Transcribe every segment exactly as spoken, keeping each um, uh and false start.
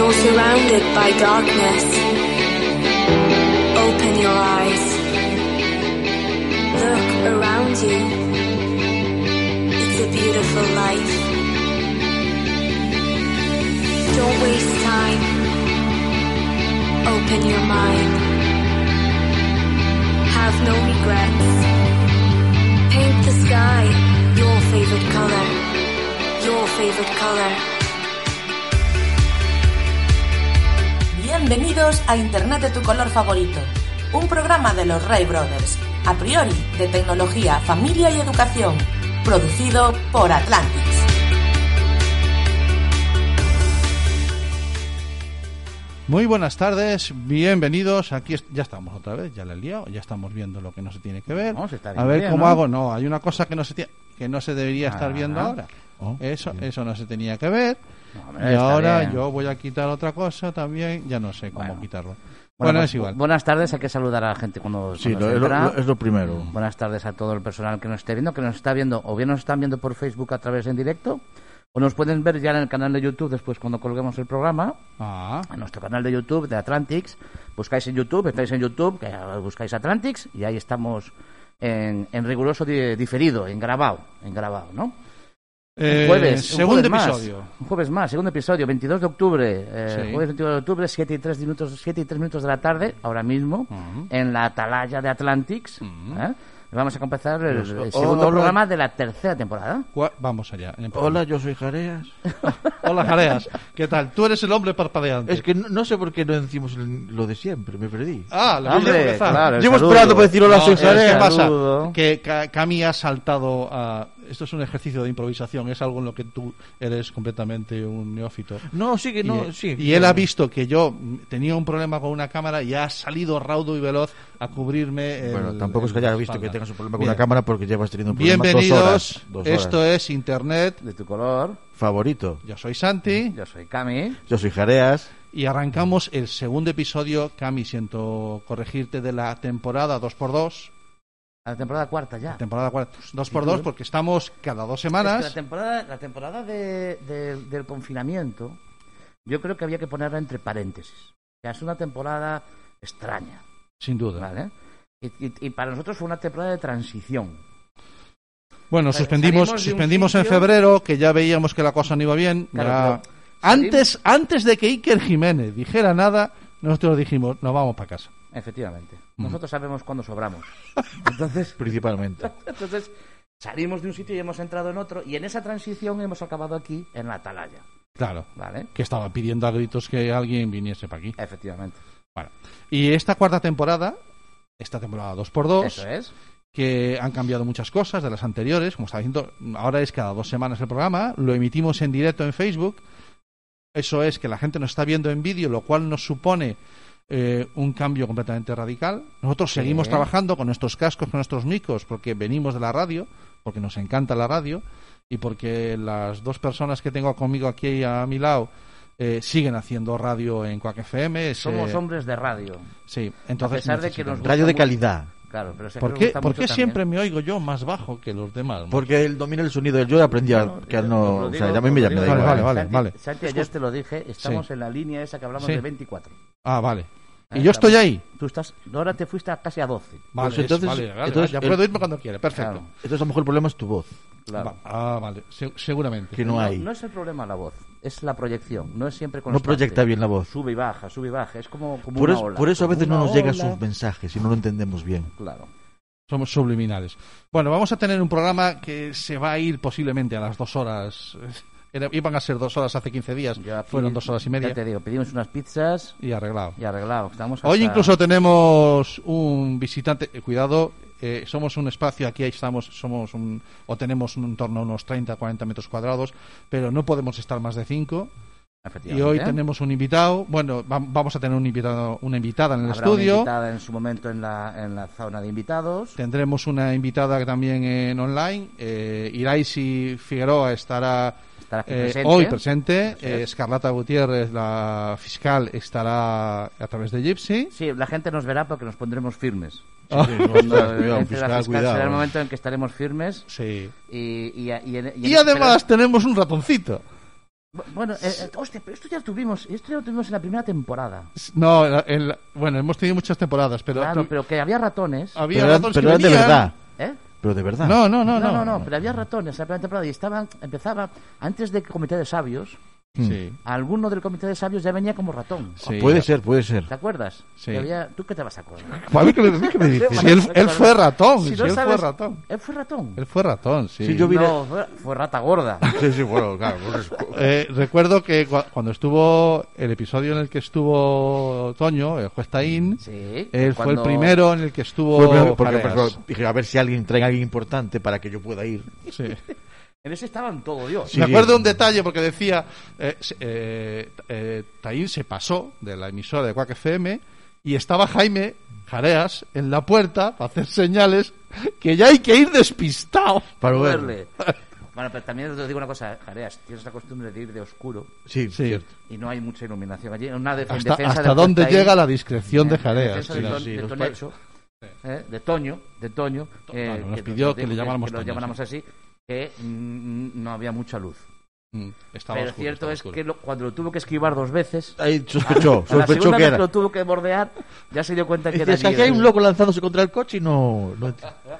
you're surrounded by darkness, open your eyes. Look around you. It's a beautiful life. Don't waste time. Open your mind. Have no regrets. Paint the sky your favorite color. Your favorite color. Bienvenidos a Internet de tu color favorito, un programa de los Ray Brothers, a priori de tecnología, familia y educación, producido por Atlantics. Muy buenas tardes, bienvenidos. Aquí est- ya estamos otra vez, ya le he liado, ya estamos viendo lo que no se tiene que ver. No, se está a ver bien, cómo ¿no? hago. No, hay una cosa que no se tiene, que no se debería Ah, estar viendo ahora. oh, eso, bien. eso no se tenía que ver. No, hombre, y está ahora bien. yo voy a quitar otra cosa también. Ya no sé cómo Bueno. quitarlo. Bueno, Bueno, pues, es igual. Buenas tardes, hay que saludar a la gente cuando, Sí, cuando lo- se es, lo, entra. lo- es lo primero. Buenas tardes a todo el personal que nos esté viendo, que nos está viendo, o bien nos están viendo por Facebook a través en directo, o nos pueden ver ya en el canal de YouTube después cuando colguemos el programa, Ah, en nuestro canal de YouTube de Atlantics. Buscáis en YouTube, estáis en YouTube, que buscáis Atlantics, y ahí estamos en, en riguroso di- diferido, en grabado, en grabado, ¿no? eh, Un jueves, un segundo jueves más, episodio. un jueves más, segundo episodio, veintidós de octubre, eh, Sí. jueves veintidós de octubre, siete y tres minutos, siete y tres minutos de la tarde, ahora mismo, Ujú. en la atalaya de Atlantics. Ujú. ¿eh? Vamos a comenzar el, el Hola, segundo hola. programa de la tercera temporada. Cua- Vamos allá. empezamos. Hola, yo soy Jareas. Hola, Jareas. ¿Qué tal? Tú eres el hombre parpadeante. Es que no, no sé por qué no decimos el- lo de siempre, me perdí. Ah, la Hombre, voy a empezar. claro, el Llevo saludo. esperando para decir hola, No, soy ¿sabes Jareas. ¿Qué pasa? Saludo. Que Ca- Cami ha saltado a... Esto es un ejercicio de improvisación, es algo en lo que tú eres completamente un neófito. No, sí que no, y, sí. y él ha visto que yo tenía un problema con una cámara y ha salido raudo y veloz a cubrirme el- Bueno, tampoco es que el- hayas la visto que espalda. tengas un problema con Bien. una cámara porque llevas teniendo un problema Bienvenidos, dos horas. Dos horas. esto es Internet. De tu color, Favorito. Yo soy Santi yo soy Cami. Yo soy Jareas. y arrancamos el segundo episodio, Cami, siento corregirte, de la temporada dos por dos. A la temporada cuarta ya. Temporada cuatro. dos por dos porque estamos cada dos semanas. Es que la temporada, la temporada de, de- del confinamiento, yo creo que había que ponerla entre paréntesis. Ya es una temporada extraña, Sin duda. ¿vale? Y, y- y para nosotros fue una temporada de transición. Bueno, Sa- suspendimos, salimos de un suspendimos en sitio- febrero, que ya veíamos que la cosa no iba bien. Claro, ya- pero Antes, antes de que Iker Jiménez dijera nada, nosotros dijimos, nos vamos para casa. Efectivamente. Nosotros sabemos cuándo sobramos. Entonces, Principalmente. entonces salimos de un sitio y hemos entrado en otro. Y en esa transición hemos acabado aquí, en la atalaya. Claro. ¿Vale? Que estaba pidiendo a gritos que alguien viniese para aquí. Efectivamente. Bueno. Y esta cuarta temporada, esta temporada dos por dos, Eso es. que han cambiado muchas cosas de las anteriores, como estaba diciendo, ahora es cada dos semanas el programa, lo emitimos en directo en Facebook. Eso es que la gente nos está viendo en vídeo, lo cual nos supone eh, un cambio completamente radical. Nosotros Sí. seguimos trabajando con nuestros cascos, con nuestros micros, porque venimos de la radio, porque nos encanta la radio y porque las dos personas que tengo conmigo aquí a mi lado eh, siguen haciendo radio en Quack F M. Es, Somos eh, hombres de radio. Sí, entonces A pesar de que necesitamos- nos Radio de mucho- calidad. Claro, pero sé que ¿Por nos qué, gusta por mucho qué también. siempre me oigo yo más bajo que los demás? Porque él domina el sonido. Yo aprendí a, Bueno, que a yo no. os lo O digo, sea, ya me, os ya lo me da digo. Vale, igual. vale, vale. Santi, vale. Santi, ayer te lo dije, estamos Sí. en la línea esa que hablamos Sí. de veinticuatro. Ah, vale. Eh, Y yo estoy estamos- ahí. Tú estás, ahora te fuiste a casi a doce. Vale, Pues entonces- es- vale, vale, entonces ya el- puedo irme cuando quiera. Perfecto. Claro, Entonces, a lo mejor el problema es tu voz. claro. Va- Ah, vale. Se- seguramente. Que no hay. No es el problema la voz, es la proyección, no es siempre No constante. proyecta bien la voz. Sube y baja, sube y baja, es como, como Por una eso, ola. por eso a como veces no una nos llegan ola. sus mensajes y no lo entendemos bien. Claro. Somos subliminales. Bueno, vamos a tener un programa que se va a ir posiblemente a las dos horas. Era- iban a ser dos horas hace quince días. Yo aquí, Fueron dos horas y media. Ya te digo, pedimos unas pizzas Y arreglado. y arreglado. Estamos Hoy hasta- incluso tenemos un visitante. eh, cuidado, eh, somos un espacio, aquí estamos, somos un, o tenemos un, en torno a unos treinta, cuarenta metros cuadrados, pero no podemos estar más de cinco. Y Efectivamente. hoy tenemos un invitado. Bueno, va- vamos a tener un invitado, una invitada en el Habrá estudio. una invitada en su momento en la, en la zona de invitados. Tendremos una invitada que también en online. Eh, Iraisi Figueroa estará Estará aquí eh, presente. hoy presente. Eso Eh, es. Escarlata Gutiérrez, la fiscal, estará a través de Gypsy. Sí, la gente nos verá porque nos pondremos firmes. Ah, Sí, no, Cuando ostras, cuidado, entre la fiscal, fiscal cuidado, será el eh. momento en que estaremos firmes Sí. y, y, y, en- y en Y ese además será- tenemos un ratoncito. Bueno, eh, eh, hostia, pero esto ya lo tuvimos, esto ya lo tuvimos en la primera temporada. No, en la- en la- bueno, hemos tenido muchas temporadas, pero Claro, tú- pero que había ratones. había Pero, eran- ratones pero que eran de venían. verdad. ¿Eh? Pero de verdad. No, no, no, No, no. no, no, pero había ratones en la primera temporada y estaban, empezaba, antes del comité de sabios, Sí, alguno del comité de sabios ya venía como ratón. sí. Puede ser, puede ser. ¿Te acuerdas? Sí. Que había- ¿Tú qué te vas a acordar? A mí que me- ¿qué me dices? Si él, él fue ratón, si, Si no él fue sabes- ratón. Él fue ratón. Él fue ratón, sí. Sí, yo vi- No, fue, fue rata gorda. Sí, sí, bueno, claro. pues, Eh, recuerdo que cua- cuando estuvo el episodio en el que estuvo Toño, el juez Taín, Sí. él fue el cuando- primero en el que estuvo fue el primero, porque Jareas. por ejemplo, dije, a ver si alguien trae a alguien importante para que yo pueda ir. Sí. En ese estaban todo Dios. Sí. Me acuerdo un detalle porque decía, eh, se- eh, eh, Taín se pasó de la emisora de Quack F M y estaba Jaime Jareas en la puerta para hacer señales que ya hay que ir despistado. Para Joderle. verle. Bueno, pero también te digo una cosa, Jareas, tienes la costumbre de ir de oscuro Sí, Sí. cierto. y no hay mucha iluminación allí. Una def- en Hasta, defensa hasta del dónde juez Taín, llega la discreción de en Jareas. defensa Sí, de, no, Ton- sí, de nos Tonecho, eh, de Toño, de Toño, eh, Bueno, nos que pidió que le dijo llamáramos que lo Toño, llamáramos así, que mm, no había mucha luz. Mm, estaba Pero oscuro, cierto estaba es oscuro. que lo- cuando lo tuvo que esquivar dos veces, Ahí sospechó, a la sospechó segunda que vez era. que lo tuvo que bordear, ya se dio cuenta que Decía, era "Es que aquí allí, hay un eh". loco lanzándose contra el coche y no... no-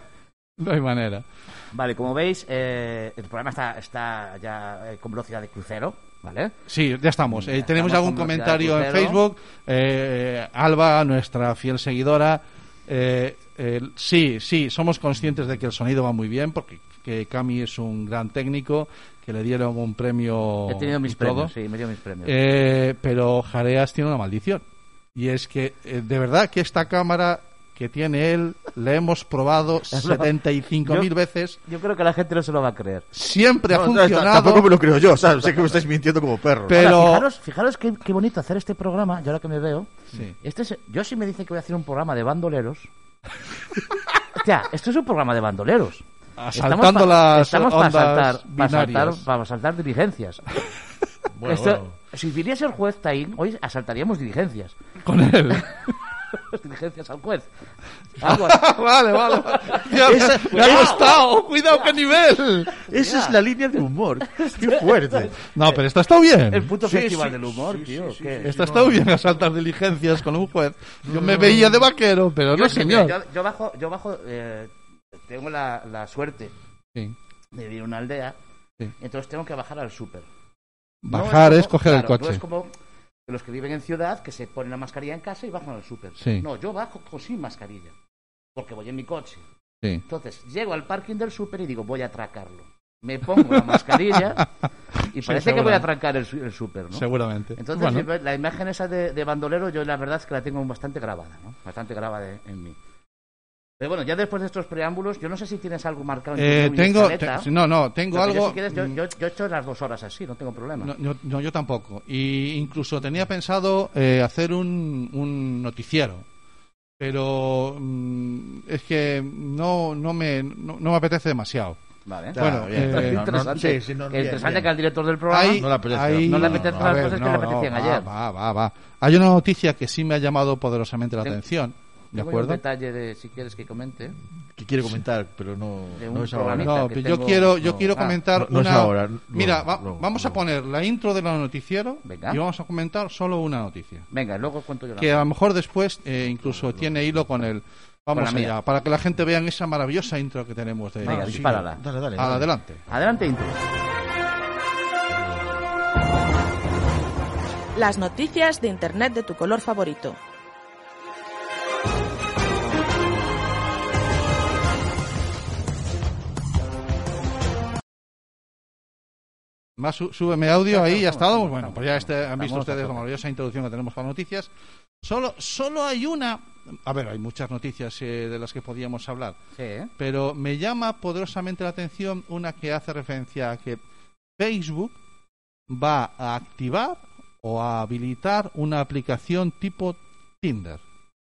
No hay manera. Vale, como veis, eh, el programa está, está ya eh, con velocidad de crucero, ¿vale? Sí, ya estamos. Eh, Ya tenemos estamos algún con velocidad comentario de en crucero. Facebook. Eh, Alba, nuestra fiel seguidora. eh, eh, sí, sí, somos conscientes de que el sonido va muy bien porque que Cami es un gran técnico, que le dieron un premio. He tenido mis y todo. premios, sí, me dio mis premios. Eh, pero Jareas tiene una maldición. Y es que, eh, de verdad, que esta cámara que tiene él, la hemos probado setenta y cinco mil Yo- veces. Yo creo que la gente no se lo va a creer. Siempre ha No, no, funcionado. tampoco me lo creo yo, ¿sabes? Sé que me estáis mintiendo como perro. Pero- Ahora, fijaros, fijaros qué, qué bonito hacer este programa, yo ahora que me veo. Sí. Este es, yo si me dicen que voy a hacer un programa de bandoleros. Hostia, esto es un programa de bandoleros. Asaltando pa- las estamos para ondas saltar, para saltar, binarias. para saltar diligencias. Bueno, Esto- bueno. Si viniese el juez Taín, hoy asaltaríamos diligencias. Con él. Diligencias al juez. Algo así. vale, vale. vale. Ya, Esa- me ha gustado. Cuidado, qué nivel. Esa es la línea de humor. Qué fuerte. No, pero esta está bien. El puto Sí, festival sí, del humor, sí, tío. sí, sí, ¿qué? sí. Esta está bien a saltar diligencias con un juez. Yo me veía de vaquero, pero no, Yo, señor. yo, yo bajo, yo bajo eh, tengo la, la suerte Sí. de vivir en una aldea, Sí. entonces tengo que bajar al súper. Bajar No es como- coger el claro, coche. No es como los que viven en ciudad que se ponen la mascarilla en casa y bajan al súper. Sí. No, yo bajo con sin mascarilla, porque voy en mi coche. Sí. Entonces, llego al parking del súper y digo, voy a atracarlo. Me pongo la mascarilla y Sí, parece que voy seguramente. a atracar el, su- el súper, ¿no? Seguramente. Entonces, Bueno, la imagen esa de, de bandolero, yo la verdad es que la tengo bastante grabada, ¿no? Bastante grabada en mí. Pero bueno, ya después de estos preámbulos, yo no sé si tienes algo marcado en tu eh, guión y tengo. escaleta. te- no, no, tengo Porque yo, algo. si quieres, yo, yo, yo he hecho las dos horas así, no tengo problema. No, yo, no, yo tampoco. Y incluso tenía pensado eh, hacer un, un noticiero. Pero mm, es que no, no, me, no, no me apetece demasiado. Vale. Ya, Bueno, bien. eh, No, no, interesante. sí, sí, no, Que bien, interesante bien. que al director del programa Hay- no le apetece. hay- No le apetece a las ver, cosas que no, le no, apetecían va, ayer. Va, va, va. Hay una noticia que sí me ha llamado poderosamente la Tengo- atención. ¿De tengo acuerdo? un detalle de, si quieres que comente. Que quiere comentar, pero no, De un no es ahora. programita. No, que pero yo tengo- quiero, yo no. quiero Ah, comentar no- no es una. ahora, luego, Mira, va- luego, vamos a luego. poner la intro del noticiero Venga. y vamos a comentar solo una noticia. Venga, luego cuento yo la Que a lo mejor después eh, incluso tiene hilo con el. Vamos Con la allá, mía. para que la gente vea esa maravillosa intro que tenemos de. Venga, Sí. dispárala. Dale, dale. dale. Adelante. Adelante, intro. Las noticias de Internet de tu color favorito. Más su- súbeme audio Ya ahí, estamos, ya estamos, estamos. estamos, Bueno, pues ya este, han estamos visto a ustedes la tope. maravillosa introducción que tenemos para noticias. Solo, solo hay una. A ver, hay muchas noticias eh, de las que podíamos hablar. Sí, ¿eh? Pero me llama poderosamente la atención una que hace referencia a que Facebook va a activar o a habilitar una aplicación tipo Tinder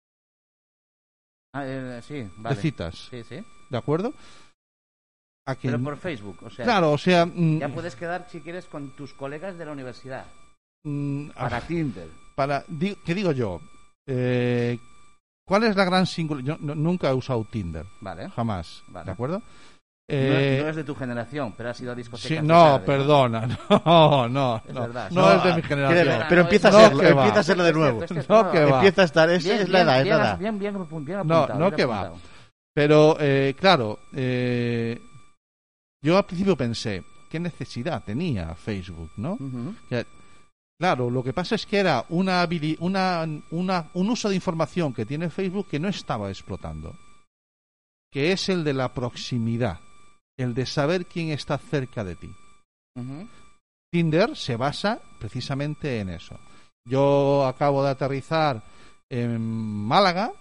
Ah, eh, sí, vale. de citas, Sí, sí. ¿de acuerdo? A que- Pero por Facebook, o sea, claro, o sea, mm, ya puedes quedar si quieres con tus colegas de la universidad. mm, Para ah, Tinder. para di- ¿qué digo yo? Eh, ¿Cuál es la gran singularidad? Yo no- nunca he usado Tinder, Vale. jamás, Vale. ¿de acuerdo? Eh, no, no es de tu generación, pero ha sido a discotecas. sí, de no, tarde, perdona, no, no, Es no, verdad, no sí. es de mi Quiere- generación. pero empieza a No, serlo, que va. empieza a serlo de nuevo. Este es No, nuevo. que va. Empieza a estar, es, Bien, es la bien, edad, es bien, la edad. Bien, bien, bien, bien No, apuntado, no bien que va. apuntado. Pero, eh, claro, eh, yo al principio pensé, ¿qué necesidad tenía Facebook, no? Ujú. Que, claro, lo que pasa es que era una, habili- una, una, un uso de información que tiene Facebook que no estaba explotando, que es el de la proximidad, el de saber quién está cerca de ti. Ujú. Tinder se basa precisamente en eso. Yo acabo de aterrizar en Málaga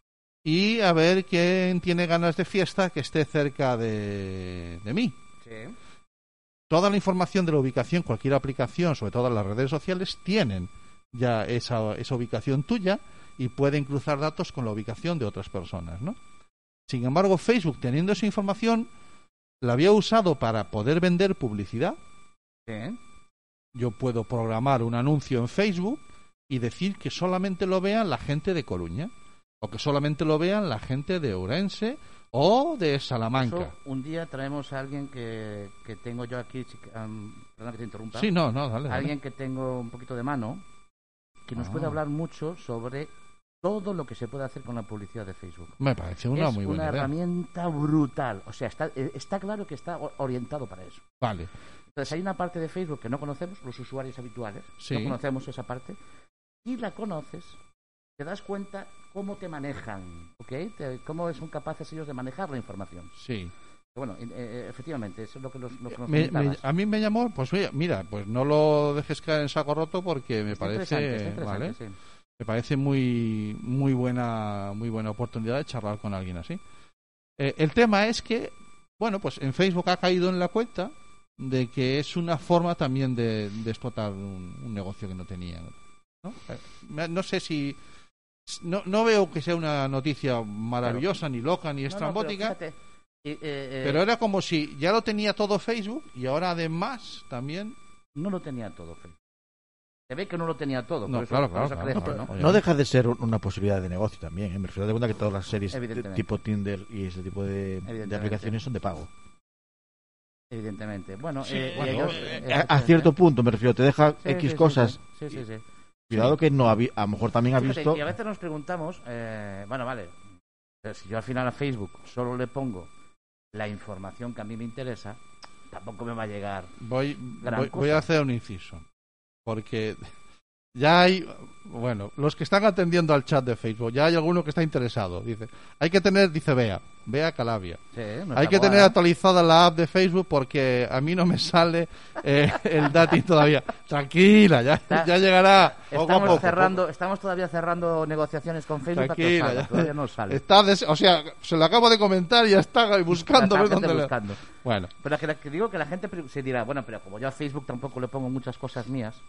y a ver quién tiene ganas de fiesta que esté cerca de, de mí. Sí. Toda la información de la ubicación, cualquier aplicación, sobre todo las redes sociales, tienen ya esa, esa ubicación tuya y pueden cruzar datos con la ubicación de otras personas, ¿no? Sin embargo, Facebook, teniendo esa información, la había usado para poder vender publicidad. Sí. Yo puedo programar un anuncio en Facebook y decir que solamente lo vean la gente de Coruña, o que solamente lo vean la gente de Ourense o de Salamanca. Eso, un día traemos a alguien que, que tengo yo aquí, chica- um, perdón que te interrumpa. Sí, no, no, dale, dale. Alguien que tengo un poquito de mano, que nos Ah. puede hablar mucho sobre todo lo que se puede hacer con la publicidad de Facebook. Me parece una es muy buena una idea. herramienta brutal. O sea, está, eh, está claro que está o- orientado para eso. Vale, Entonces, hay una parte de Facebook que no conocemos, los usuarios habituales. Sí. No conocemos esa parte. Y la conoces, te das cuenta cómo te manejan, ¿ok? Te- cómo son capaces ellos de manejar la información. sí. Bueno, eh, eh, efectivamente, eso es lo que, los, lo que nos Me- me- comentabas. a mí me llamó, pues oye, mira, pues no lo dejes caer en saco roto porque me Está interesante, parece, está interesante, ¿vale? sí. Me parece muy muy buena muy buena oportunidad de charlar con alguien así. Eh, el tema es que, bueno, pues en Facebook ha caído en la cuenta de que es una forma también de, de explotar un, un negocio que no tenía, ¿no? Eh, me- no sé si no, no veo que sea una noticia maravillosa, ni loca, ni No, no, estrambótica, pero fíjate, eh, eh, eh, pero era como si ya lo tenía todo Facebook y ahora además también. no lo tenía todo, Facebook. Se ve que no lo tenía todo. No, por eso, claro, por eso claro, crece, claro. ¿no? Oye, No deja de ser un- una posibilidad de negocio también, ¿eh? Me refiero a cuenta que todas las series de- Evidentemente. tipo Tinder y ese tipo de, de Evidentemente. aplicaciones son de pago. Evidentemente. Bueno, Sí, eh, y bueno, ellos, eh, eh, A, a cierto punto, me refiero, te deja sí, X sí, sí, cosas. Sí, sí, sí. sí. Cuidado que no había, a lo mejor también ha Fíjate, visto. y a veces nos preguntamos, eh, bueno, vale, pero si yo al final a Facebook solo le pongo la información que a mí me interesa, tampoco me va a llegar. Voy, Gran voy, cosa. voy a hacer un inciso. Porque ya hay, bueno, los que están atendiendo al chat de Facebook, ya hay alguno que está interesado. Dice, hay que tener, dice Bea, Bea Calabria. Sí, no Hay está que tener guada. actualizada la app de Facebook porque a mí no me sale eh, el dating todavía. Tranquila, ya, Está- ya llegará. Poco a Estamos poco, cerrando, estamos todavía cerrando negociaciones con Facebook para que Tranquila, salga, ya. todavía no sale. Está des- o sea, se lo acabo de comentar y ya está buscando La ver gente dónde le- buscando. Bueno. Pero que, que digo que la gente pre- se dirá, bueno, pero como yo a Facebook tampoco le pongo muchas cosas mías,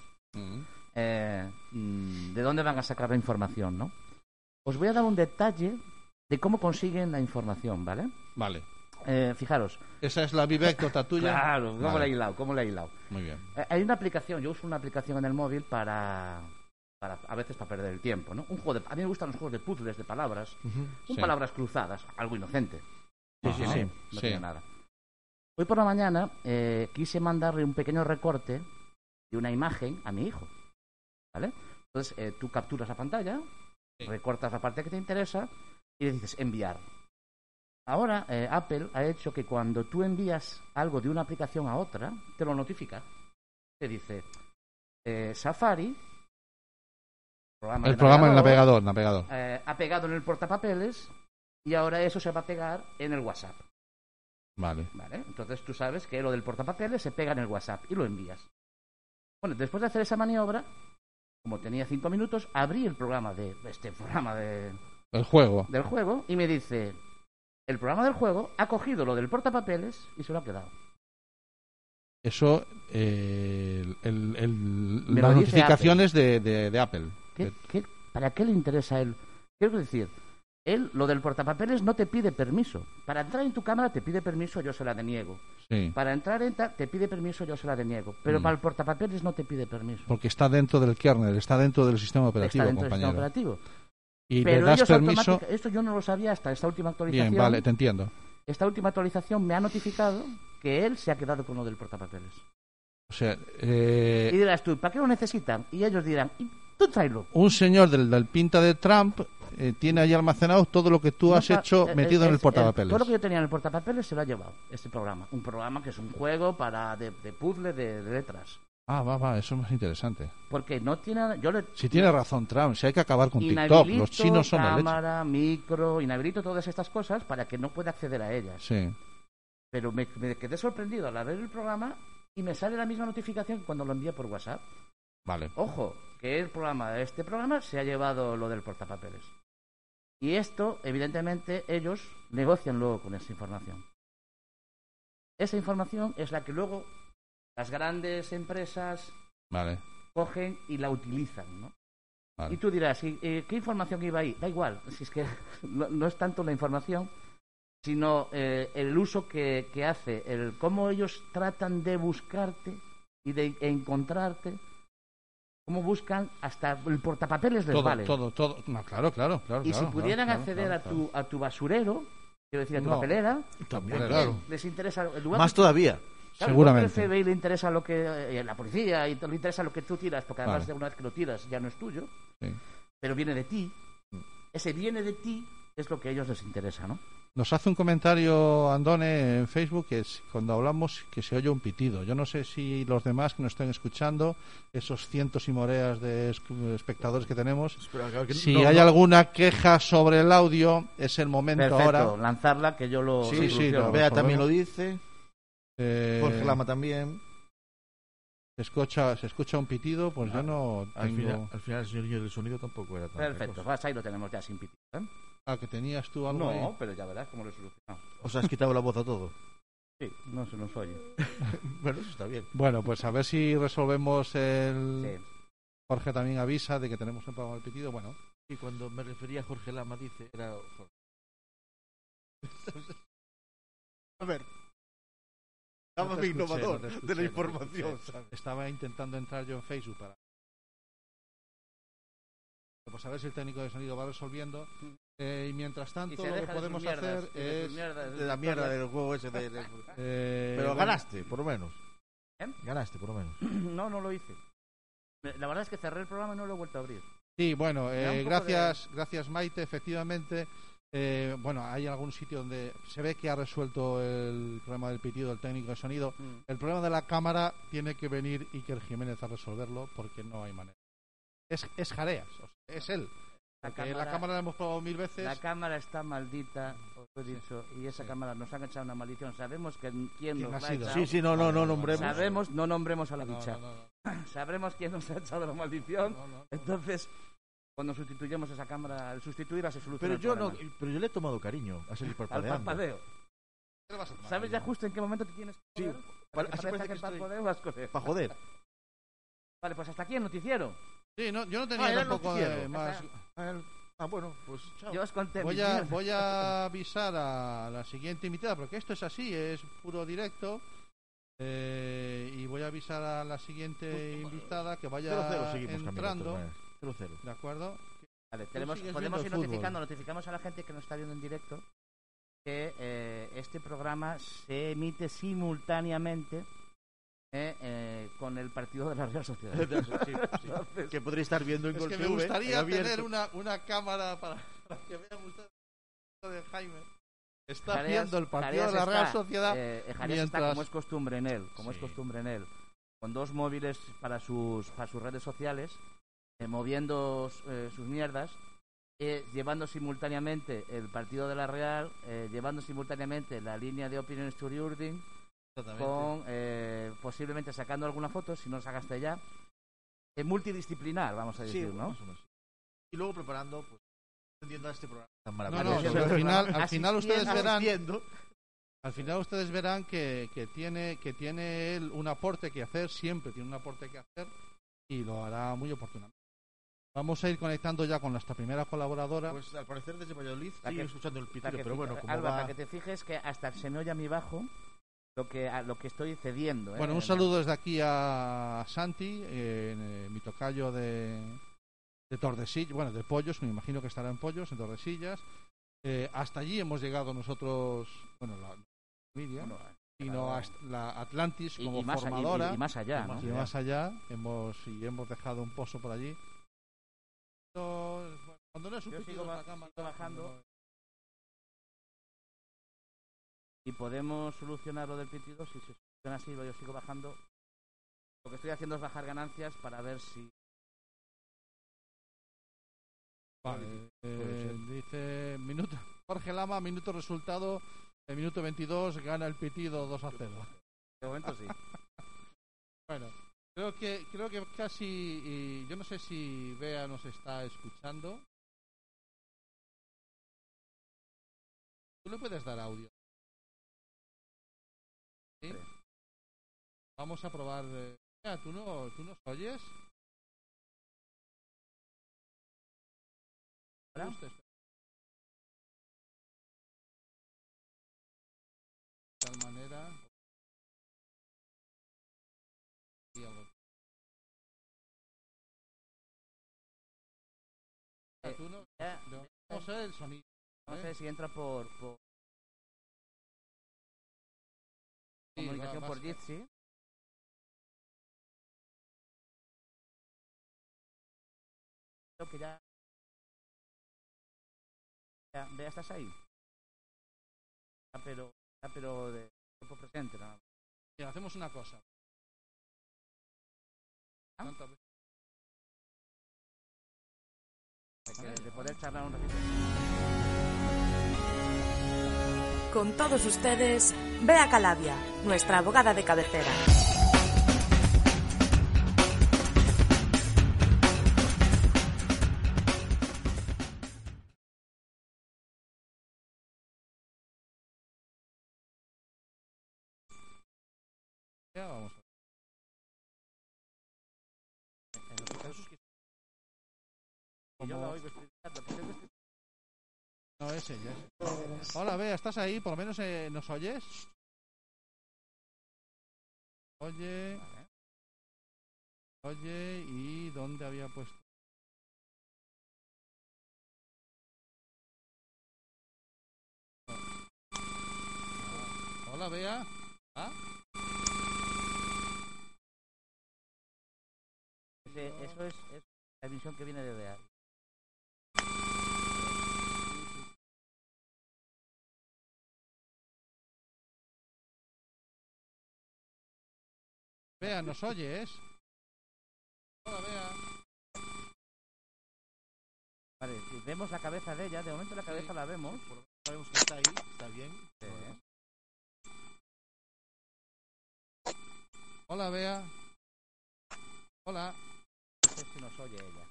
eh, mm, ¿de dónde van a sacar la información, no? Os voy a dar un detalle de cómo consiguen la información, ¿vale? Vale. Eh, fijaros. Esa es la vivécdota tuya. Claro, ¿cómo Vale. la he hilado? ¿Cómo la he hilado? Muy bien. Eh, hay una aplicación, yo uso una aplicación en el móvil para, para a veces para perder el tiempo, ¿no? Un juego de, a mí me gustan los juegos de puzzles, de palabras, con Sí. palabras cruzadas, algo inocente. Sí, sí, ¿no? sí. No Sí. tiene nada. Hoy por la mañana eh, quise mandarle un pequeño recorte de una imagen a mi hijo, ¿vale? Entonces eh, tú capturas la pantalla, Sí. recortas la parte que te interesa y le dices enviar. Ahora eh, Apple ha hecho que cuando tú envías algo de una aplicación a otra, te lo notifica. Te dice eh, Safari, programa El de programa del navegador, navegador, navegador. eh, ha pegado en el portapapeles y ahora eso se va a pegar en el WhatsApp. Vale. ¿Vale? Entonces tú sabes que lo del portapapeles se pega en el WhatsApp y lo envías. Bueno, después de hacer esa maniobra, como tenía cinco minutos, abrí el programa de este programa de, El juego. del juego y me dice, el programa del juego ha cogido lo del portapapeles y se lo ha quedado. Eso, eh, el, el- Me las lo dice notificaciones de, de, de Apple. ¿Qué, qué, ¿Para qué le interesa a él? Quiero decir, él, lo del portapapeles no te pide permiso. Para entrar en tu cámara te pide permiso, yo se la deniego. Sí. Para entrar en ta, te pide permiso, yo se la deniego. Pero Mm. para el portapapeles no te pide permiso. Porque está dentro del kernel, está dentro del sistema operativo, Está dentro del compañero. sistema operativo. Y Pero le das ellos permiso. automática- esto yo no lo sabía hasta esta última actualización. Bien, vale, te entiendo. esta última actualización me ha notificado que él se ha quedado con lo del portapapeles. O sea, eh, Y dirás tú, ¿para qué lo necesitan? Y ellos dirán, "Y tú tráelo". un señor del, del pinta de Trump eh, tiene ahí almacenado todo lo que tú No has pa- hecho eh, metido eh, en el es- portapapeles. Todo lo que yo tenía en el portapapeles se lo ha llevado este programa. Un programa que es un juego para de, de puzzle de, de letras. Ah, va, va, eso es más interesante. Porque no tiene... Yo le, Si tiene razón Trump, si hay que acabar con TikTok, inhabilito los chinos son la leche. cámara, micro, inhabilito todas estas cosas para que no pueda acceder a ellas. Sí. Pero me, me quedé sorprendido al ver el programa y me sale la misma notificación que cuando lo envié por WhatsApp. Vale. Ojo, que el programa, este programa se ha llevado lo del portapapeles. Y esto, evidentemente, ellos negocian luego con esa información. Esa información es la que luego las grandes empresas Vale. cogen y la utilizan, ¿no? Vale. Y tú dirás, ¿y, eh, ¿qué información iba ahí? Da igual, si es que no, no es tanto la información, sino eh, el uso que, que hace, el cómo ellos tratan de buscarte y de encontrarte, cómo buscan hasta el portapapeles les Todo, vale. todo, todo. No, claro, claro, claro. Y claro, si pudieran claro, acceder claro, a, claro. tu, a tu basurero, quiero decir, a tu No. papelera, También, Hombre, claro. les interesa... el lugar Más que- todavía. claro, Seguramente. igual que el F B I le interesa lo que... eh, la policía, y te- le interesa lo que tú tiras, porque además Vale. de una vez que lo tiras ya no es tuyo, Sí. pero viene de ti. Ese viene de ti es lo que a ellos les interesa, ¿no? Nos hace un comentario Andone en Facebook que es cuando hablamos que se oye un pitido. Yo no sé si los demás que nos estén escuchando, esos cientos y moreas de esc- espectadores que tenemos, Espera, claro que si no, hay no. alguna queja sobre el audio, es el momento Perfecto, ahora. lanzarla que yo lo Sí, lo sí, soluciono. lo- Bea también resolvemos. lo dice. Eh, Jorge Lama también. se escucha, se escucha un pitido, pues yo no Al tengo... final, al final el señor del sonido tampoco era tan. Perfecto, vas ahí lo tenemos ya sin pitido, ¿eh? Ah, que tenías tú algo No, ahí. pero ya verás cómo lo he solucionado. O sea, has quitado la voz a todo. Sí, no se nos oye. Bueno, eso está bien. Bueno, pues a ver si resolvemos el... Sí. Jorge también avisa de que tenemos un programa del pitido. Bueno, Y cuando me refería a Jorge Lama, dice, era Jorge. A ver. No Llámame te escuché, innovador no te escuché, de la no te información, escuché. ¿sabes? Estaba intentando entrar yo en Facebook para... Pues a ver si el técnico de sonido va resolviendo. Eh, y mientras Y tanto, se lo que deja de sus podemos mierdas, hacer y de sus es... mierdas, De la mierda del juego ese de... de- eh, Pero bueno, ganaste, por lo menos. ¿Eh? Ganaste, por lo menos. No, no lo hice. La verdad es que cerré el programa y no lo he vuelto a abrir. Sí, bueno, Me da un eh, poco gracias, gracias Maite, efectivamente. Eh, bueno, hay algún sitio donde se ve que ha resuelto el problema del pitido el técnico de sonido. Mm. El problema de la cámara tiene que venir Iker Jiménez a resolverlo porque no hay manera. Es, es Jareas, o sea, es él. La Porque cámara, la cámara la hemos probado mil veces. la cámara está maldita, os lo he dicho, y esa Sí. cámara nos han echado una maldición. Sabemos que quién ¿Quién nos ha la ha sido? echado. Sí, sí, no, no, no nombremos. Sabemos, no nombremos a la No, bicha. no, no, Sabremos quién nos ha echado la maldición. no, no, no. Entonces, cuando sustituyamos esa cámara, al sustituirla se soluciona Pero el yo no, problema. pero yo le he tomado cariño a seguir Al parpadeando. parpadeo. ¿Qué le vas a tomar, ¿Sabes ya cariño? justo en qué momento te tienes que Sí, joder? para- Para que así parezca parece que que el estoy- parpadeo vas con él. Para joder. Vale, pues hasta aquí el noticiero. Sí, no, yo no tenía Ah, era el tampoco de noticiero. más. Ah, ah, bueno, pues chao. Yo os conté Voy mis a, mierdas. voy a avisar a la siguiente invitada, porque esto es así, es puro directo. Eh, y voy a avisar a la siguiente invitada que vaya cero cero seguimos entrando. caminando. cero cero. ¿De acuerdo? Vale, tenemos, sigues podemos ir viendo el notificando, fútbol. notificamos a la gente que nos está viendo en directo que eh, este programa se emite simultáneamente eh, eh, con el partido de la Real Sociedad. Sí, sí. Que podréis estar viendo en Es Gol que T me V, gustaría en abierto. tener una, una cámara para, para que vean ustedes de Jaime. Está Jareas- viendo el partido Jareas de la Real está, Sociedad. eh, Jareas está mientras- como es costumbre en él, como Sí. es costumbre en él, con dos móviles para sus para sus redes sociales, eh, moviendo eh, sus mierdas, eh, llevando simultáneamente el partido de la Real, eh, llevando simultáneamente la línea de Opinion Story Urding, con eh, posiblemente sacando alguna foto, si no la sacaste ya, eh, multidisciplinar, vamos a Sí, decir, ¿no? más o menos. Y luego preparando, pues, atendiendo a este programa tan No, maravilloso. no, pero al final, al final ustedes Asistiendo- verán, Asistiendo. al final ustedes verán que, que tiene que tiene él un aporte que hacer, siempre tiene un aporte que hacer y lo hará muy oportunamente. Vamos a ir conectando ya con nuestra primera colaboradora. Pues al parecer desde Valladolid La sigue que- escuchando el Para pitido, que pero fi- bueno, como Alba, va... para que te fijes que hasta se me oye a mi bajo lo que a lo que estoy cediendo. ¿eh? Bueno, un saludo desde aquí a Santi, eh, en, eh, mi tocayo de, de Tordesillas, bueno, de Pollos, me imagino que estará en Pollos, en Tordesillas. Eh, hasta allí hemos llegado nosotros, bueno, la familia, Bueno, sino claro. hasta la Atlantis Y, como y más, y- formadora. y, y más allá, ¿no? Y más allá hemos y hemos dejado un pozo por allí. Entonces, bueno, cuando no es un Yo pitido sigo en ba- la cama, sigo bajando. cuando- Y podemos solucionar lo del pitido si se soluciona así, yo sigo bajando. Lo que estoy haciendo es bajar ganancias para ver si... Vale, Puede eh, ser. dice minuto Jorge Lama, minuto resultado, el minuto veintidós gana el pitido dos a cero. De momento sí. Bueno, creo que creo que casi y yo no sé si Bea nos está escuchando. ¿Tú le puedes dar audio? ¿Sí? Sí. Vamos a probar. eh, Bea, ¿tú no tú nos oyes? ¿Hola? De tal manera. Y algo. Eh, Tú no, Ya, no, vamos a ver el sonido. no ¿eh? sé si entra por, por Sí, comunicación va- por vas- Jitsi. Creo que ya... ya... Bea, ¿estás ahí? Ya, pero... Ya, pero de tiempo presente, nada más. Mira, hacemos una cosa. ¿Ah? Tantas veces- De, que- de poder charlar un ratito. Con todos ustedes, Bea Calabia, nuestra abogada de cabecera. Ya vamos a ver. En los casos que... Como- Yo la oigo explicando, pero es que- No, es ella. es- Hola, Bea, ¿estás ahí? Por lo menos eh, ¿nos oyes? Oye, Vale. oye, ¿y dónde había puesto? Hola, Bea. ¿Ah? Ese- Eso es, es la emisión que viene de Bea. Bea, ¿nos oyes? Hola, Bea. Vale, si vemos la cabeza de ella, de momento la cabeza Sí. la vemos. Sabemos que está ahí, está bien. Sí. Hola, Bea. Hola. No sé si nos oye ella.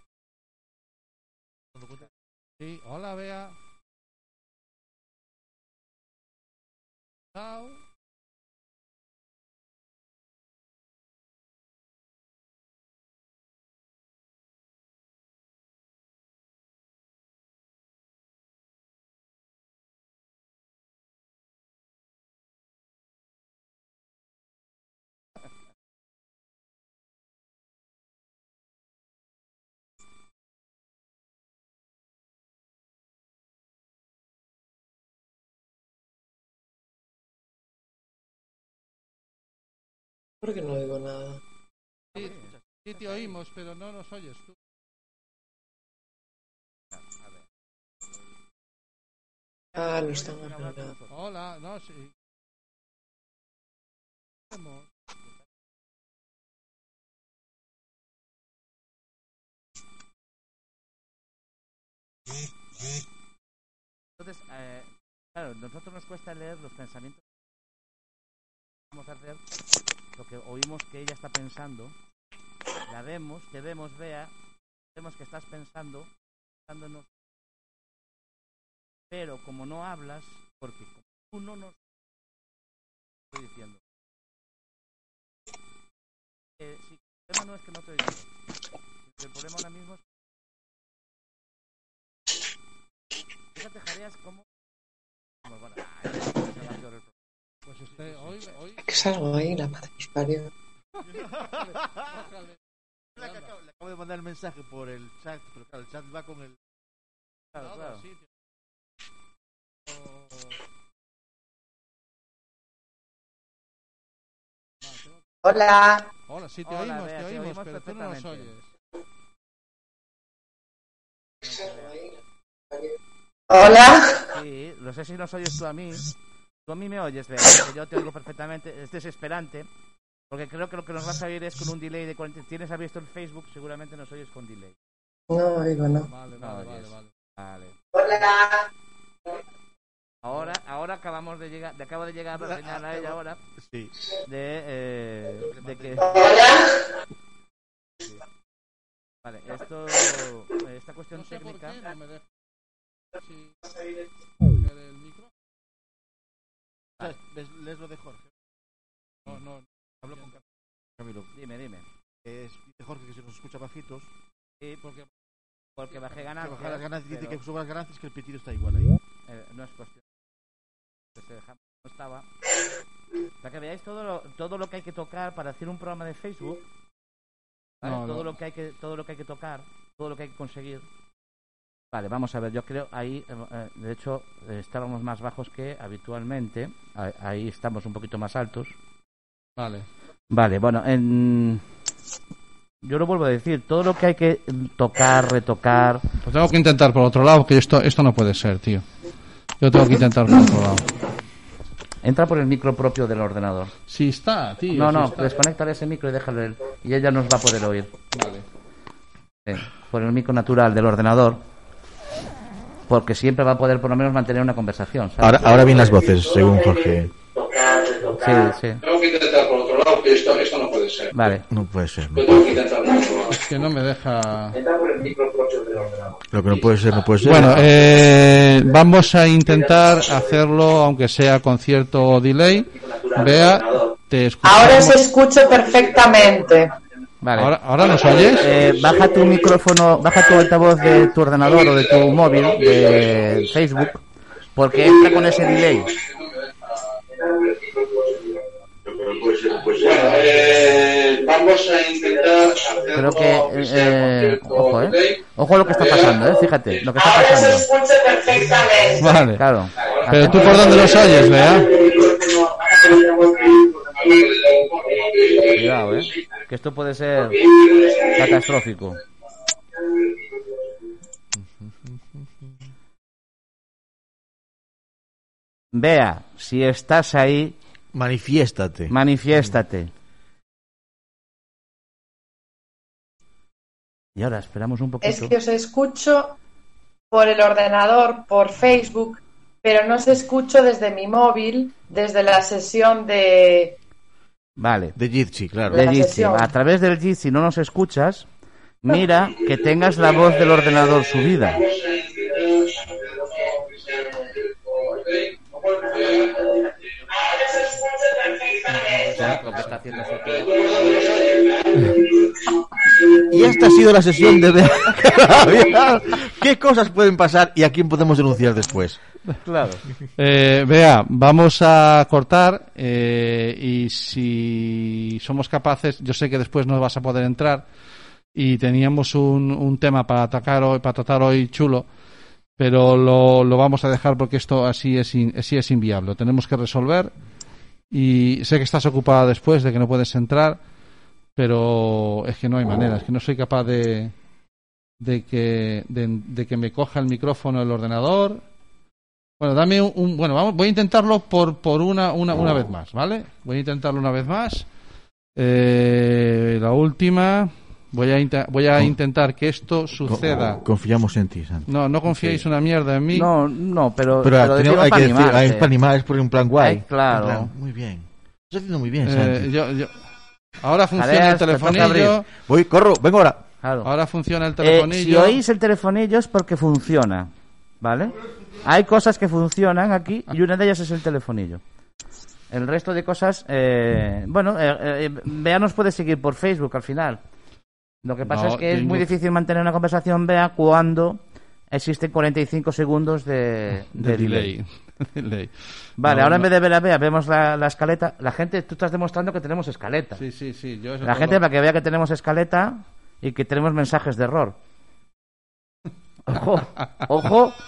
Sí, hola, Bea. Chao. Porque no digo nada. Sí, sí te oímos, pero no nos oyes tú. A ver. Ah, no están Quieren hablar con hablando. nosotros. Hola, no, sí. Hemos- Entonces, eh, claro, nosotros nos cuesta leer los pensamientos. Vamos a hacer lo que oímos que ella está pensando. La vemos, te vemos, Bea. Vemos que estás pensando, pensándonos. Pero como no hablas, porque como tú no nos estoy diciendo. Eh, sí, el problema no es que no te oigo. El problema ahora mismo es fíjate, jareas como... como bueno, ay, ese va a ser el problema. Pues usted, hoy, hoy. Que salgo ahí, la madre que os parió. Bájale. Le acabo, le acabo de mandar el mensaje por el chat, pero claro, el chat va con el... Claro, Nada, claro. sí, tío. Hola. Hola, sí, te Hola, oímos, Bea, te te oímos, oímos pero tú no nos perfectamente. oyes. Hola. Sí, no sé si nos oyes tú a mí. Tú a mí me oyes, Bea, que yo te oigo perfectamente. Es desesperante, porque creo que lo que nos vas a oír es con un delay de cuarenta. Tienes abierto el Facebook, seguramente nos oyes con delay. No, digo no. Vale, No vale, vale, oyes. vale. Vale. Hola. Ahora, ahora acabamos de llegar, de acabo de llegar la señal a ella ahora Sí. de, eh, de que... Hola. Vale, esto, eh, esta cuestión No sé por técnica... qué no me deja. Sí. Coger el micro. ¿Ves, lees lo de Jorge? No, no. Hablo con Camilo. Dime, dime. Es, dice Jorge que se nos escucha bajitos. Sí, porque, porque bajé Que ganancias. bajar las ganancias, dice pero, que suba las ganancias, que el pitido está igual ahí. eh, no es cuestión. Que se deja- no estaba. Para que veáis todo lo, todo lo que hay que tocar para hacer un programa de Facebook. ¿Vale? No, todo no. lo que hay que todo lo que hay que tocar, todo lo que hay que conseguir. Vale, vamos a ver, yo creo ahí eh, eh, de hecho eh, estábamos más bajos que habitualmente. Ahí, ahí estamos un poquito más altos. Vale. Vale, bueno, en... yo lo vuelvo a decir, todo lo que hay que tocar, retocar. Pues tengo que intentar por otro lado, que esto, esto no puede ser, tío. Yo tengo que intentar por otro lado. Entra por el micro propio del ordenador. Sí está, tío. No, sí no, está. desconéctale ese micro y déjalo él. Y ella nos va a poder oír. Vale. Sí, por el micro natural del ordenador. Porque siempre va a poder por lo menos mantener una conversación, ¿sabes? Ahora, ahora bien las voces, según Jorge. Sí, sí. Tengo que intentar por otro lado, que esto, esto no puede ser. Vale. No puede ser. ¿no? Tengo que intentar por otro lado. Es que no me deja... Lo que no puede ser, no puede ser. Bueno, eh, vamos a intentar hacerlo, aunque sea con cierto delay. Bea, te escuchamos. Ahora se escucha perfectamente. Vale. ¿Ahora, ¿ahora nos oyes? Eh, baja tu micrófono, baja tu altavoz de tu ordenador o de tu móvil, de Facebook, porque entra con ese delay. Eh, vamos a intentar Creo que, eh, ojo, eh. Ojo a lo que está pasando, eh. Fíjate, lo que está pasando. escucha perfectamente. Vale. Claro. Pero tú por dónde los oyes, Bea? Cuidado, eh. Que esto puede ser catastrófico. Vea, si estás ahí, Manifiéstate. manifiéstate. Y ahora esperamos un poquito. Es que os escucho por el ordenador, por Facebook, pero no os escucho desde mi móvil, desde la sesión de... Vale. De Jitsi, claro. De La Jitsi. sesión. A través del Jitsi, si no nos escuchas, mira que tengas la voz del ordenador subida. Lo que está haciendo es Y esta ha sido la sesión de Bea. ¿Qué cosas pueden pasar y a quién podemos denunciar después? claro. Eh, Bea, vamos a cortar eh, y si somos capaces, yo sé que después no vas a poder entrar y teníamos un, un tema para atacar hoy, para tratar hoy chulo, pero lo, lo vamos a dejar porque esto así es, in, así es inviable. Lo tenemos que resolver y sé que estás ocupada después de que no puedes entrar, pero es que no hay manera, es que no soy capaz de de que de, de que me coja el micrófono el ordenador. Bueno, dame un, un- bueno, vamos, voy a intentarlo por por una una una vez más, ¿vale? Voy a intentarlo una vez más. Eh, la última. Voy a inta- voy a intentar que esto suceda. Confiamos en ti, Santi. No, no confiéis una mierda en mí. No, no, pero, Pero, pero tenemos- decimos hay para que decir, animarte. hay para animar, es por un plan guay. Ay, claro. En plan, muy bien. Estás haciendo muy bien, Eh, Santi. yo, yo- ahora funciona Tareas, el te toca telefonillo. abrir. Voy, corro, vengo ahora. Claro. Ahora funciona el Eh, telefonillo. si oís el telefonillo es porque funciona, ¿vale? Hay cosas que funcionan aquí y una de ellas es el telefonillo. El resto de cosas, eh, bueno, eh, eh, Bea nos puede seguir por Facebook al final. Lo que pasa No, es que es tengo- muy difícil mantener una conversación, Bea, cuando existen cuarenta y cinco segundos de, de de delay. delay. Delay. Vale, No, ahora en no. vez de ver a Bea, vemos la, la escaleta. La gente, tú estás demostrando que tenemos escaleta. Sí, sí, sí. Yo eso La todo gente lo- para que vea que tenemos escaleta y que tenemos mensajes de error. Ojo, ojo,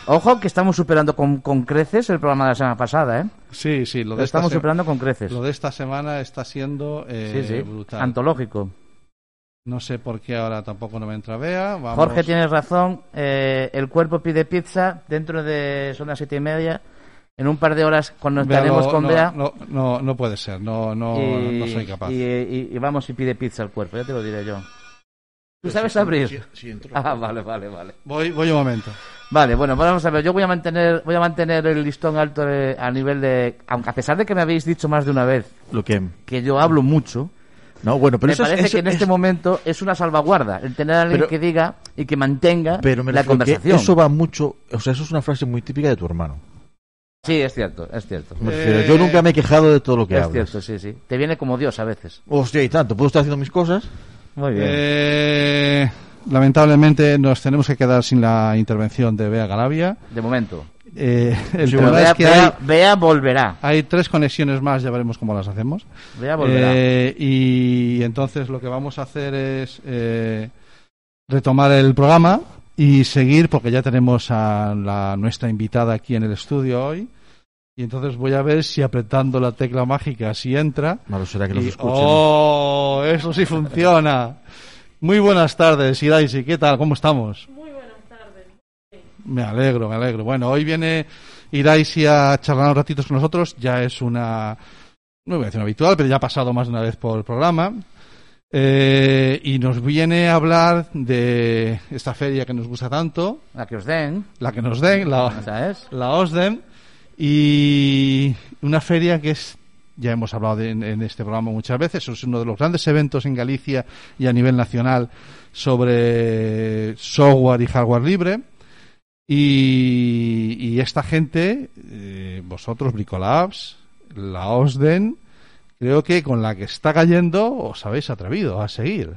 Ojo que estamos superando con, con creces el programa de la semana pasada, ¿eh? Sí, sí, lo Lo de esta estamos se- superando con creces. Lo de esta semana está siendo eh, Sí, sí, brutal. antológico. No sé por qué ahora tampoco no me entra Bea. Vamos. Jorge, tienes razón. Eh, el cuerpo pide pizza. Dentro de... Son las siete y media. En un par de horas conectaremos Bea, con no, Bea. No, no, no puede ser. No, no, y, no soy capaz. Y, y- y vamos y pide pizza al cuerpo, ya te lo diré yo. ¿Tú sabes abrir? Ah, vale, vale, vale. Voy, voy un momento. Vale, bueno, vamos a ver. Yo voy a mantener, voy a mantener el listón alto de- a nivel de, aunque a pesar de que me habéis dicho más de una vez Lo que... que yo hablo mucho, No, bueno, pero me eso es- parece eso que en es- este momento es una salvaguarda el tener a alguien Pero- que diga y que mantenga Pero me la refiero que conversación. eso va mucho... O sea, eso es una frase muy típica de tu hermano. Sí, es cierto, es cierto. Me refiero, Eh, yo nunca me he quejado de todo lo que Es hablas. cierto, sí, sí. Te viene como Dios a veces. Hostia, y tanto. Puedo estar haciendo mis cosas. Muy bien. Eh, lamentablemente nos tenemos que quedar sin la intervención de Bea Galavia. De momento. Eh, el Pero problema Bea, es que Bea- hay, Bea volverá. hay tres conexiones más, ya veremos cómo las hacemos. Bea volverá. Eh, y entonces lo que vamos a hacer es eh, retomar el programa y seguir, porque ya tenemos a la, nuestra invitada aquí en el estudio hoy. Y entonces voy a ver si apretando la tecla mágica si entra. Malo será que los Y- escuchen. ¡Oh! Eso sí funciona. Muy buenas tardes, Iraisi. ¿Qué tal? ¿Cómo estamos? Muy buenas tardes. Me alegro, me alegro. Bueno, hoy viene Iraisi a charlar un ratito con nosotros. Ya es una, no voy a decir una habitual, pero ya ha pasado más de una vez por el programa. Eh, y nos viene a hablar de esta feria que nos gusta tanto, La que os den, la que nos den, la, ¿sabes? la OSDEM, y una feria que es, ya hemos hablado de- en, en este programa muchas veces, es uno de los grandes eventos en Galicia y a nivel nacional sobre software y hardware libre. Y, y esta gente, eh, vosotros, Bricolabs, la OSDEN, creo que con la que está cayendo os habéis atrevido a seguir.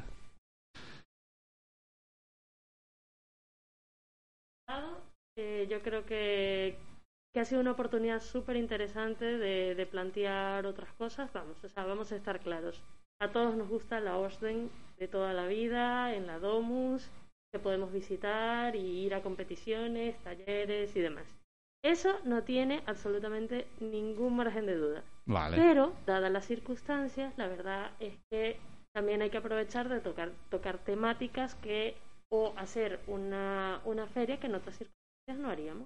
Eh, yo creo que, que ha sido una oportunidad súper interesante de, de plantear otras cosas. Vamos, o sea, vamos a estar claros. A todos nos gusta la OSDEN de toda la vida, en la Domus, que podemos visitar y ir a competiciones, talleres y demás. Eso no tiene absolutamente ningún margen de duda. Vale. Pero, dadas las circunstancias, la verdad es que también hay que aprovechar de tocar, tocar temáticas que o hacer una, una feria que en otras circunstancias no haríamos.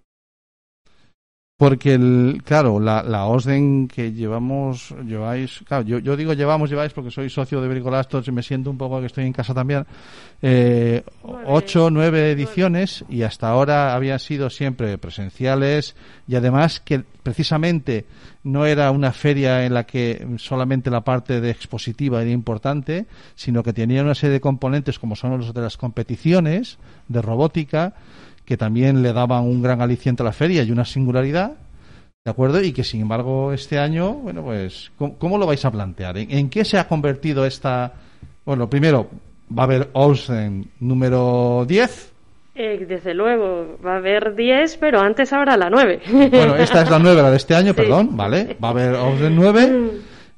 Porque, el, claro, la, la OSDEN que llevamos, lleváis, claro, yo, yo digo llevamos, lleváis porque soy socio de Bricolastos y me siento un poco que estoy en casa también, eh, Nueve. ocho, nueve ediciones y hasta ahora habían sido siempre presenciales y además que precisamente no era una feria en la que solamente la parte de expositiva era importante, sino que tenía una serie de componentes como son los de las competiciones de robótica, que también le daban un gran aliciente a la feria y una singularidad, ¿de acuerdo? Y que, sin embargo, este año, bueno, pues, ¿cómo, cómo lo vais a plantear? ¿En, en qué se ha convertido esta...? Bueno, primero, va a haber OSDEN número diez. Eh, desde luego, va a haber diez, pero antes habrá la nueve. Bueno, esta es la nueve, la de este año, Sí. perdón, ¿vale? Va a haber OSDEN nueve,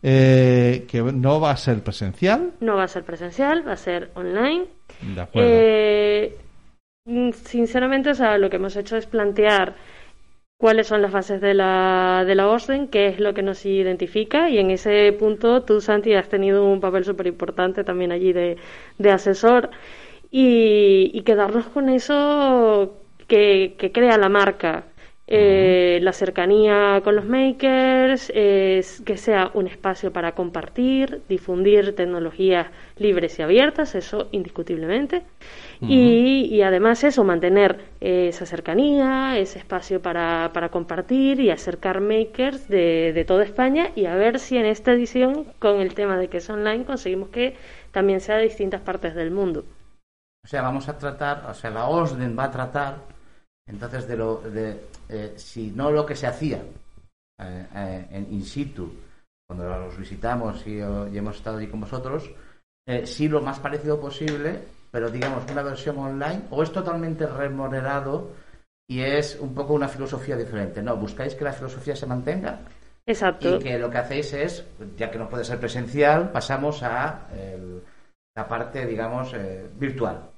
eh, que no va a ser presencial, No va a ser presencial, va a ser online. ¿de acuerdo? Eh, sinceramente, o sea, lo que hemos hecho es plantear cuáles son las fases de la, de la OSDEN, qué es lo que nos identifica, y en ese punto tú, Santi, has tenido un papel súper importante también allí de, de asesor, y, y quedarnos con eso que, que crea la marca. Eh, la cercanía con los makers, es que sea un espacio para compartir, difundir tecnologías libres y abiertas, eso indiscutiblemente. Y, y además eso, mantener eh, esa cercanía, ese espacio para, para compartir y acercar makers de, de toda España, y a ver si en esta edición, con el tema de que es online, conseguimos que también sea de distintas partes del mundo. O sea, vamos a tratar, o sea, la OSDEN va a tratar, entonces, de lo, de, eh, si no lo que se hacía eh, eh, en in situ, cuando los visitamos y, o- y hemos estado allí con vosotros, eh, sí lo más parecido posible, pero digamos una versión online, o es totalmente remodelado y es un poco una filosofía diferente. No, buscáis que la filosofía se mantenga Exacto. y que lo que hacéis es, ya que no puede ser presencial, pasamos a el- la parte, digamos, eh, virtual.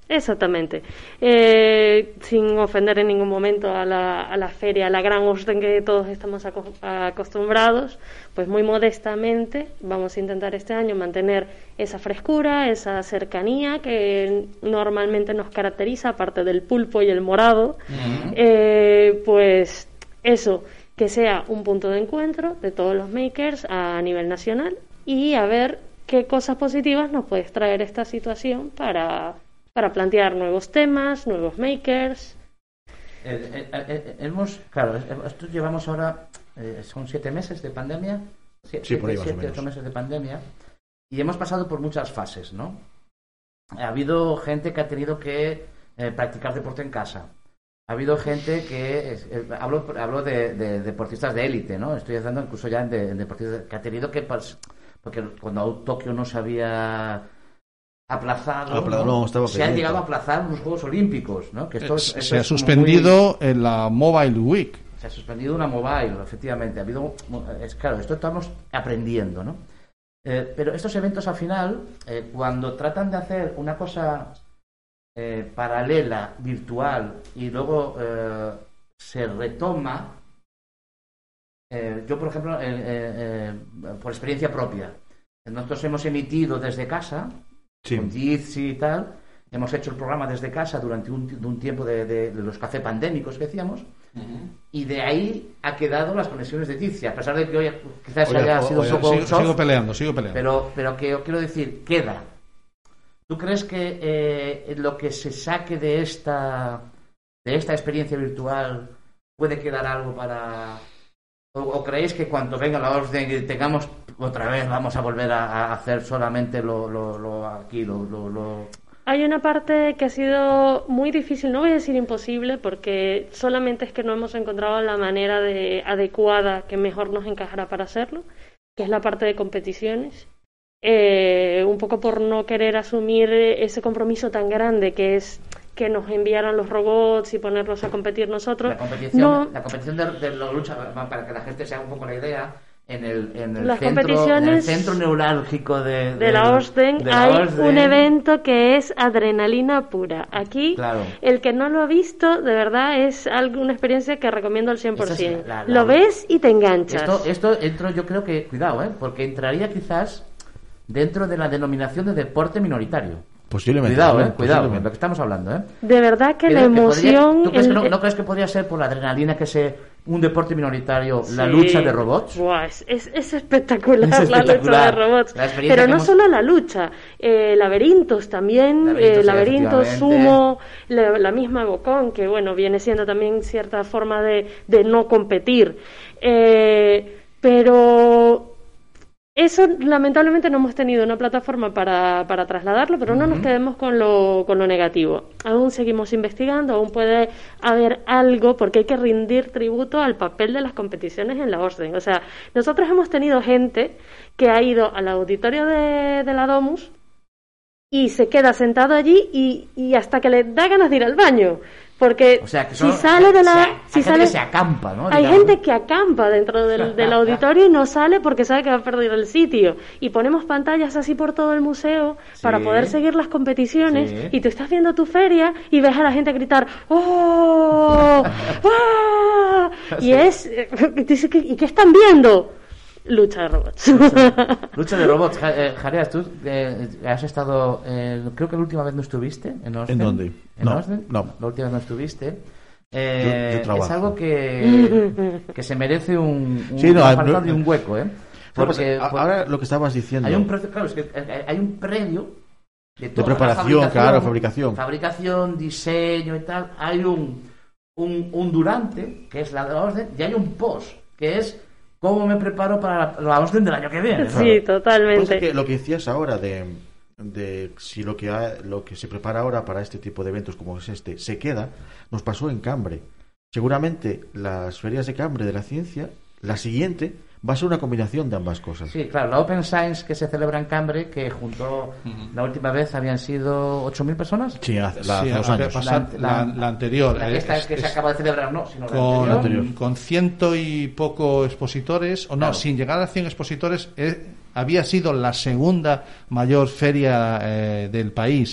Exactamente. Eh, sin ofender en ningún momento a la, a la feria, a la gran orden que todos estamos aco- acostumbrados, pues muy modestamente vamos a intentar este año mantener esa frescura, esa cercanía que normalmente nos caracteriza, aparte del pulpo y el morado. Uh-huh. eh, pues eso, que sea un punto de encuentro de todos los makers a nivel nacional y a ver qué cosas positivas nos puede traer esta situación para... para plantear nuevos temas, nuevos makers. Eh, eh, eh, hemos, claro, esto llevamos ahora, eh, son siete meses de pandemia, siete, sí, por ahí siete, ocho meses de pandemia, y hemos pasado por muchas fases, ¿no? Ha habido gente que ha tenido que eh, practicar deporte en casa. Ha habido gente que, eh, hablo, hablo de, de deportistas de élite, ¿no? Estoy hablando incluso ya de, de deportistas que ha tenido que, porque cuando Tokio no se había aplazado, aplazado ¿no? No, estaba se han llegado a aplazar los Juegos Olímpicos, ¿no? Que esto es, esto se ha es suspendido muy... en la Mobile Week. Se ha suspendido una mobile, efectivamente. Ha habido, es claro, esto estamos aprendiendo, ¿no? Eh, pero estos eventos al final, eh, cuando tratan de hacer una cosa eh, paralela, virtual, y luego eh, se retoma, eh, yo por ejemplo, eh, eh, por experiencia propia, nosotros hemos emitido desde casa, sí. con Jitsi y tal, hemos hecho el programa desde casa durante un, de un tiempo de, de, de los cafés pandémicos que decíamos, uh-huh. y de ahí ha quedado las conexiones de Jitsi, a pesar de que hoy quizás oye, haya sido oye, un poco sigo, soft, sigo peleando, sigo peleando. Pero, pero que yo quiero decir, queda. ¿Tú crees que eh, lo que se saque de esta de esta experiencia virtual puede quedar algo para... ¿O, o creéis que cuando venga la orden y tengamos otra vez vamos a volver a, a hacer solamente lo, lo, lo aquí, lo, lo, lo... Hay una parte que ha sido muy difícil, no voy a decir imposible, porque solamente es que no hemos encontrado la manera de, adecuada que mejor nos encajará para hacerlo, que es la parte de competiciones. Eh, un poco por no querer asumir ese compromiso tan grande que es que nos enviaran los robots y ponerlos a competir nosotros. La competición, no, la competición de, de la lucha, para que la gente se haga un poco la idea, en el, en el, Las centro, competiciones en el centro neurálgico de, de, de la Osden de la hay Osden. un evento que es adrenalina pura. Aquí, claro. El que no lo ha visto, de verdad, es algo, una experiencia que recomiendo al cien por ciento. Es la, la, lo ves y te enganchas. Esto, esto entro, yo creo que, cuidado, ¿eh? Porque entraría quizás dentro de la denominación de deporte minoritario. Posiblemente. Cuidado, eh, cuidado, lo que estamos hablando, ¿eh? De verdad que Pero la que emoción... podría, ¿tú crees el, que no, no crees que podría ser por la adrenalina que se un deporte minoritario, sí. la lucha de robots? Buah, es, es, es, espectacular es espectacular la lucha de robots. Pero no hemos... solo la lucha, eh, laberintos también, laberintos, eh, laberintos sumo, la, la misma Gokon, que bueno, viene siendo también cierta forma de, de no competir. Eh, pero... Eso, lamentablemente, no hemos tenido una plataforma para, para trasladarlo, pero no uh-huh. nos quedemos con lo, con lo negativo. Aún seguimos investigando, aún puede haber algo, porque hay que rendir tributo al papel de las competiciones en la Osden. O sea, nosotros hemos tenido gente que ha ido al auditorio de, de la Domus y se queda sentado allí y, y hasta que le da ganas de ir al baño. Porque o sea, que son, si sale de la... Se, si sale, que se acampa, ¿no? Hay Digamos. gente que acampa dentro del, del auditorio y no sale porque sabe que va a perder el sitio. Y ponemos pantallas así por todo el museo sí. para poder seguir las competiciones. Sí. Y tú estás viendo tu feria y ves a la gente gritar ¡Oh! ¡Ah! Sí. Y es... ¿Y qué están viendo? Lucha de robots. Lucha, lucha de robots. Eh, Jareas, tú eh, has estado... Eh, creo que la última vez no estuviste en Osden. ¿En dónde? ¿En no, Osden? no. La última vez no estuviste. Eh, yo, yo trabajo. Es algo que, que se merece un, un, sí, no, una no, y un hueco, ¿eh? Porque, pues, ahora lo que estabas diciendo... Hay un, claro, es que hay un previo de, de preparación, claro, fabricación. Fabricación, diseño y tal. Hay un, un, un durante, que es la de la Osden, y hay un post, que es... ¿Cómo me preparo para la, la Osden del año que viene? Sí, totalmente. Pues es que lo que decías ahora de, de si lo que, ha, lo que se prepara ahora para este tipo de eventos como es este se queda, nos pasó en Cambre. Seguramente las ferias de Cambre de la ciencia, la siguiente va a ser una combinación de ambas cosas. Sí, claro, la Open Science que se celebra en Cambre, que junto uh-huh. la última vez habían sido ocho mil personas. Sí, hace, la, sí, hace dos años. Pasar, la, la, la anterior. La esta es, que es, se acaba de celebrar, no, sino con, la anterior. Con ciento y poco expositores, o no, claro. sin llegar a cien expositores, eh, había sido la segunda mayor feria eh, del país.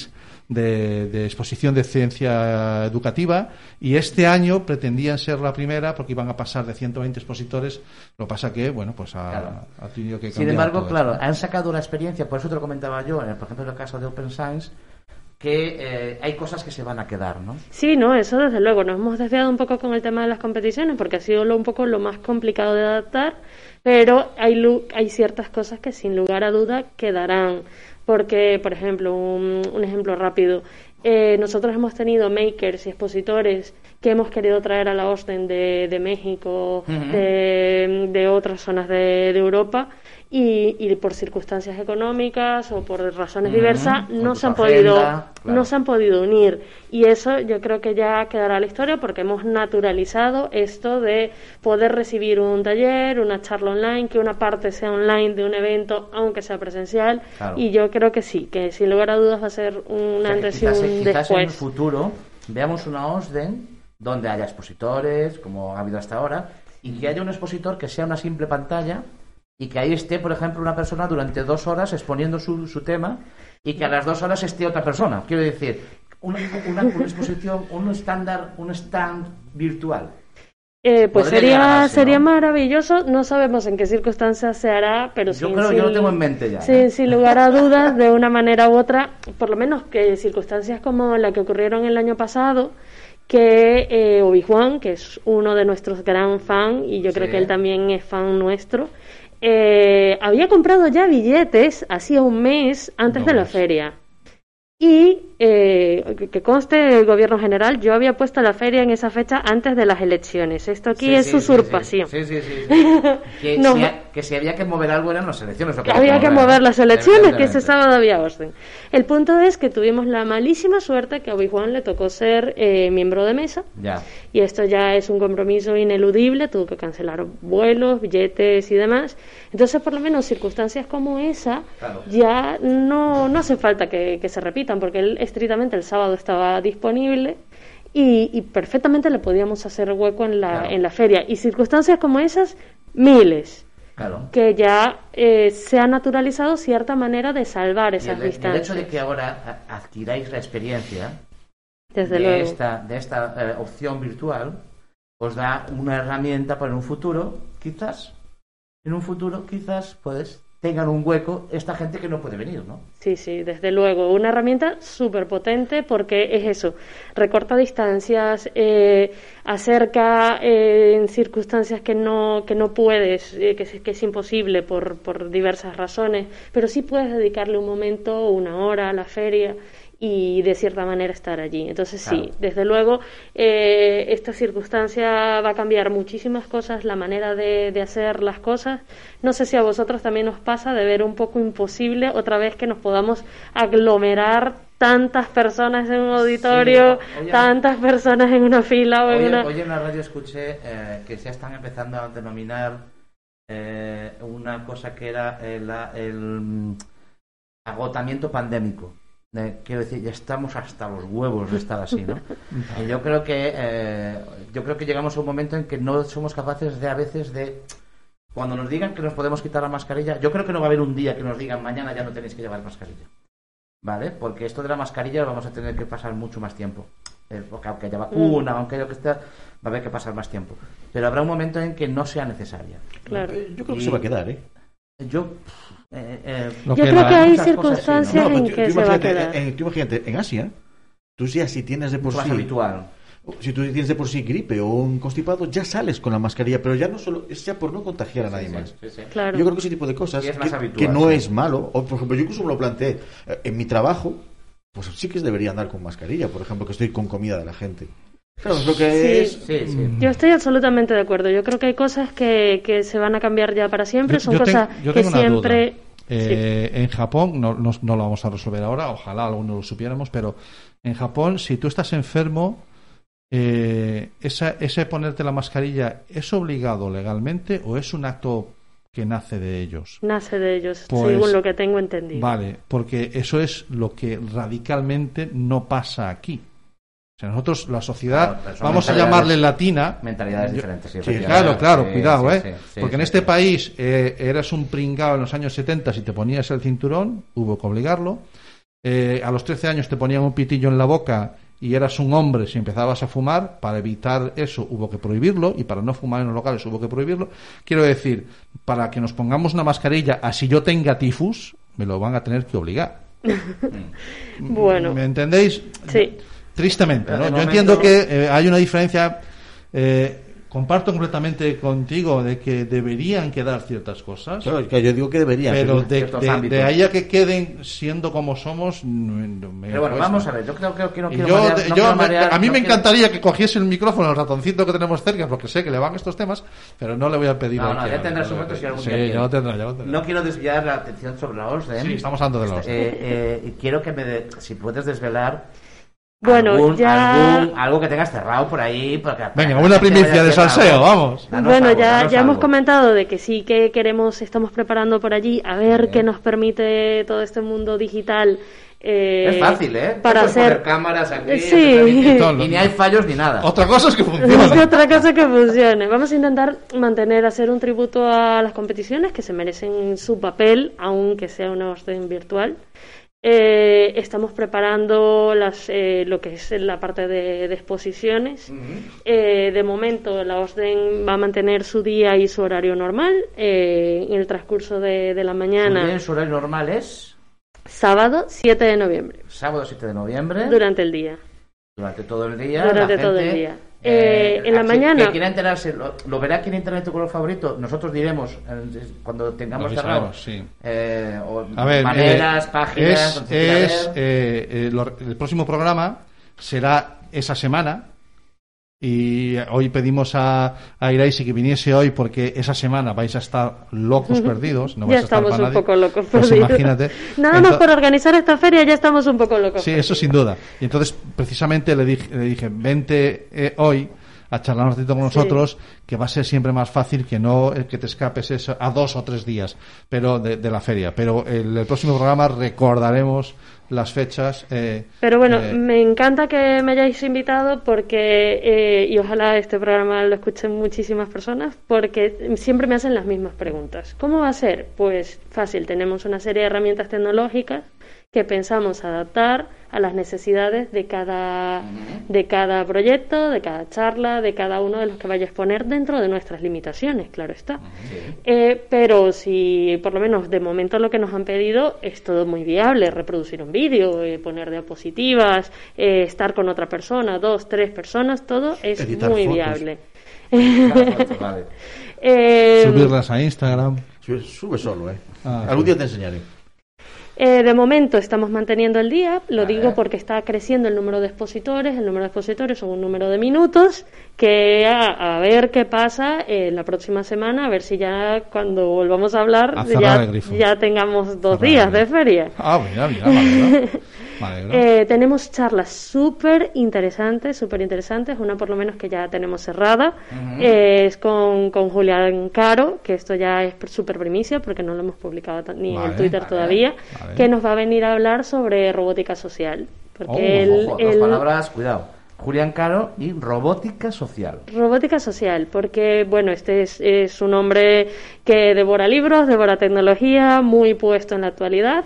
de, de exposición de ciencia educativa, y este año pretendían ser la primera porque iban a pasar de ciento veinte expositores. Lo pasa que, bueno, pues ha, Claro. ha tenido que cambiar. Sin embargo, todo claro, esto. han sacado una experiencia, por eso te lo comentaba yo, en el, por ejemplo, en el caso de Open Science, que eh, hay cosas que se van a quedar, ¿no? Sí, no, eso desde luego. Nos hemos desviado un poco con el tema de las competiciones porque ha sido lo, un poco lo más complicado de adaptar, pero hay, lu- hay ciertas cosas que sin lugar a duda quedarán. Porque, por ejemplo, un, un ejemplo rápido, eh, nosotros hemos tenido makers y expositores que hemos querido traer a la OSDEN de, de México, Ujú. de, de otras zonas de, de Europa, y, y por circunstancias económicas o por razones Ujú. diversas Con no tu se han agenda, podido claro. no se han podido unir, y eso yo creo que ya quedará la historia porque hemos naturalizado esto de poder recibir un taller, una charla online, que una parte sea online de un evento aunque sea presencial. Claro. Y yo creo que sí, que sin lugar a dudas va a ser un O sea, que antes y quizás, un quizás en el después. futuro veamos una OSDEN donde haya expositores, como ha habido hasta ahora, y que haya un expositor que sea una simple pantalla y que ahí esté, por ejemplo, una persona durante dos horas exponiendo su, su tema, y que a las dos horas esté otra persona. Quiero decir, una, una, una exposición, un estándar, un stand virtual. Eh, pues Podría llegar a sería darse, sería ¿no? maravilloso. No sabemos en qué circunstancias se hará, pero Yo sin, creo, sin- yo lo tengo en mente ya. sin, ¿eh? sin lugar a dudas, de una manera u otra, por lo menos que circunstancias como la que ocurrieron el año pasado, que eh, Obi-Wan, que es uno de nuestros gran fan, y yo creo Sí. que él también es fan nuestro, eh, había comprado ya billetes hacía un mes antes No de la ves. feria. Y eh, que- que conste el gobierno general, yo había puesto la feria en esa fecha antes de las elecciones. Esto aquí Sí, es sí, sí, usurpación. Sí, sí, sí. sí, sí. Que, No. si ha- que si había que mover algo eran las elecciones. lo que Había que mover las elecciones, que ese evidentemente. sábado había orden. El punto es que tuvimos la malísima suerte que a Obi-Wan le tocó ser eh, miembro de mesa, Ya. y esto ya es un compromiso ineludible, tuvo que cancelar vuelos, billetes y demás. Entonces, por lo menos circunstancias como esa Claro. ya no, no hace falta que, que se repitan, porque él estrictamente el sábado estaba disponible y, y perfectamente le podíamos hacer hueco en la, Claro. en la feria. Y circunstancias como esas, miles, Claro. que ya eh, se ha naturalizado cierta manera de salvar Y esas el, y el distancias. hecho de que ahora a- adquiráis la experiencia Desde de luego. esta, de esta eh, opción virtual os da una herramienta para en un futuro, quizás, en un futuro, quizás, pues, tengan un hueco esta gente que no puede venir, ¿no? Sí, sí, desde luego. Una herramienta súper potente porque es eso, recorta distancias, eh, acerca eh, en circunstancias que no, que no puedes, eh, que, es, que es imposible por, por diversas razones, pero sí puedes dedicarle un momento, una hora a la feria y de cierta manera estar allí. Entonces sí, Claro. desde luego eh, esta circunstancia va a cambiar muchísimas cosas, la manera de, de hacer las cosas. No sé si a vosotros también os pasa de ver un poco imposible otra vez que nos podamos aglomerar tantas personas en un auditorio, Sí, oye, tantas personas en una fila o en Hoy, una... hoy en la radio escuché eh, que ya están empezando a denominar eh, una cosa que era el, el mm, agotamiento pandémico. Eh, quiero decir, ya estamos hasta los huevos de estar así, ¿no? Y yo creo que eh, yo creo que llegamos a un momento en que no somos capaces de a veces de cuando nos digan que nos podemos quitar la mascarilla, yo creo que no va a haber un día que nos digan mañana ya no tenéis que llevar mascarilla, ¿vale? Porque esto de la mascarilla lo vamos a tener que pasar mucho más tiempo. Eh, porque aunque haya vacuna, aunque haya lo que esté, va a haber que pasar más tiempo. Pero habrá un momento en que no sea necesaria. Claro. Eh, Yo creo que Y- se va a quedar, ¿eh? Yo eh, eh, Lo Yo que creo la- que hay muchas cosas, sí, ¿no? circunstancias No, pero en tú- que tú se va a imagínate, quedar. en- tú imagínate, en Asia, tú ya si tienes de por mucho más sí, habitual. si tú tienes de por sí gripe o un constipado, ya sales con la mascarilla, pero ya no solo, es ya por no contagiar a nadie Sí, más. sí, sí. Claro. Yo creo que ese tipo de cosas Sí, es más que, habitual, que no sí. es malo, o por ejemplo, yo incluso me lo planteé, eh, en mi trabajo, pues sí que debería andar con mascarilla, por ejemplo, que estoy con comida de la gente. Claro, es lo que Sí. es... Sí, sí. Yo estoy absolutamente de acuerdo. Yo creo que hay cosas que, que se van a cambiar ya para siempre. Yo- Son yo ten- cosas yo que tengo una siempre... duda. Eh, En Japón, no, no, no lo vamos a resolver ahora, ojalá alguno lo supiéramos, pero en Japón, si tú estás enfermo, eh, esa, ese ponerte la mascarilla, ¿es obligado legalmente o es un acto que nace de ellos? Nace de ellos, Pues, según lo que tengo entendido. Vale, porque eso es lo que radicalmente no pasa aquí. O sea, nosotros, la sociedad, Claro, pero son vamos a mentalidades- llamarle latina. Mentalidades Yo- diferentes, sí, Sí, efectivamente. claro, claro, Sí, cuidado, sí, ¿eh? sí, sí, Porque en sí, este sí. país eh, eras un pringao en los años setenta si te ponías el cinturón, hubo que obligarlo. eh, a los trece años te ponían un pitillo en la boca y eras un hombre si empezabas a fumar. Para evitar eso hubo que prohibirlo, y para no fumar en los locales hubo que prohibirlo. Quiero decir, para que nos pongamos una mascarilla, así yo tenga tifus, me lo van a tener que obligar. Bueno. ¿Me entendéis? Sí. Tristemente, ¿no? Yo momento... entiendo que eh, hay una diferencia. Eh, comparto completamente contigo de que deberían quedar ciertas cosas. Claro, que yo digo que deberían. Pero que- de, de, de ahí a que queden siendo como somos, me, me Pero bueno, cuesta. vamos a ver, yo creo, creo que no Y quiero yo, marear, de- no yo quiero me- marear, a mí no me quiero- encantaría que cogiese el micrófono, el ratoncito que tenemos cerca, porque sé que le van estos temas, pero no le voy a pedir. No, al no, que- ya tendrá su momento si algún Sí, día quiere. ya lo tendrá, ya lo tendrá. No quiero desviar la atención sobre la OSDEN. Sí, estamos hablando de la OSDEN. Eh, eh, y quiero que me de- si puedes desvelar Bueno, algún, ya- algún- algo que tengas cerrado por ahí. Porque, Venga, para que una la gente primicia vaya de haciendo salseo, algo. vamos. Danos Bueno, algo, ya, danos ya hemos algo. comentado de que sí que queremos, estamos preparando por allí a ver Bien. qué nos permite todo este mundo digital. eh, Es fácil, ¿eh? Para Puedes hacer poner cámaras aquí, Sí. transmitir, y ni hay fallos ni nada. Otra cosa es que No funcione. sé otra cosa que funcione. Vamos a intentar mantener, hacer un tributo a las competiciones que se merecen su papel, aunque sea una orden virtual. Eh, estamos preparando las, eh, lo que es la parte de, de exposiciones. Eh, de momento, la OSDEN va a mantener su día y su horario normal. Eh, en el transcurso de, de la mañana, Bien, su horario normal es sábado siete de noviembre, sábado siete de noviembre, durante el día. durante todo el día. Durante la todo gente, el día. Eh, en la así mañana- Que quiera enterarse, lo, lo verá aquí en internet tu color favorito. Nosotros diremos eh, cuando tengamos Lo cerrado. avisaremos, sí. eh, o A ver, maneras, eh, páginas. es, donde se quiera es, ver. eh, eh, lo- el próximo programa será esa semana, y hoy pedimos a, a Iraisi que viniese hoy porque esa semana vais a estar locos perdidos, no Ya vais a estar estamos para un nadie. poco locos Pues perdidos. imagínate. Nada más Ento- por organizar esta feria ya estamos un poco locos. Sí, eso sin duda. Y entonces, precisamente le dije, le dije vente eh, hoy a charlar un ratito con Sí. nosotros, que va a ser siempre más fácil que no el que te escapes eso a dos o tres días pero de, de la feria. Pero el, el próximo programa recordaremos las fechas. eh, Pero bueno, eh, me encanta que me hayáis invitado porque, eh, y ojalá este programa lo escuchen muchísimas personas, porque siempre me hacen las mismas preguntas. ¿Cómo va a ser? Pues fácil, tenemos una serie de herramientas tecnológicas que pensamos adaptar a las necesidades de cada, de cada proyecto, de cada charla, de cada uno de los que vaya a exponer dentro de nuestras limitaciones, claro está. Eh, pero si por lo menos de momento lo que nos han pedido es todo muy viable, reproducir un vídeo, eh, poner diapositivas, eh, estar con otra persona, dos, tres personas, todo es Editar muy fotos. viable. Claro, vale. Eh, subirlas a Instagram. Sube, sube solo, ¿eh? Ah, Algún sí. día te enseñaré. Eh, de momento estamos manteniendo el día, lo Vale. digo porque está creciendo el número de expositores, el número de expositores son un número de minutos, que a, a ver qué pasa eh, la próxima semana, a ver si ya cuando volvamos a hablar A cerrar ya, el grifo. ya tengamos dos Cerrar días el de grifo. feria. Ah, mira, mira, me alegro. Me alegro. Eh, tenemos charlas súper interesantes, súper interesantes. Una por lo menos que ya tenemos cerrada. Eh, es con, con Julián Caro, que esto ya es súper primicia porque no lo hemos publicado ta- ni en Vale, el Twitter vale, todavía. vale. Que nos va a venir a hablar sobre robótica social. Porque Oh, él, Ojo, dos él- palabras, cuidado. Julián Caro y robótica social. Robótica social, porque bueno, este es, es un hombre que devora libros, devora tecnología, muy puesto en la actualidad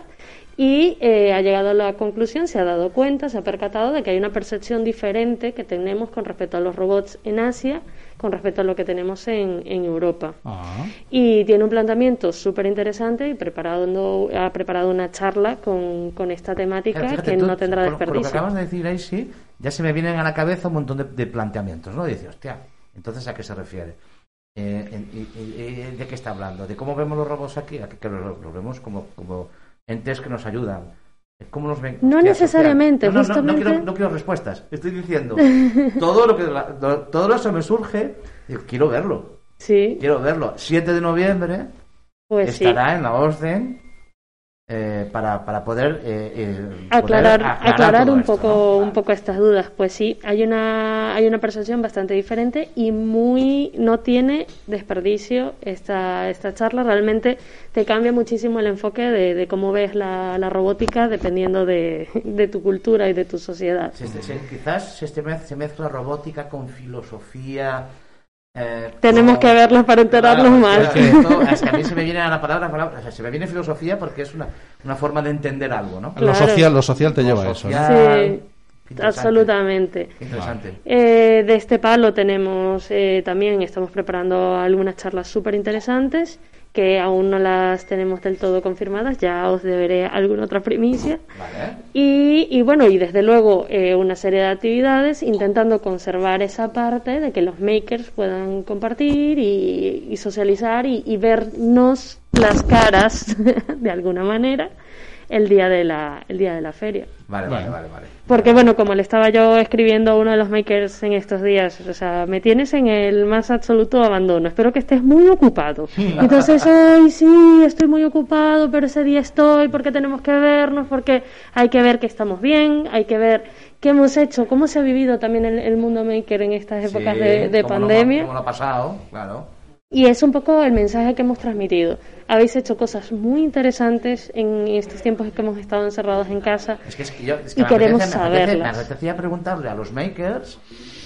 y eh, ha llegado a la conclusión, se ha dado cuenta, se ha percatado de que hay una percepción diferente que tenemos con respecto a los robots en Asia, con respecto a lo que tenemos en, en Europa. Ah, Y tiene un planteamiento súper interesante y preparado, ha preparado una charla con, con esta temática Fíjate, que tú, no tendrá con, con lo que desperdicio. acabas de decir ahí, sí, ya se me vienen a la cabeza un montón de, de planteamientos, ¿no? Y dices, hostia, entonces ¿a qué se refiere? Eh, en- y- y- y- ¿De qué está hablando? ¿De cómo vemos los robots aquí? ¿A qué que los, los vemos como, como entes que nos ayudan? ¿Cómo nos ven? No Hostia, necesariamente, hostia. No, no, no, no justamente- quiero, no quiero respuestas. Estoy diciendo, todo lo que la- lo- todo eso me surge, digo, quiero verlo. Sí, Quiero verlo. siete de noviembre pues sí. estará en la OSDEN eh, para, para poder, eh, eh, aclarar, poder aclarar todo un esto, poco ¿no? un poco estas dudas. Pues sí, hay una hay una percepción bastante diferente y muy no tiene desperdicio esta esta charla. Realmente te cambia muchísimo el enfoque de, de cómo ves la, la robótica dependiendo de, de tu cultura y de tu sociedad. Se- se- se- quizás se, este mez- se mezcla robótica con filosofía, Eh, Tenemos no, que verlas para enterarnos claro, más. Es que, esto, es que a mí se me viene a la palabra, la palabra o sea, se me viene filosofía porque es una, una forma de entender algo, ¿no? Lo Claro. social, lo social te Lo lleva a eso, ¿no? social. Sí, Interesante. absolutamente. Interesante. Eh, de este palo tenemos eh, también, estamos preparando algunas charlas súper interesantes que aún no las tenemos del todo confirmadas, ya os deberé alguna otra primicia. Vale. Y, y bueno, y desde luego eh, una serie de actividades intentando conservar esa parte de que los makers puedan compartir y, y socializar y, y vernos las caras de alguna manera el día de la, el día de la feria. Vale, vale, vale, vale. Porque bueno, como le estaba yo escribiendo a uno de los makers en estos días, o sea, me tienes en el más absoluto abandono, espero que estés muy ocupado. Entonces, ay, sí, estoy muy ocupado, pero ese día estoy porque tenemos que vernos, porque hay que ver que estamos bien, hay que ver qué hemos hecho, cómo se ha vivido también el, el mundo maker en estas épocas Sí, de, de cómo pandemia. Lo, cómo lo ha pasado, claro. Y es un poco el mensaje que hemos transmitido. Habéis hecho cosas muy interesantes en estos tiempos que hemos estado encerrados en casa. Es que, es que yo, es que Y me queremos apetece, me apetece- saberlas. Me apetecía preguntarle a los makers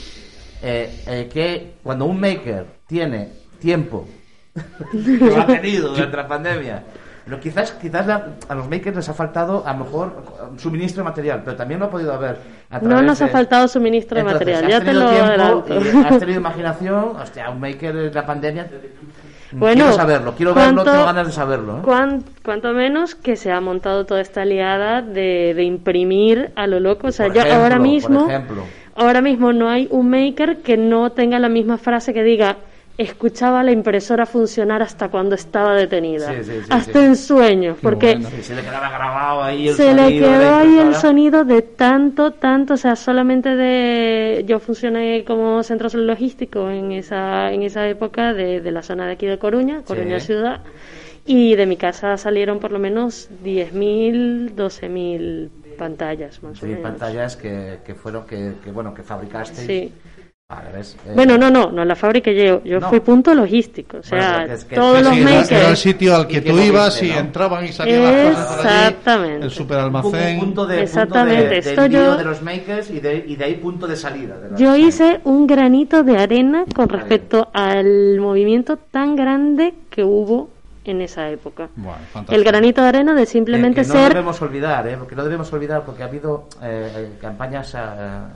eh, eh, que cuando un maker tiene tiempo, que lo ha tenido durante la pandemia, pero quizás, quizás la- a los makers les ha faltado a lo mejor suministro de material, pero también lo ha podido haber a No través nos ha de- faltado suministro de Entonces, material, has ya te tenido lo tiempo adelanto. y has tenido imaginación, hostia, un maker en la pandemia. Bueno, quiero saberlo, quiero verlo, ¿cuánto- tengo ganas de saberlo. ¿eh? Cuan- cuanto menos que se ha montado toda esta liada de, de imprimir a lo loco. O sea, Por yo ejemplo, ahora por mismo, ejemplo. ahora mismo no hay un maker que no tenga la misma frase que diga escuchaba la impresora funcionar hasta cuando estaba detenida, Sí, sí, sí, hasta sí. en sueños, porque bueno. Sí, se le quedaba grabado ahí el se sonido le de quedó la ahí el impresora. sonido de tanto, tanto, o sea, solamente de... Yo funcioné como centro logístico en esa, en esa época de, de la zona de aquí de Coruña, Coruña Sí. ciudad, y de mi casa salieron por lo menos diez mil, doce mil pantallas, más o Sí, menos. pantallas que, que fueron, que, que bueno, que fabricasteis. Sí. Vale, ¿ves? Eh, Bueno, no, no, no la fabriqué yo, yo No. fui punto logístico, o sea, Bueno, es que- todos sí, los Sí, era, makers... era el sitio al Y que que tú moviste, ibas y ¿no? entraban y salían las cosas por allí. Exactamente. El superalmacén. Un punto de, Exactamente, punto de, de esto envío yo- de los makers y de, y de ahí punto de salida. de la- Yo hice un granito de arena con respecto al movimiento tan grande que hubo en esa época. Bueno, fantástico. El granito de arena de Que- simplemente que no ser... debemos olvidar, ¿eh? Porque no debemos olvidar, porque ha habido eh, eh, campañas a,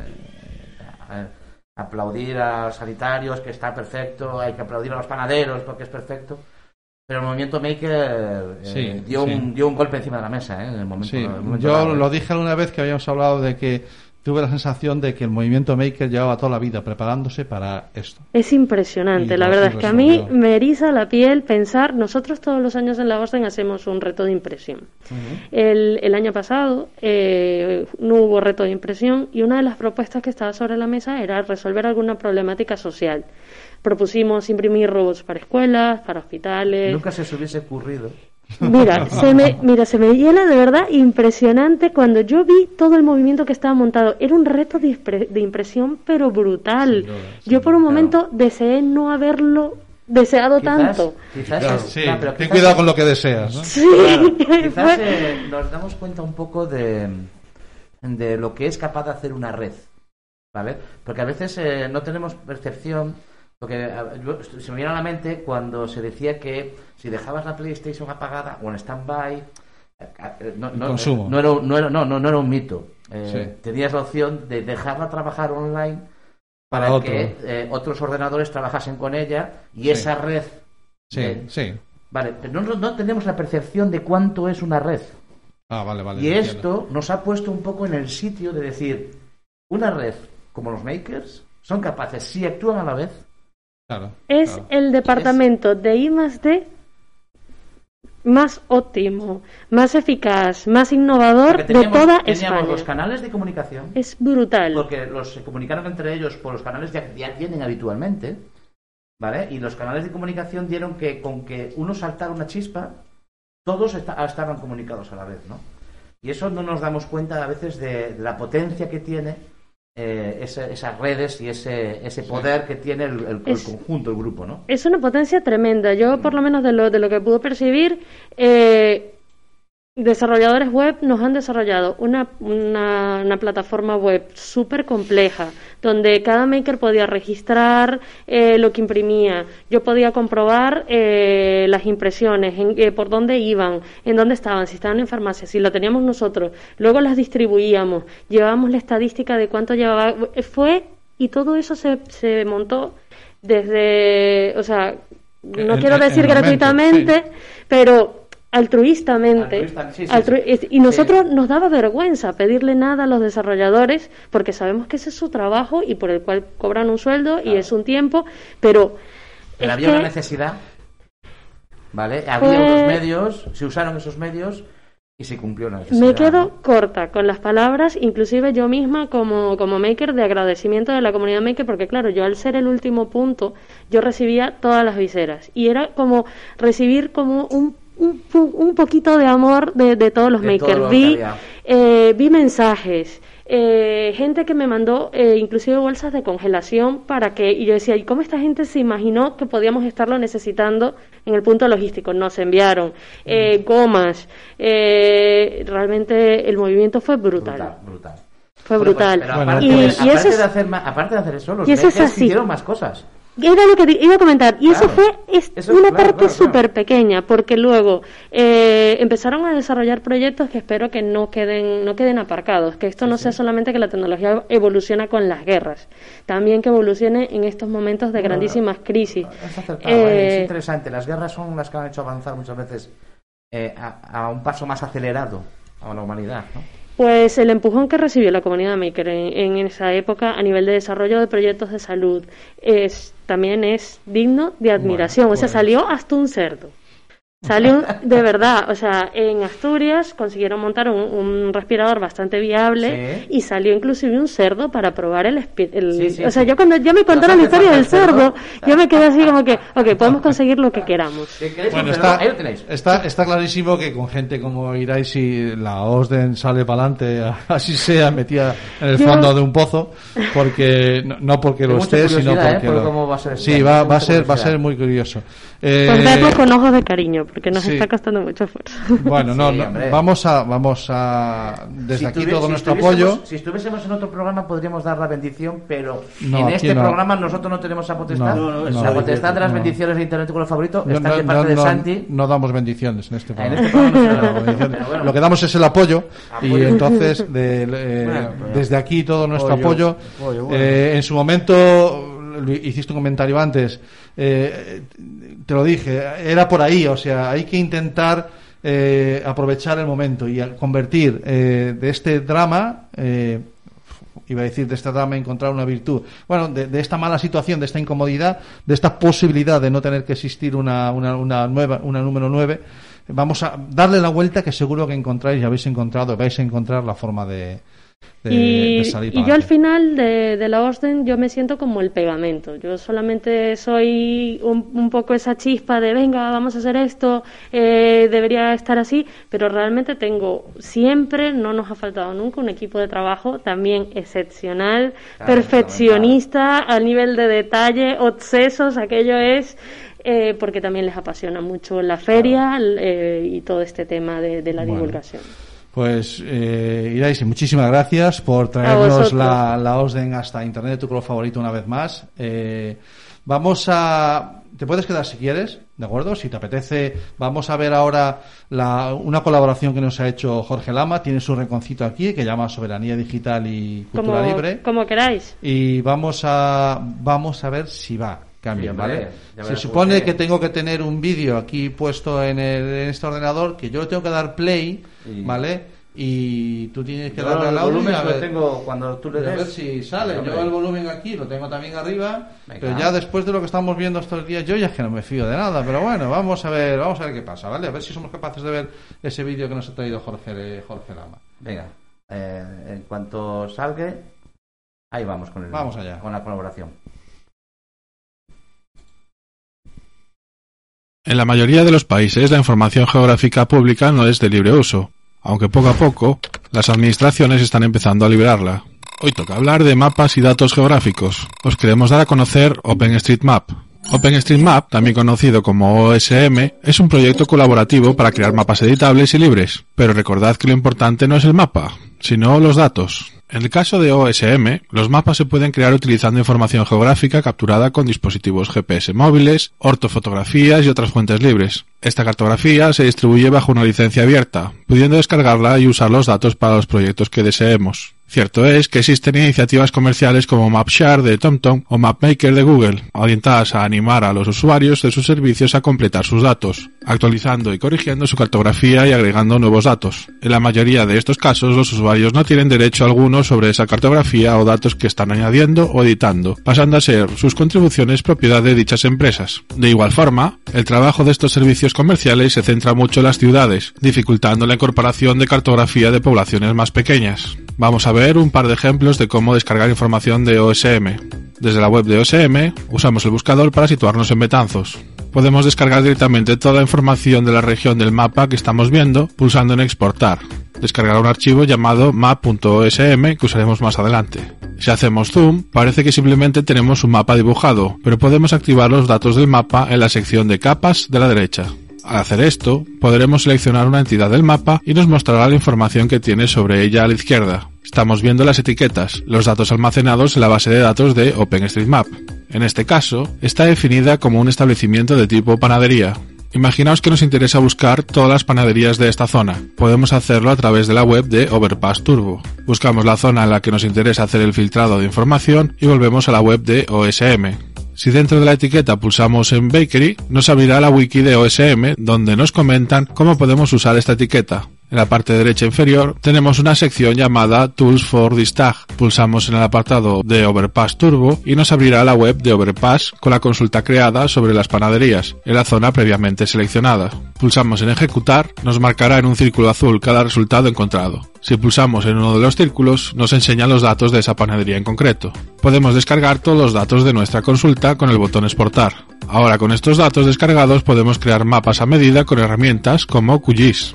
a- a- a aplaudir a los sanitarios, que está perfecto, hay que aplaudir a los panaderos porque es perfecto. Pero el movimiento maker eh, Sí, dio, sí. Un, dio un golpe encima de la mesa, ¿eh? En el momento, Sí, en el momento yo dado, ¿eh? lo dije alguna vez que habíamos hablado de que tuve la sensación de que el movimiento maker llevaba toda la vida preparándose para esto. Es impresionante, Y la lo- verdad y es que a mí resolvió. me eriza la piel pensar, nosotros todos los años en la Orden hacemos un reto de impresión. el, el año pasado eh, no hubo reto de impresión y una de las propuestas que estaba sobre la mesa era resolver alguna problemática social. Propusimos imprimir robots para escuelas, para hospitales. Nunca se os hubiese ocurrido. Mira, se me, mira, se me llena de verdad impresionante cuando yo vi todo el movimiento que estaba montado. Era un reto de, impre- de impresión, pero brutal. Sin duda, yo por un duda. momento deseé no haberlo deseado Quizás, tanto. quizás Claro, es- sí, claro, pero ten quizás cuidado es- con lo que deseas, ¿no? Sí, Claro, quizás fue- eh, nos damos cuenta un poco de, de lo que es capaz de hacer una red, ¿vale? Porque a veces eh, no tenemos percepción, porque a- yo- se me viene a la mente cuando se decía que si dejabas la PlayStation apagada o en stand-by, eh, eh, no, no, consumo. no, era, no, era, no, no, no era un mito. Eh, Sí. Tenías la opción de dejarla trabajar online para, Para otro. que eh, otros ordenadores trabajasen con ella y Sí. esa red... Sí, de- sí. Vale, pero no, no tenemos la percepción de cuánto es una red. Ah, vale, vale. Y entiendo. esto nos ha puesto un poco en el sitio de decir, una red como los makers son capaces, si actúan a la vez, Claro, es claro. el departamento de I más D más óptimo, más eficaz, más innovador porque de teníamos, toda teníamos España. los canales de comunicación, Es brutal. porque los se comunicaron entre ellos por los canales que ya tienen habitualmente, ¿vale? Y los canales de comunicación dieron que con que uno saltara una chispa, todos esta- estaban comunicados a la vez, ¿no? Y eso no nos damos cuenta a veces de, de la potencia que tiene eh, ese- esas redes y ese, ese poder que tiene el, el- el Es- conjunto, el grupo, ¿no? Es una potencia tremenda. Yo, por lo menos de lo, de lo que pude percibir, eh, desarrolladores web nos han desarrollado una, una, una plataforma web súper compleja, donde cada maker podía registrar eh, lo que imprimía. Yo podía comprobar eh, las impresiones, en, eh, por dónde iban, en dónde estaban, si estaban en farmacia, si lo teníamos nosotros. Luego las distribuíamos, llevábamos la estadística de cuánto llevaba. Fue, y todo eso se, se montó desde, o sea, no en, quiero en, decir en gratuitamente, momento, sí. pero altruistamente. Altruista, sí, sí, altru- sí. Y nosotros Sí. nos daba vergüenza pedirle nada a los desarrolladores, porque sabemos que ese es su trabajo y por el cual cobran un sueldo y Claro. es un tiempo, pero, Pero es había que una necesidad, ¿vale? Había Fue- unos medios, se usaron esos medios y se cumplió la necesidad. me quedo ¿no? corta con las palabras, inclusive yo misma como, como maker, de agradecimiento de la comunidad maker, porque claro, yo al ser el último punto, yo recibía todas las viseras y era como recibir como un un, un poquito de amor de, de todos los De todo makers. lo que Vi, había. eh, vi mensajes, eh, gente que me mandó eh, inclusive bolsas de congelación para que, y yo decía, ¿y cómo esta gente se imaginó que podíamos estarlo necesitando en el punto logístico? Nos enviaron eh, gomas, eh, realmente el movimiento fue brutal. Brutal, brutal. Fue Bueno, pues, brutal. pero Bueno, aparte, y, de, y aparte eso es, de hacer ma- aparte de hacer eso, los y eso es makers así. hicieron más cosas. era lo que te iba a comentar, y eso Claro. fue es Eso, una claro, parte claro, claro. súper pequeña, porque luego eh, empezaron a desarrollar proyectos que espero que no queden no queden aparcados, que esto no sea solamente que la tecnología evoluciona con las guerras, también que evolucione en estos momentos de grandísimas crisis. Es acertado, Eh, ¿eh? Es interesante. Las guerras son las que han hecho avanzar muchas veces eh, a, a un paso más acelerado a la humanidad, ¿no? Pues el empujón que recibió la comunidad maker en, en esa época a nivel de desarrollo de proyectos de salud es también es digno de admiración. Bueno, o sea, pues. salió hasta un cerdo. Salió de verdad, o sea, en Asturias consiguieron montar un, un respirador bastante viable Sí. y salió inclusive un cerdo para probar el, espi- el Sí, sí, o sea, sí. yo cuando ya me contaron la Nos hace historia del falta el cerdo, cerdo. yo me quedé así como que, ok, podemos conseguir lo que queramos. Si queréis Bueno, un está, cerdo, ahí lo tenéis. está, está clarísimo que con gente como Irais y la Osden sale para adelante, así sea, metida en el Yo- fondo de un pozo, porque no, no porque Tengo lo mucha esté, sino curiosidad, ¿eh? porque por lo- cómo va a ser. sí, va, Tengo va a mucha ser, va a curiosidad. ser muy curioso. Eh, Pues verlo con ojos de cariño, porque nos sí. está costando mucho esfuerzo. Bueno, no, Sí, no, hombre. vamos a, vamos a, desde Si aquí tuvi- todo si nuestro estuviésemos- apoyo. Si estuviésemos en otro programa podríamos dar la bendición, pero No, en aquí este no. programa nosotros no tenemos esa potestad. No, no, la no. potestad de las No. bendiciones de Internet con favorito No, está no, de parte no, de no, Santi. no damos bendiciones en este En programa. este programa no se No da. damos bendiciones. Pero bueno. Lo que damos es el apoyo y Apoyo. entonces de- eh, Bueno, pues, desde aquí todo nuestro apoyo, apoyo. apoyo, bueno. Eh, en su momento lo- hiciste un comentario antes, eh, te lo dije, era por ahí, o sea, hay que intentar eh, aprovechar el momento y a- convertir eh, de este drama, eh, iba a decir de este drama encontrar una virtud, bueno, de, de esta mala situación, de esta incomodidad, de esta posibilidad de no tener que existir una, una, una nueva, una número nueve, vamos a darle la vuelta que seguro que encontráis y habéis encontrado, vais a encontrar la forma de, de, y, de salir y para yo al adelante. final de, de la Osden yo me siento como el pegamento. Yo solamente soy un, un poco esa chispa de venga, vamos a hacer esto, eh, debería estar así, pero realmente tengo siempre, no nos ha faltado nunca, un equipo de trabajo también excepcional, Claro, perfeccionista, al nivel de detalle, obsesos, aquello es... Eh, porque también les apasiona mucho la feria eh, y todo este tema de, de la Bueno. divulgación. Pues, eh, Irais, muchísimas gracias por A traernos vosotros. la, la Osden hasta Internet de tu color favorito una vez más. Eh, vamos a... Te puedes quedar si quieres, ¿de acuerdo? Si te apetece, vamos a ver ahora la, una colaboración que nos ha hecho Jorge Lama. Tiene su rinconcito aquí que llama Soberanía Digital y Cultura Como, Libre. como queráis. Y vamos a, vamos a ver si va. Cambia, Sí, hombre, ¿vale? ya Se verás supone por qué. que tengo que tener un vídeo aquí puesto en, el, en este ordenador, que yo le tengo que dar play, Y- ¿vale? Y tú tienes que Yo darle al el audio volumen y a se lo ver, tengo cuando tú le y a des. ver si sale. Hombre. Yo el volumen aquí lo tengo también arriba, Venga. pero ya después de lo que estamos viendo estos días, yo ya es que no me fío de nada. Pero bueno, vamos a ver, vamos a ver qué pasa, ¿vale? A ver si somos capaces de ver ese vídeo que nos ha traído Jorge, Jorge Lama. Venga, eh, en cuanto salga, ahí vamos con el, Vamos allá. con la colaboración. En la mayoría de los países la información geográfica pública no es de libre uso, aunque poco a poco las administraciones están empezando a liberarla. Hoy toca hablar de mapas y datos geográficos. Os queremos dar a conocer OpenStreetMap, OpenStreetMap, también conocido como O S M, es un proyecto colaborativo para crear mapas editables y libres, pero recordad que lo importante no es el mapa, sino los datos. En el caso de O S M, los mapas se pueden crear utilizando información geográfica capturada con dispositivos G P S móviles, ortofotografías y otras fuentes libres. Esta cartografía se distribuye bajo una licencia abierta, pudiendo descargarla y usar los datos para los proyectos que deseemos. Cierto es que existen iniciativas comerciales como MapShare de TomTom o MapMaker de Google, orientadas a animar a los usuarios de sus servicios a completar sus datos, actualizando y corrigiendo su cartografía y agregando nuevos datos. En la mayoría de estos casos, los usuarios no tienen derecho alguno sobre esa cartografía o datos que están añadiendo o editando, pasando a ser sus contribuciones propiedad de dichas empresas. De igual forma, el trabajo de estos servicios comerciales se centra mucho en las ciudades, dificultando la incorporación de cartografía de poblaciones más pequeñas. Vamos a ver un par de ejemplos de cómo descargar información de O S M. Desde la web de O S M, usamos el buscador para situarnos en Betanzos. Podemos descargar directamente toda la información de la región del mapa que estamos viendo pulsando en exportar. Descargar un archivo llamado map punto O S M que usaremos más adelante. Si hacemos zoom, parece que simplemente tenemos un mapa dibujado, pero podemos activar los datos del mapa en la sección de capas de la derecha. Al hacer esto, podremos seleccionar una entidad del mapa y nos mostrará la información que tiene sobre ella a la izquierda. Estamos viendo las etiquetas, los datos almacenados en la base de datos de OpenStreetMap. En este caso, está definida como un establecimiento de tipo panadería. Imaginaos que nos interesa buscar todas las panaderías de esta zona. Podemos hacerlo a través de la web de Overpass Turbo. Buscamos la zona en la que nos interesa hacer el filtrado de información y volvemos a la web de O S M. Si dentro de la etiqueta pulsamos en Bakery, nos abrirá la wiki de O S M, donde nos comentan cómo podemos usar esta etiqueta. En la parte derecha inferior tenemos una sección llamada Tools for this tag. Pulsamos en el apartado de Overpass Turbo y nos abrirá la web de Overpass con la consulta creada sobre las panaderías, en la zona previamente seleccionada. Pulsamos en Ejecutar, nos marcará en un círculo azul cada resultado encontrado. Si pulsamos en uno de los círculos, nos enseñan los datos de esa panadería en concreto. Podemos descargar todos los datos de nuestra consulta con el botón Exportar. Ahora, con estos datos descargados podemos crear mapas a medida con herramientas como Q G I S.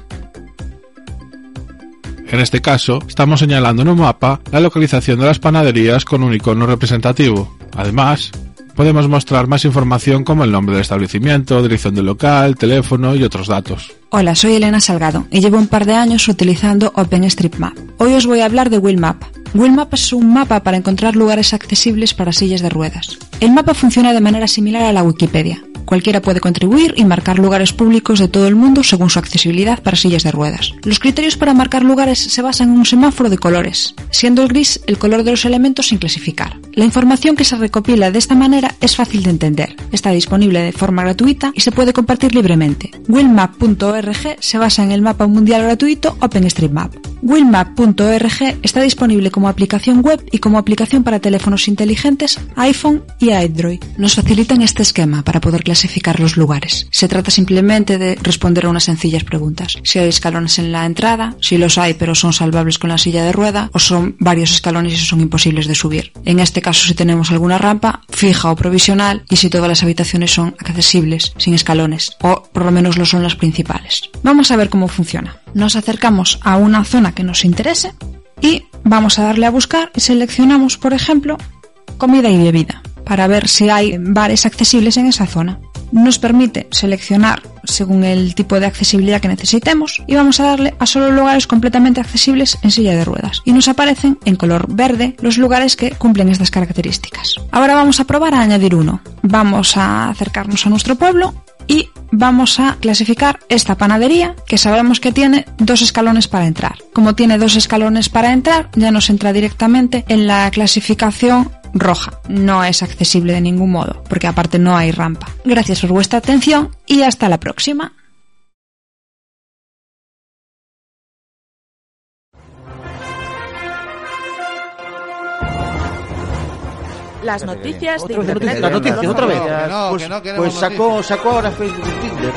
En este caso, estamos señalando en un mapa la localización de las panaderías con un icono representativo. Además, podemos mostrar más información como el nombre del establecimiento, dirección del local, teléfono y otros datos. Hola, soy Elena Salgado y llevo un par de años utilizando OpenStreetMap. Hoy os voy a hablar de Willmap. Willmap es un mapa para encontrar lugares accesibles para sillas de ruedas. El mapa funciona de manera similar a la Wikipedia. Cualquiera puede contribuir y marcar lugares públicos de todo el mundo según su accesibilidad para sillas de ruedas. Los criterios para marcar lugares se basan en un semáforo de colores, siendo el gris el color de los elementos sin clasificar. La información que se recopila de esta manera es fácil de entender, está disponible de forma gratuita y se puede compartir libremente. Willmap punto org se basa en el mapa mundial gratuito OpenStreetMap. Willmap punto org está disponible como aplicación web y como aplicación para teléfonos inteligentes, iPhone y Android. Nos facilitan este esquema para poder clasificar los lugares. Se trata simplemente de responder a unas sencillas preguntas. Si hay escalones en la entrada, si los hay pero son salvables con la silla de rueda, o son varios escalones y son imposibles de subir. En este caso, si tenemos alguna rampa, fija o provisional, y si todas las habitaciones son accesibles, sin escalones, o por lo menos lo son las principales. Vamos a ver cómo funciona. Nos acercamos a una zona que nos interese y vamos a darle a buscar y seleccionamos, por ejemplo, comida y bebida, para ver si hay bares accesibles en esa zona. Nos permite seleccionar según el tipo de accesibilidad que necesitemos y vamos a darle a solo lugares completamente accesibles en silla de ruedas y nos aparecen en color verde los lugares que cumplen estas características. Ahora vamos a probar a añadir uno. Vamos a acercarnos a nuestro pueblo y vamos a clasificar esta panadería que sabemos que tiene dos escalones para entrar. Como tiene dos escalones para entrar, ya nos entra directamente en la clasificación roja. No es accesible de ningún modo, porque aparte no hay rampa. Gracias por vuestra atención y hasta la próxima. Las noticias de Otra vez, Internet. la noticia, otra vez. Que no, Pues, que no queremos pues sacó, noticias. sacó ahora Facebook y Tinder.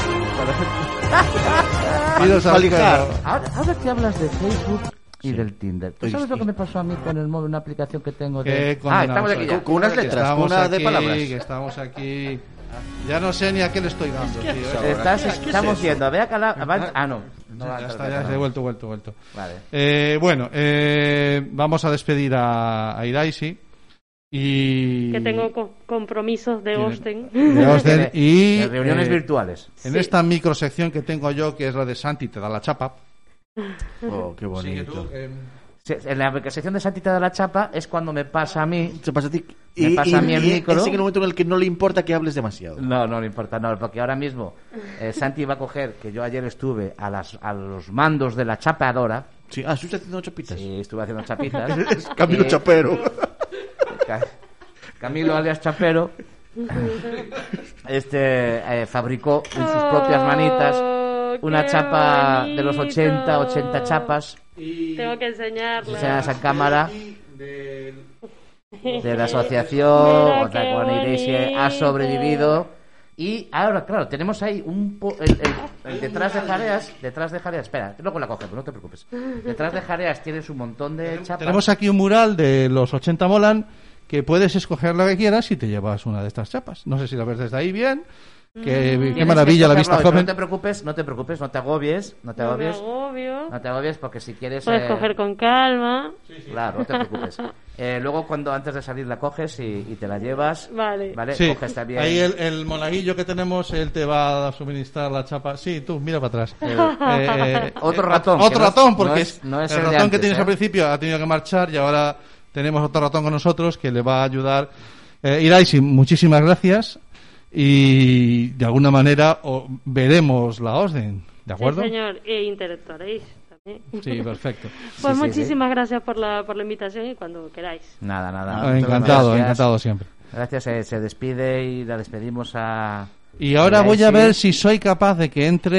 Pidos al Para ligar. cielo. Ahora, ahora que hablas de Facebook y Sí. del Tinder, ¿tú Oye, sabes lo sí. que me pasó a mí con el móvil, una aplicación que tengo Qué de... Ah, condenados estamos aquí sois. ya. Con unas Estamos aquí. letras. Estamos una de aquí, palabras. que estamos aquí. Ya no sé ni a qué le estoy dando, tío. eso? eh. Estás, ¿Qué es estamos eso? yendo, ve a cala... avanza- Ah, no. no Ya avanza, está, no, ya no. se he vuelto, vuelto, vuelto. Vale. Eh, bueno, eh, vamos a despedir a, a Iraisi. Y... Que tengo co- compromisos de Tiene- Osten. de Osten y De reuniones eh, virtuales. En Sí. esta microsección que tengo yo, que es la de Santi, te da la chapa. Oh, qué bonito. Sí, en la sección de Santita de la Chapa es cuando me pasa a mí. Se pasa a ti. Me pasa a mí el micro. Es en el momento en el que no le importa que hables demasiado. No, no le importa, no, porque ahora mismo eh, Santi va a coger, que yo ayer estuve a, las, a los mandos de la chapeadora. Sí. Ah, ¿estás haciendo chapitas? Sí, estuve haciendo chapitas. Es Camilo Eh, Chapero. Ca- Camilo alias Chapero. Este eh, fabricó en sus propias manitas Oh, una qué chapa de los bonito. ochenta, ochenta chapas. Tengo que enseñarla. Enseñas a cámara de la asociación, Mira, o sea, qué con Iglesia ha bonito. sobrevivido. Y ahora, claro, tenemos ahí un po- el, el- el detrás de Jareas, detrás de Jareas, espera, luego la cogemos, no te preocupes. Detrás de Jareas tienes un montón de chapas. Tenemos aquí un mural de los ochenta molan que puedes escoger la que quieras y te llevas una de estas chapas. No sé si la ves desde ahí bien. Qué, qué Tienes maravilla que la vista escogerlo, joven. No te preocupes, no te preocupes, no te agobies, no te No me agobies. agobio. No te agobies porque si quieres... Puedes eh, coger con calma. Claro, no te preocupes. Eh, luego cuando antes de salir la coges y, y te la llevas. Vale. Vale, Sí, coges también. ahí el, el monaguillo que tenemos, él te va a suministrar la chapa. Sí, tú, mira para atrás. Eh, Eh, Otro eh, ratón, Otro que no es- ratón, porque no es, es- no es el el de ratón que antes, tienes ¿eh? al principio ha tenido que marchar y ahora tenemos otro ratón con nosotros que le va a ayudar. Eh, Iraisi, muchísimas gracias. Y de alguna manera o, veremos la orden, ¿de acuerdo? Sí, señor. E interactuaréis también. Sí, perfecto. Pues Sí, sí, muchísimas gracias por la, por la invitación y cuando queráis. Nada, nada. Ah, encantado, Gracias. encantado siempre. Gracias, eh, se despide y la despedimos a... Y ahora a voy a Iraisi. ver si soy capaz de que entre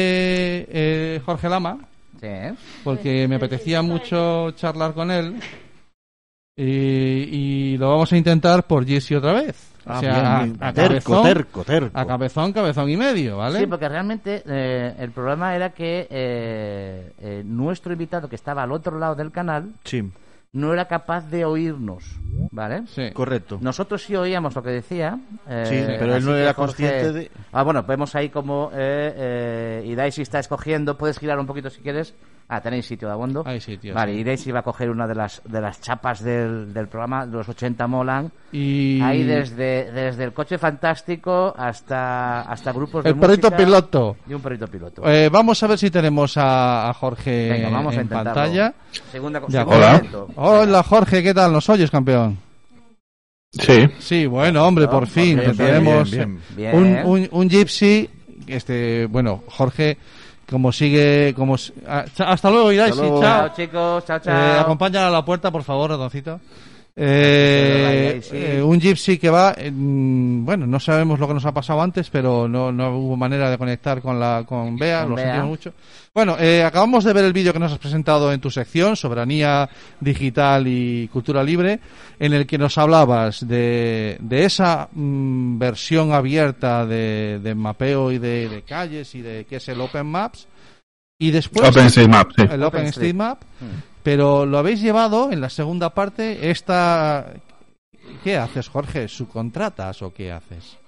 eh, Jorge Lama, Sí, ¿eh? porque me apetecía mucho charlar con él. Y, y lo vamos a intentar por Jesse otra vez. O Ah, sea, bien, a- bien. a, Terco, cabezón, terco, terco. a cabezón, cabezón y medio, ¿vale? Sí, porque realmente eh, el problema era que eh, eh, nuestro invitado, que estaba al otro lado del canal, Sí, no era capaz de oírnos, ¿vale? Sí. correcto. Nosotros sí oíamos lo que decía. eh, Sí, pero él así no que era Jorge- consciente de- Ah, bueno, vemos ahí como eh, eh, Idaisi está escogiendo. Puedes girar un poquito si quieres. Ah, tenéis sitio de abondo. Hay sitio, Vale, sí. Idaisi va a coger una de las de las chapas del, del programa, de los ochenta molan. Y Ahí desde, desde el coche fantástico hasta, hasta grupos de el perrito música piloto. y un perrito piloto. Eh, vamos a ver si tenemos a, a Jorge Venga, vamos a en intentarlo. pantalla. Segunda, De segundo acuerdo. momento. Hola Jorge, ¿qué tal? ¿Nos oyes, campeón? Sí. Sí, bueno, hombre, por Jorge, fin, bien, que tenemos bien, bien. un, un, un gypsy, este, bueno, Jorge, como sigue, como s- ah, cha- hasta luego, Iraisi, Hasta luego. chao. Chao, chicos, chao, Eh, chao. acompáñala a la puerta, por favor, ratoncito. Eh, Iraisi. eh, un gypsy que va, en- bueno, no sabemos lo que nos ha pasado antes, pero no, no hubo manera de conectar con la con Bea, Con lo Bea. sentimos mucho. Bueno, eh, acabamos de ver el vídeo que nos has presentado en tu sección, Soberanía Digital y Cultura Libre, en el que nos hablabas de, de esa mm, versión abierta de, de mapeo y de, de calles y de que es el Open Maps. Y después OpenStreetMap, sí. el OpenStreetMap, Mm. pero lo habéis llevado en la segunda parte. Esta, ¿qué haces, Jorge? ¿Subcontratas o qué haces?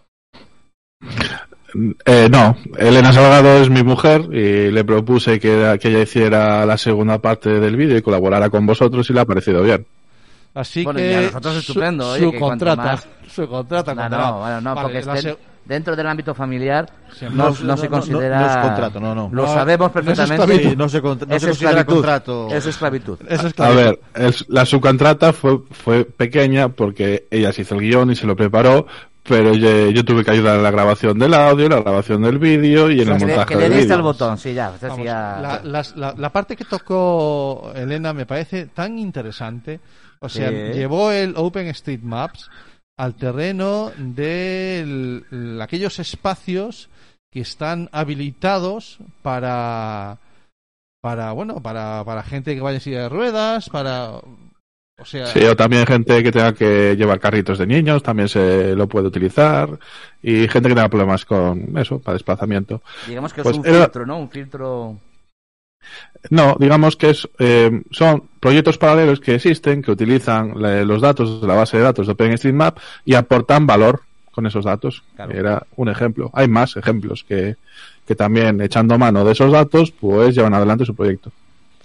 Eh, no, Elena Salgado es mi mujer y le propuse que, que ella hiciera la segunda parte del vídeo y colaborara con vosotros y le ha parecido bien. Así Bueno, que y a nosotros estupendo, oye, que cuanto subcontrata, más- subcontrata, No, contrata. no, bueno, no, Vale, porque la estén se- dentro del ámbito familiar Siempre. no, No, no no, se no, considera... no, no es contrato, no, no. Lo No, sabemos no es perfectamente. esclavitud. Sí, no se, contra- no Es se considera esclavitud. contrato. Es esclavitud. Eso es A claro. ver, el- la subcontrata fue, fue pequeña porque ella se hizo el guión y se lo preparó, pero yo, yo tuve que ayudar en la grabación del audio, en la grabación del vídeo y en el que le, montaje que le del diste vídeo. al botón, sí, ya. Vamos, sí, ya- la, las- la- la parte que tocó Elena me parece tan interesante. O sea, Sí. llevó el OpenStreetMaps al terreno de el- el- aquellos espacios que están habilitados para para bueno para, para gente que vaya en silla de ruedas, para o sea Sí, o también gente que tenga que llevar carritos de niños, también se lo puede utilizar. Y gente que tenga problemas con eso, para desplazamiento. Digamos que pues es un era- filtro, ¿no? Un filtro... No, digamos que es, eh, son proyectos paralelos que existen, que utilizan la- los datos de la base de datos de OpenStreetMap y aportan valor con esos datos. Claro. Era un ejemplo. Hay más ejemplos que, que también, echando mano de esos datos, pues llevan adelante su proyecto.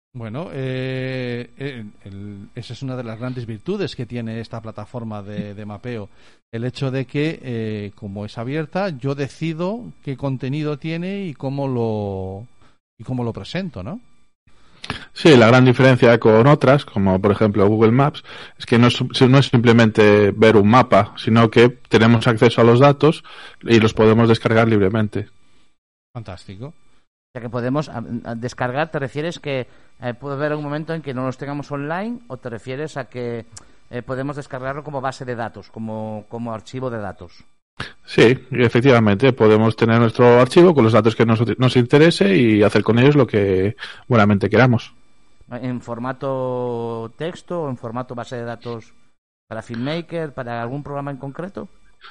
Bueno, eh, eh, el, esa es una de las grandes virtudes que tiene esta plataforma de, de mapeo. El hecho de que, eh, como es abierta, yo decido qué contenido tiene y cómo lo y cómo lo presento, ¿no? Sí, la gran diferencia con otras, como por ejemplo Google Maps, es que no es, no es simplemente ver un mapa, sino que tenemos acceso a los datos y los podemos descargar libremente. Fantástico. O sea que podemos a, a descargar, ¿te refieres que eh, puede haber un momento en que no los tengamos online o te refieres a que eh, podemos descargarlo como base de datos, como, como archivo de datos? Sí, efectivamente, podemos tener nuestro archivo con los datos que nos, nos interese y hacer con ellos lo que buenamente queramos. ¿En formato texto o en formato base de datos para FilmMaker, para algún programa en concreto?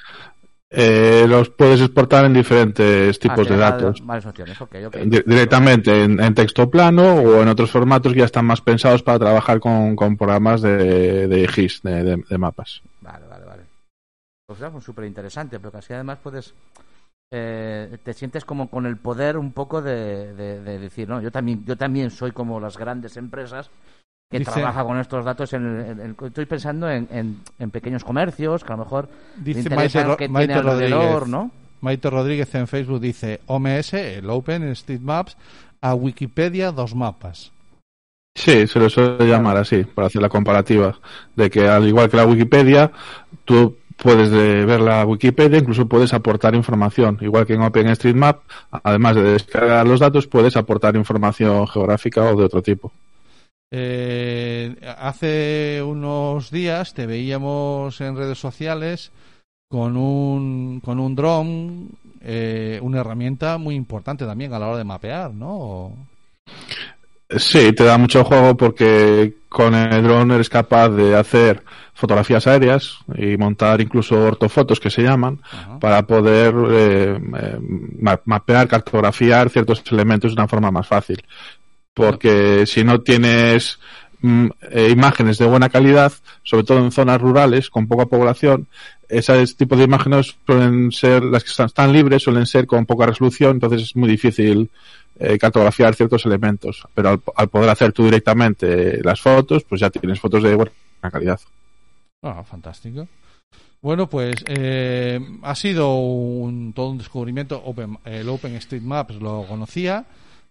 Eh, los puedes exportar en diferentes tipos ah, de datos. Varias opciones, okay, okay. D- directamente en, en texto plano o en otros formatos que ya están más pensados para trabajar con, con programas de, de G I S, de, de, de mapas. Vale, vale, vale. Pues es súper interesante, porque así además puedes... Eh, te sientes como con el poder un poco de, de, de decir, no, yo también yo también soy como las grandes empresas que Dice, trabaja con estos datos. En el, en el, estoy pensando en, en, en pequeños comercios que a lo mejor dice Maite, Ro- que Maite tiene alrededor, Rodríguez, ¿no? Maite Rodríguez en Facebook dice O M S, el Open Street Maps, a Wikipedia dos mapas. Sí, se lo suele llamar así, para hacer la comparativa, de que al igual que la Wikipedia, tú puedes de ver la Wikipedia, incluso puedes aportar información, igual que en OpenStreetMap, además de descargar los datos, puedes aportar información geográfica o de otro tipo. Eh, hace unos días te veíamos en redes sociales con un con un dron, eh, una herramienta muy importante también a la hora de mapear, ¿no? Sí, te da mucho juego porque con el dron eres capaz de hacer fotografías aéreas y montar incluso ortofotos, que se llaman, uh-huh, para poder eh, eh, mapear, cartografiar ciertos elementos de una forma más fácil. Porque si no tienes mm, eh, imágenes de buena calidad, sobre todo en zonas rurales con poca población, ese tipo de imágenes suelen ser, las que están, están libres, suelen ser con poca resolución, entonces es muy difícil eh, cartografiar ciertos elementos. Pero al, al poder hacer tú directamente las fotos, pues ya tienes fotos de buena calidad. Ah, fantástico. Bueno, pues eh, ha sido un, todo un descubrimiento. Open, el OpenStreetMap lo conocía,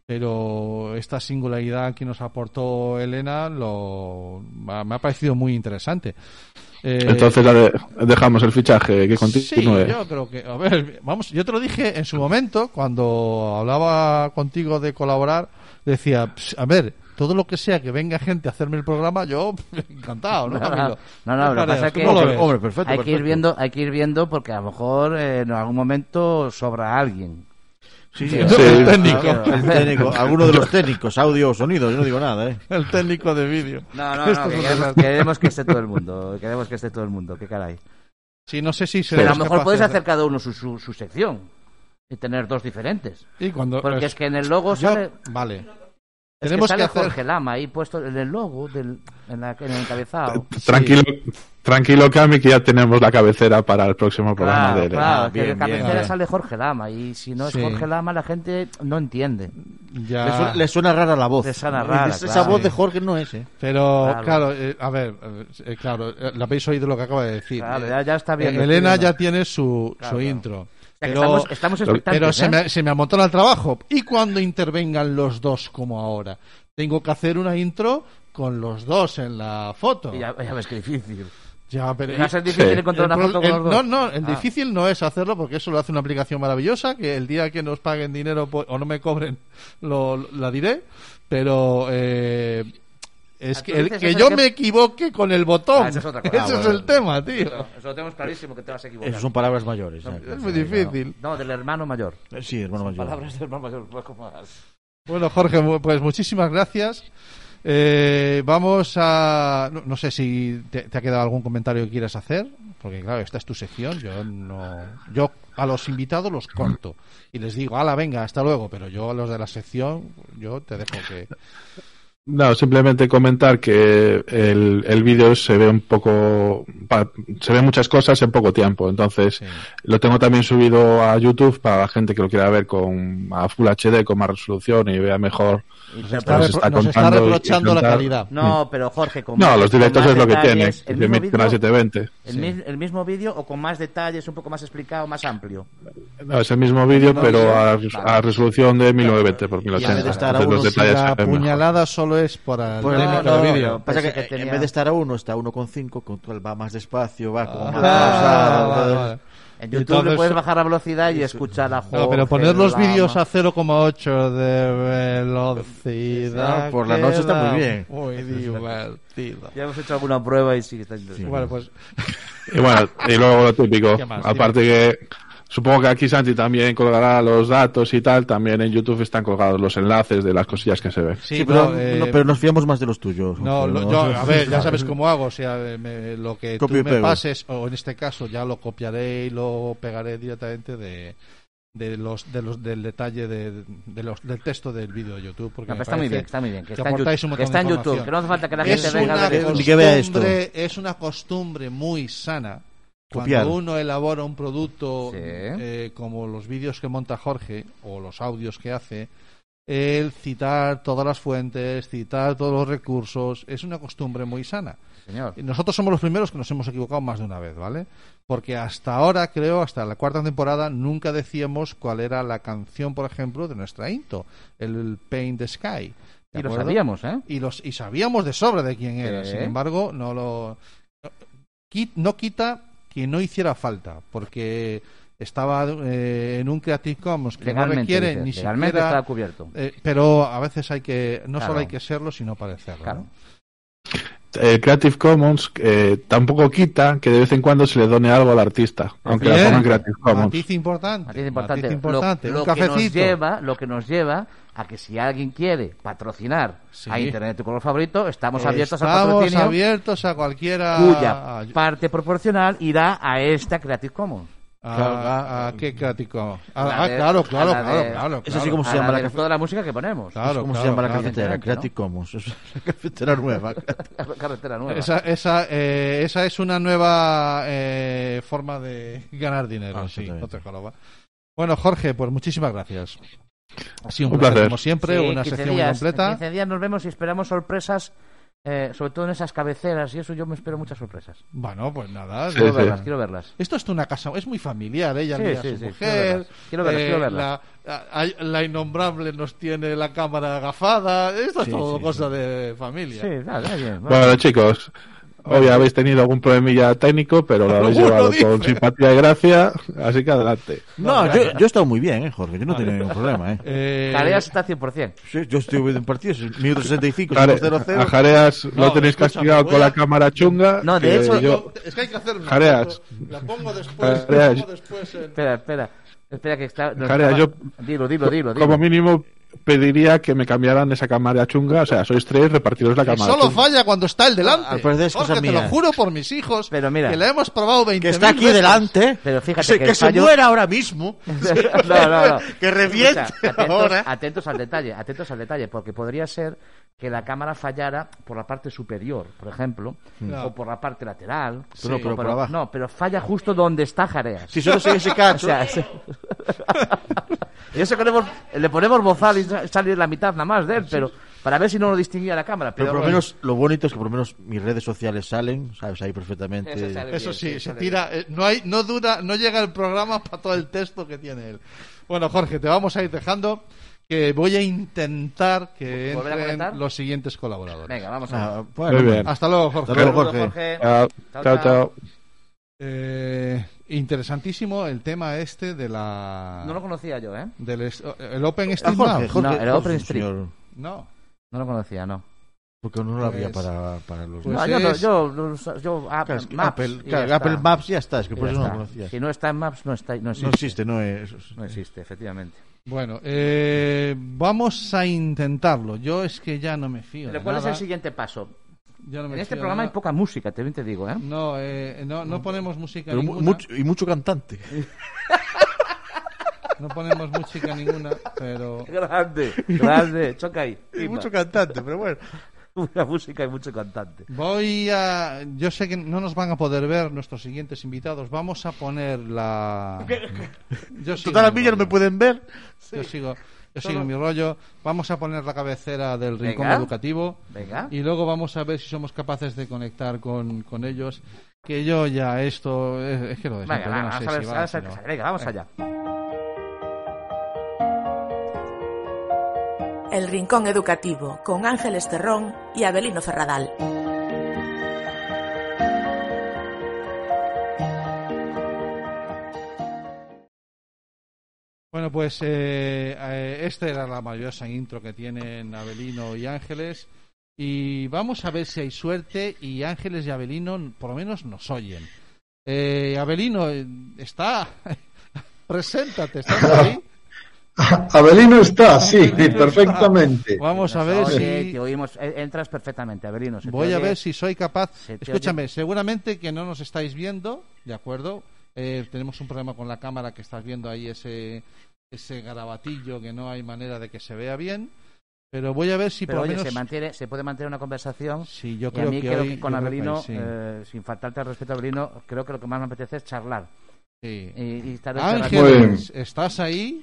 pero esta singularidad que nos aportó Elena lo me ha parecido muy interesante. Eh, Entonces la de, dejamos el fichaje que continúe. Sí, yo creo que, a ver, vamos, yo te lo dije en su momento cuando hablaba contigo de colaborar, decía, a ver, todo lo que sea que venga gente a hacerme el programa, yo encantado, ¿no? No, Camilo? no, no, lo que pasa es que hombre, hombre, perfecto, hay perfecto. que ir viendo, hay que ir viendo porque a lo mejor eh, en algún momento sobra alguien. Sí, Sí, sí, el técnico. El técnico, alguno de los técnicos, audio o sonido, yo no digo nada, ¿eh? El técnico de vídeo. No, no, no, que queremos, queremos que esté todo el mundo, queremos que esté todo el mundo, qué caray. Sí, no sé si Pero a seremos lo mejor puedes capaces de- hacer cada uno su, su, su sección y tener dos diferentes. Y cuando Porque es que en el logo yo- sale... vale. Es Tenemos que sale que hacer- Jorge Lama ahí puesto en el logo, del, en, la, en el encabezado. Tranquilo, tranquilo, Cami, que ya tenemos la cabecera para el próximo programa Claro, de claro, Ah, que bien, de cabecera bien. sale Jorge Lama y si no es Sí. Jorge Lama la gente no entiende. Ya... Le, suena, le suena rara la voz. Le suena rara, Esa claro. voz de Jorge no es, ¿eh? Pero, Claro. claro, eh, a ver, eh, claro, eh, lo habéis oído lo que acaba de decir. Claro, Eh, ya, ya está bien. eh, Elena estoy ya viendo. tiene su, Claro, su claro. intro. O sea, que Pero, estamos, estamos expectantes, pero se, ¿eh? me, se me amontona el trabajo. ¿Y cuando intervengan los dos como ahora? Tengo que hacer una intro con los dos en la foto. Ya, ya ves que difícil. Ya, pero... Va a ser difícil Sí. encontrar El una pro- foto con el- los dos. no, no, el Ah. difícil no es hacerlo porque eso lo hace una aplicación maravillosa que el día que nos paguen dinero po- o no me cobren lo, la diré, pero eh, es Ah, que, tú el- dices que eso yo de que- me equivoque con el botón. Ah, esa es otra cosa. Ese Ah, es bueno. el tema, tío. Eso, eso lo tenemos clarísimo que te vas a equivocar. Esas son palabras mayores. ¿eh? Es muy difícil. No, del hermano mayor. Eh, Sí, hermano mayor. Palabras del hermano mayor. un poco más. Bueno, Jorge, mu- pues muchísimas gracias. Eh, vamos a... No, no sé si te, te ha quedado algún comentario que quieras hacer, porque claro, esta es tu sección. Yo no... Yo a los invitados los corto y les digo, ala, venga, hasta luego, pero yo a los de la sección, yo te dejo que... No, simplemente comentar que el, el vídeo se ve un poco, pa, se ven muchas cosas en poco tiempo, entonces Sí. lo tengo también subido a YouTube para la gente que lo quiera ver con a Full H D, con más resolución y vea mejor. Y Nos te- está, Nos repro- está nos está contando y- reprochando y la contar. calidad. No, pero Jorge, con No, más- los con directos más es lo que tiene, detalles, que el se mismo emiten a vídeo- setecientos veinte. El, Sí. mi- el mismo vídeo o con más detalles, un poco más explicado, más amplio. No, es el mismo vídeo, mismo pero vídeo. a, Vale. a resolución de mil novecientos veinte por mil Y en vez ochenta. de estar a Entonces, uno, los Si detalles la se ven mejor. puñalada solo es para el Pues técnico no, de no, vídeo. no. Pasa Pensé que, que tenía- en vez de estar a uno, está a uno coma cinco, con cual va más despacio, va como más Ah, pausado. vale, ¿sabes? vale. En YouTube Entonces- le puedes bajar la velocidad y escuchar a Jorge. No, pero poner los Lama. vídeos a cero coma ocho de velocidad. Ah, por la noche está queda muy bien. Muy divertido. Ya hemos hecho alguna prueba y sí que está interesante. Bueno, pues Y bueno, y luego lo típico. ¿Qué más? Aparte que supongo que aquí Santi también colgará los datos y tal, también en YouTube están colgados los enlaces de las cosillas que se ven. sí, Sí, pero, no, eh, no, pero nos fiamos más de los tuyos. no, Jorge, lo- yo, a ver, ya sabes cómo hago. O sea, me- lo que Copio y tú me pego. pases, o en este caso ya lo copiaré y lo pegaré directamente de de los de los del detalle de, de los del texto del vídeo de YouTube, porque No, me pero está muy parece bien, está muy bien. Que, que está en aportáis YouTube, un que montón está en de YouTube, información. que no hace falta que la es gente venga a una ver. Ni que vea esto. costumbre, es una costumbre muy sana. Copiar. Cuando uno elabora un producto Sí. eh, como los vídeos que monta Jorge o los audios que hace, el citar todas las fuentes, citar todos los recursos, es una costumbre muy sana. Señor. Y nosotros somos los primeros que nos hemos equivocado más de una vez, ¿vale? Porque hasta ahora, creo, hasta la cuarta temporada, nunca decíamos cuál era la canción, por ejemplo, de nuestra intro, el Paint the Sky. ¿de Y lo acuerdo? sabíamos, ¿eh? Y, los, y sabíamos de sobra de quién era. Sí. Sin embargo, no lo qui- no quita que no hiciera falta, porque estaba eh, en un Creative Commons que no Legalmente, requiere dices, ni legalmente siquiera... está cubierto. eh, pero a veces hay que... No Claro. solo hay que serlo, sino parecerlo. Claro. ¿no? El Creative Commons eh, tampoco quita que de vez en cuando se le done algo al artista, aunque la Bien. ponga en Creative Commons. Matiz importante. Matiz importante. matiz importante. Lo, lo un que nos cafecito. lleva, lo que nos lleva a que si alguien quiere patrocinar Sí. a Internet tu color favorito, estamos abiertos al Estamos patrocinio, abiertos a cualquiera... cuya a- parte proporcional irá a esta Creative Commons. a, a- a qué Creative Commons. A la Ah, de- claro, claro, a la claro, de- claro, Eso sí claro. como se A llama la la de cafe- toda la música que ponemos. Claro, ¿Cómo claro, se llama la claro. cafetera? evidentemente, ¿no? Creative Commons. Es la cafetera nueva. Carretera nueva. Esa, esa, eh, esa es una nueva eh, forma de ganar dinero, Ah, sí, exactamente. no te joroba. Bueno, Jorge, pues muchísimas gracias. Ha sido un, Un placer, placer. como siempre, Sí, una quince sección días, muy completa. En quince días nos vemos y esperamos sorpresas, eh, sobre todo en esas cabeceras y eso yo me espero muchas sorpresas. Bueno, pues nada. Sí, Quiero sí. verlas, quiero verlas. Esto es una casa, es muy familiar, ella Sí, mira a sí, su sí, quiero mujer, verlas. Quiero verlas, eh, quiero verlas. La, a- la innombrable nos tiene la cámara agafada, esto es Sí, todo sí, cosa de familia. Sí, vale, bien. Bueno, chicos, hoy habéis tenido algún problemilla técnico, pero lo habéis Alguno llevado dice. con simpatía y gracia, así que adelante. No, yo, yo he estado muy bien, ¿eh, Jorge? Yo no tenía ningún problema, ¿eh? Eh, Jareas está cien por ciento. Sí, yo estoy en partidos, minuto sesenta y cinco, Jare- cero cero. a Jareas No, lo tenéis escúchame, castigado voy con a- la cámara chunga. No, de que hecho, yo... es que hay que hacer una Jareas. foto, la pongo después, Jareas. la pongo después en- Espera, espera. Espera que está... no Jareas, estaba- yo- Dilo, dilo, dilo, dilo. Como mínimo pediría que me cambiaran esa cámara chunga, o sea, sois tres, repartidos la Que cámara solo chunga. falla cuando está el delante. Al parecer es cosa Jorge, te lo mía. juro por mis hijos. Pero mira. que la hemos probado veinte Que está aquí delante. Pero fíjate se- que que el se fallo- muera ahora mismo. no, no, no. Que reviente Escucha, atentos, ahora. atentos al detalle, atentos al detalle, porque podría ser que la cámara fallara por la parte superior, por ejemplo, No. o por la parte lateral. Pero no, pero o por abajo. No, pero falla justo donde está Jareas. Si solo se ese O cacho. sea, es- y eso que le, hemos- le ponemos bozal y sa- sale la mitad nada más de él, pero para ver si no lo distinguía la cámara. Pero Pero, por lo bueno. menos lo bonito es que por lo menos mis redes sociales salen, sabes, ahí perfectamente. Eso sale. Eso Bien, sí, sí, se sale tira. eh, no hay, no dura, no llega el programa para todo el texto que tiene él. Bueno, Jorge, te vamos a ir dejando. Que voy a intentar que ¿Volver a entren conectar? los siguientes colaboradores. Venga, vamos a Ah, ver. bueno, Muy bien. Hasta luego, Jorge. Hasta luego, Saludos, Jorge. Chao, Chao, chao, chao. chao. Eh, interesantísimo el tema este de la. No lo conocía yo, ¿eh? del es- el Open Ah, Street Jorge, Jorge, No, el Jorge, OpenStreet. señor, No. No lo conocía, no. porque no lo había Pues- para, para los pues no, es- yo, no, yo, yo, yo Apple, Claro, es que Maps, Apple, y claro, ya Apple está. Maps ya está, es que Y por ya eso no está. lo conocías. Si no está en Maps, no, está, no existe. No existe, no es. No existe, efectivamente. Bueno, eh, vamos a intentarlo. Yo es que ya no me fío. Pero de ¿cuál es nada. el siguiente paso? Ya no me En este fío de programa hay nada. poca música, te, te digo, ¿eh? No, eh, no, no ponemos música Pero mu- ninguna. mucho, y mucho cantante. No ponemos música ninguna, pero... Grande, grande, choca ahí. Y mucho cantante, pero bueno. Una música y mucho cantante. Voy a... Yo sé que no nos van a poder ver nuestros siguientes invitados. Vamos a poner la... Yo sigo Total, a mi mí ya no me rollo. pueden ver. Yo sigo... Yo Solo- sigo mi rollo. Vamos a poner la cabecera del rincón Venga. educativo. Venga. Y luego vamos a ver si somos capaces de conectar con, con ellos. Que yo ya esto... Es, es que lo de Venga, siempre, yo no va, sé vamos a ver, si va, vamos si a no ver, va. venga, vamos Venga. allá. El Rincón Educativo con Ángeles Terrón y Abelino Ferradal. Bueno, pues eh, eh, esta era la maravillosa intro que tienen Abelino y Ángeles. Y vamos a ver si hay suerte y Ángeles y Abelino por lo menos nos oyen. Eh, Abelino, eh, está... Preséntate, ¿estás ahí? Abelino está, sí, perfectamente. Vamos a Nos ver oye, si... te oímos, eh, entras perfectamente, Abelino. se te Voy a oye. ver si soy capaz... Se te Escúchame, oye. seguramente que no nos estáis viendo, ¿de acuerdo? Eh, tenemos un problema con la cámara que estás viendo ahí, ese ese garabatillo que no hay manera de que se vea bien. Pero voy a ver si Pero por lo oye, menos... se, mantiene, se puede mantener una conversación. Sí, yo y creo a mí que creo hoy- que con yo creo que Abelino, hoy sí. eh, sin faltarte al respeto a Abelino, creo que lo que más me apetece es charlar. Sí. Y, y estar Ángeles, ¿estás ahí?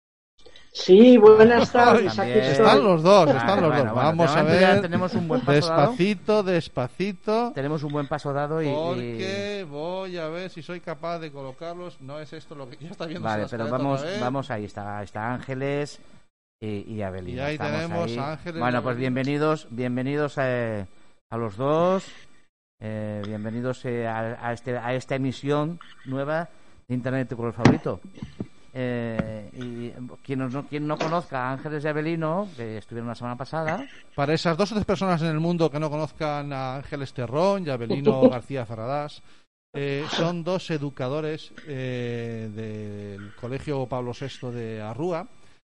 Sí, buenas tardes. Aquí También. estoy. Están los dos, Vale, están los bueno, dos. bueno, Vamos de a momento ya ver. tenemos un buen paso dado. Despacito, despacito. Tenemos un buen paso dado y... y- Porque voy a ver si soy capaz de colocarlos. No es esto lo que ya está viendo. Vale, pero vamos, vamos ahí, está, está Ángeles y, y Abelino. Y ahí estamos tenemos ahí. a Ángeles y Bueno, pues Abelino. bienvenidos, bienvenidos a, a los dos, eh, bienvenidos eh, a, a, este, a esta emisión nueva de Internet de tu color favorito. Eh, y quien no, quien no conozca a Ángeles y Abelino, que estuvieron la semana pasada, Para esas dos o tres personas en el mundo que no conozcan a Ángeles Terrón y a Abelino García Ferradas, eh, son dos educadores eh, del Colegio Pablo sexto de Arrúa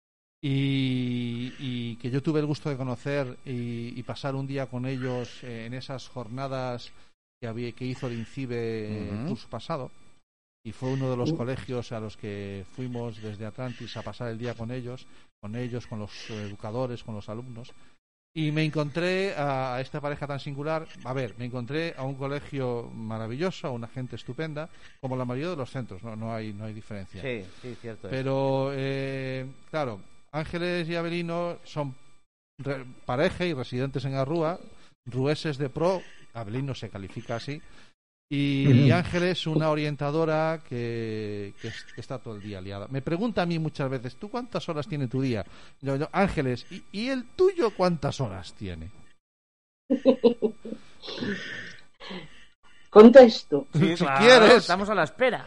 y, y que yo tuve el gusto de conocer y, y pasar un día con ellos eh, en esas jornadas que, había, que hizo el INCIBE el Ujú. curso pasado. Y fue uno de los colegios a los que fuimos desde Atlantis a pasar el día con ellos, con ellos, con los educadores, con los alumnos. Y me encontré a, a esta pareja tan singular. A ver, me encontré a un colegio maravilloso, a una gente estupenda, como la mayoría de los centros, no, no hay, no hay diferencia. sí, sí, cierto. es. Pero, eh, claro, Ángeles y Abelino son re- pareja y residentes en Arrúa, rueses de pro, Abelino se califica así, y, y Ángeles una orientadora que, que, es- que está todo el día liada. Me pregunta a mí muchas veces, ¿tú cuántas horas tiene tu día? Yo, yo, Ángeles, ¿y, ¿y el tuyo cuántas horas tiene? Contesto. Sí, si claro, quieres. estamos a la espera.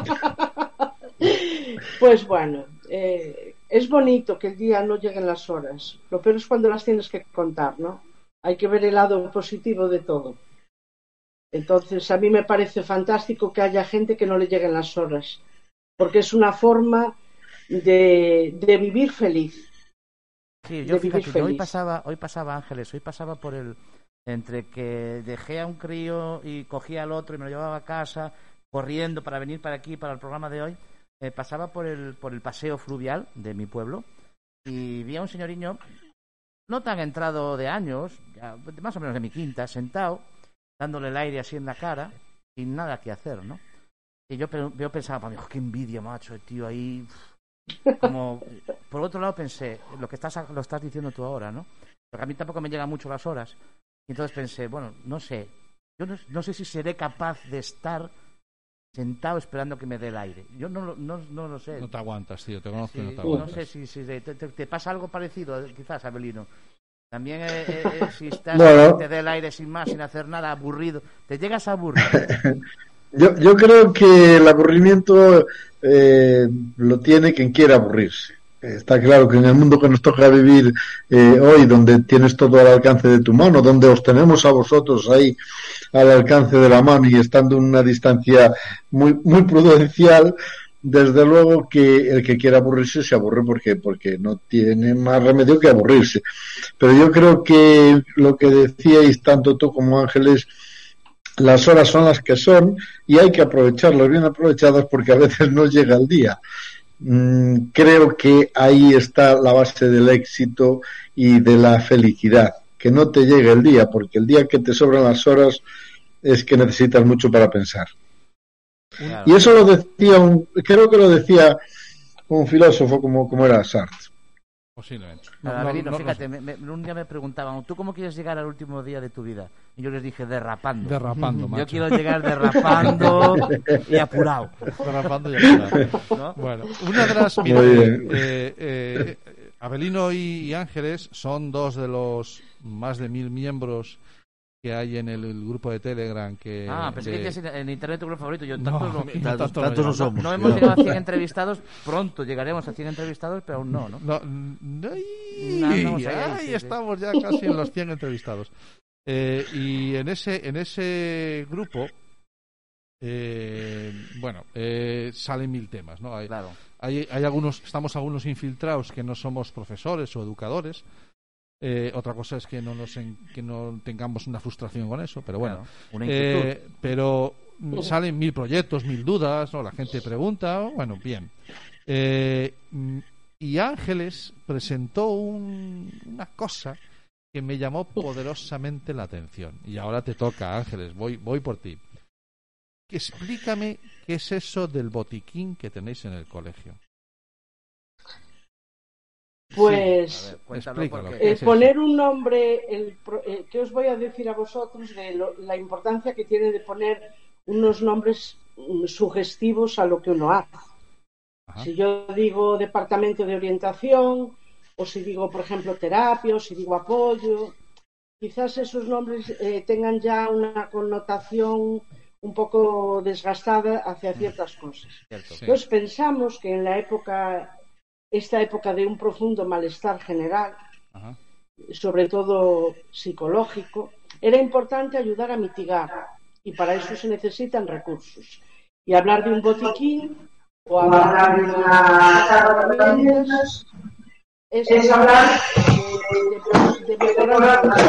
Pues bueno, eh, es bonito que el día no lleguen las horas. Lo peor es cuando las tienes que contar, ¿no? Hay que ver el lado positivo de todo. Entonces, a mí me parece fantástico que haya gente que no le lleguen las horas, porque es una forma de, de vivir feliz. Sí, yo de vivir fíjate, yo hoy feliz. pasaba, hoy pasaba Ángeles, hoy pasaba por el entre que dejé a un crío y cogía al otro y me lo llevaba a casa corriendo para venir para aquí para el programa de hoy, eh, pasaba por el por el paseo fluvial de mi pueblo y vi a un señoriño no tan entrado de años, ya, más o menos de mi quinta, sentado, dándole el aire así en la cara, sin nada que hacer, ¿no? Y yo, pe- yo pensaba, pues, qué envidia, macho, el tío ahí. Como, por otro lado pensé, lo que estás lo estás diciendo tú ahora, ¿no? Porque a mí tampoco me llegan mucho las horas. Y entonces pensé, bueno, no sé, yo no, no sé si seré capaz de estar sentado esperando que me dé el aire. Yo no, lo- no, no lo sé. No te aguantas, tío, te conozco y no Sí, te no aguantas. sé si, si te, te- te pasa algo parecido, quizás, Abelino. También eh, eh, eh, si estás Bueno. te dé el aire sin más, sin hacer nada, aburrido, te llegas a aburrir. Yo, yo creo que el aburrimiento eh, lo tiene quien quiera aburrirse. Está claro que en el mundo que nos toca vivir eh, hoy, donde tienes todo al alcance de tu mano, donde os tenemos a vosotros ahí al alcance de la mano y estando en una distancia muy muy prudencial, desde luego que el que quiera aburrirse se aburre porque porque no tiene más remedio que aburrirse. Pero yo creo que lo que decíais tanto tú como Ángeles, las horas son las que son y hay que aprovecharlas bien aprovechadas porque a veces no llega el día. mm, creo que ahí está la base del éxito y de la felicidad, que no te llegue el día, porque el día que te sobran las horas es que necesitas mucho para pensar. Claro. Y eso lo decía un, creo que lo decía un filósofo como, como era Sartre. Posiblemente. No, no, Avelino, no, fíjate, no, me, me, un día me preguntaban, ¿tú cómo quieres llegar al último día de tu vida? Y yo les dije, derrapando. Derrapando, macho. Yo quiero llegar derrapando y apurado. Derrapando y apurado. ¿No? Bueno, una de las... Mira, eh, eh, Avelino y, y Ángeles son dos de los más de mil miembros que hay en el, el grupo de Telegram que... Ah, pensé de... que es en internet tu grupo favorito. Yo tantos no, no, no, tanto tanto no, no somos. No hemos llegado a cien entrevistados. Pronto llegaremos a cien entrevistados, pero aún no, ¿no? No, no, y... no, no ahí, ahí sí, estamos sí. ya casi en los cien entrevistados. Eh, y en ese en ese grupo, eh, bueno, eh, salen mil temas, ¿no? Hay, claro. hay, hay algunos, estamos algunos infiltrados que no somos profesores o educadores. Eh, otra cosa es que no nos en, que no tengamos una frustración con eso, pero bueno, claro, una inquietud. Eh, pero salen mil proyectos, mil dudas, ¿no? La gente pregunta, bueno, bien. Eh, y Ángeles presentó un, una cosa que me llamó poderosamente la atención. Y ahora te toca, Ángeles, voy, voy por ti. Explícame qué es eso del botiquín que tenéis en el colegio. Pues sí, ver, el poner un nombre, el, eh, ¿qué os voy a decir a vosotros de lo, la importancia que tiene de poner unos nombres um, sugestivos a lo que uno hace? Ajá. Si yo digo departamento de orientación, o si digo, por ejemplo, terapia, o si digo apoyo, quizás esos nombres eh, tengan ya una connotación un poco desgastada hacia ciertas cosas. Cierto, sí. Entonces pensamos que en la época... esta época de un profundo malestar general, ajá, sobre todo psicológico, era importante ayudar a mitigar y para eso se necesitan recursos. Y hablar de un botiquín o hablar de unas herramientas es, es hablar de, de, de mejorar la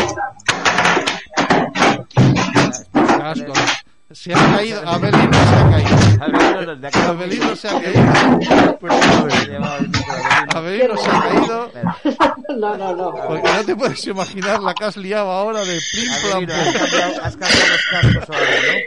vida. Se ha caído, Avelino se ha caído. Avelino se ha caído. Avelino se ha caído. No, no, no. Porque no te puedes imaginar la que has liado ahora de plim plam. Has cambiado los cascos ahora, ¿no?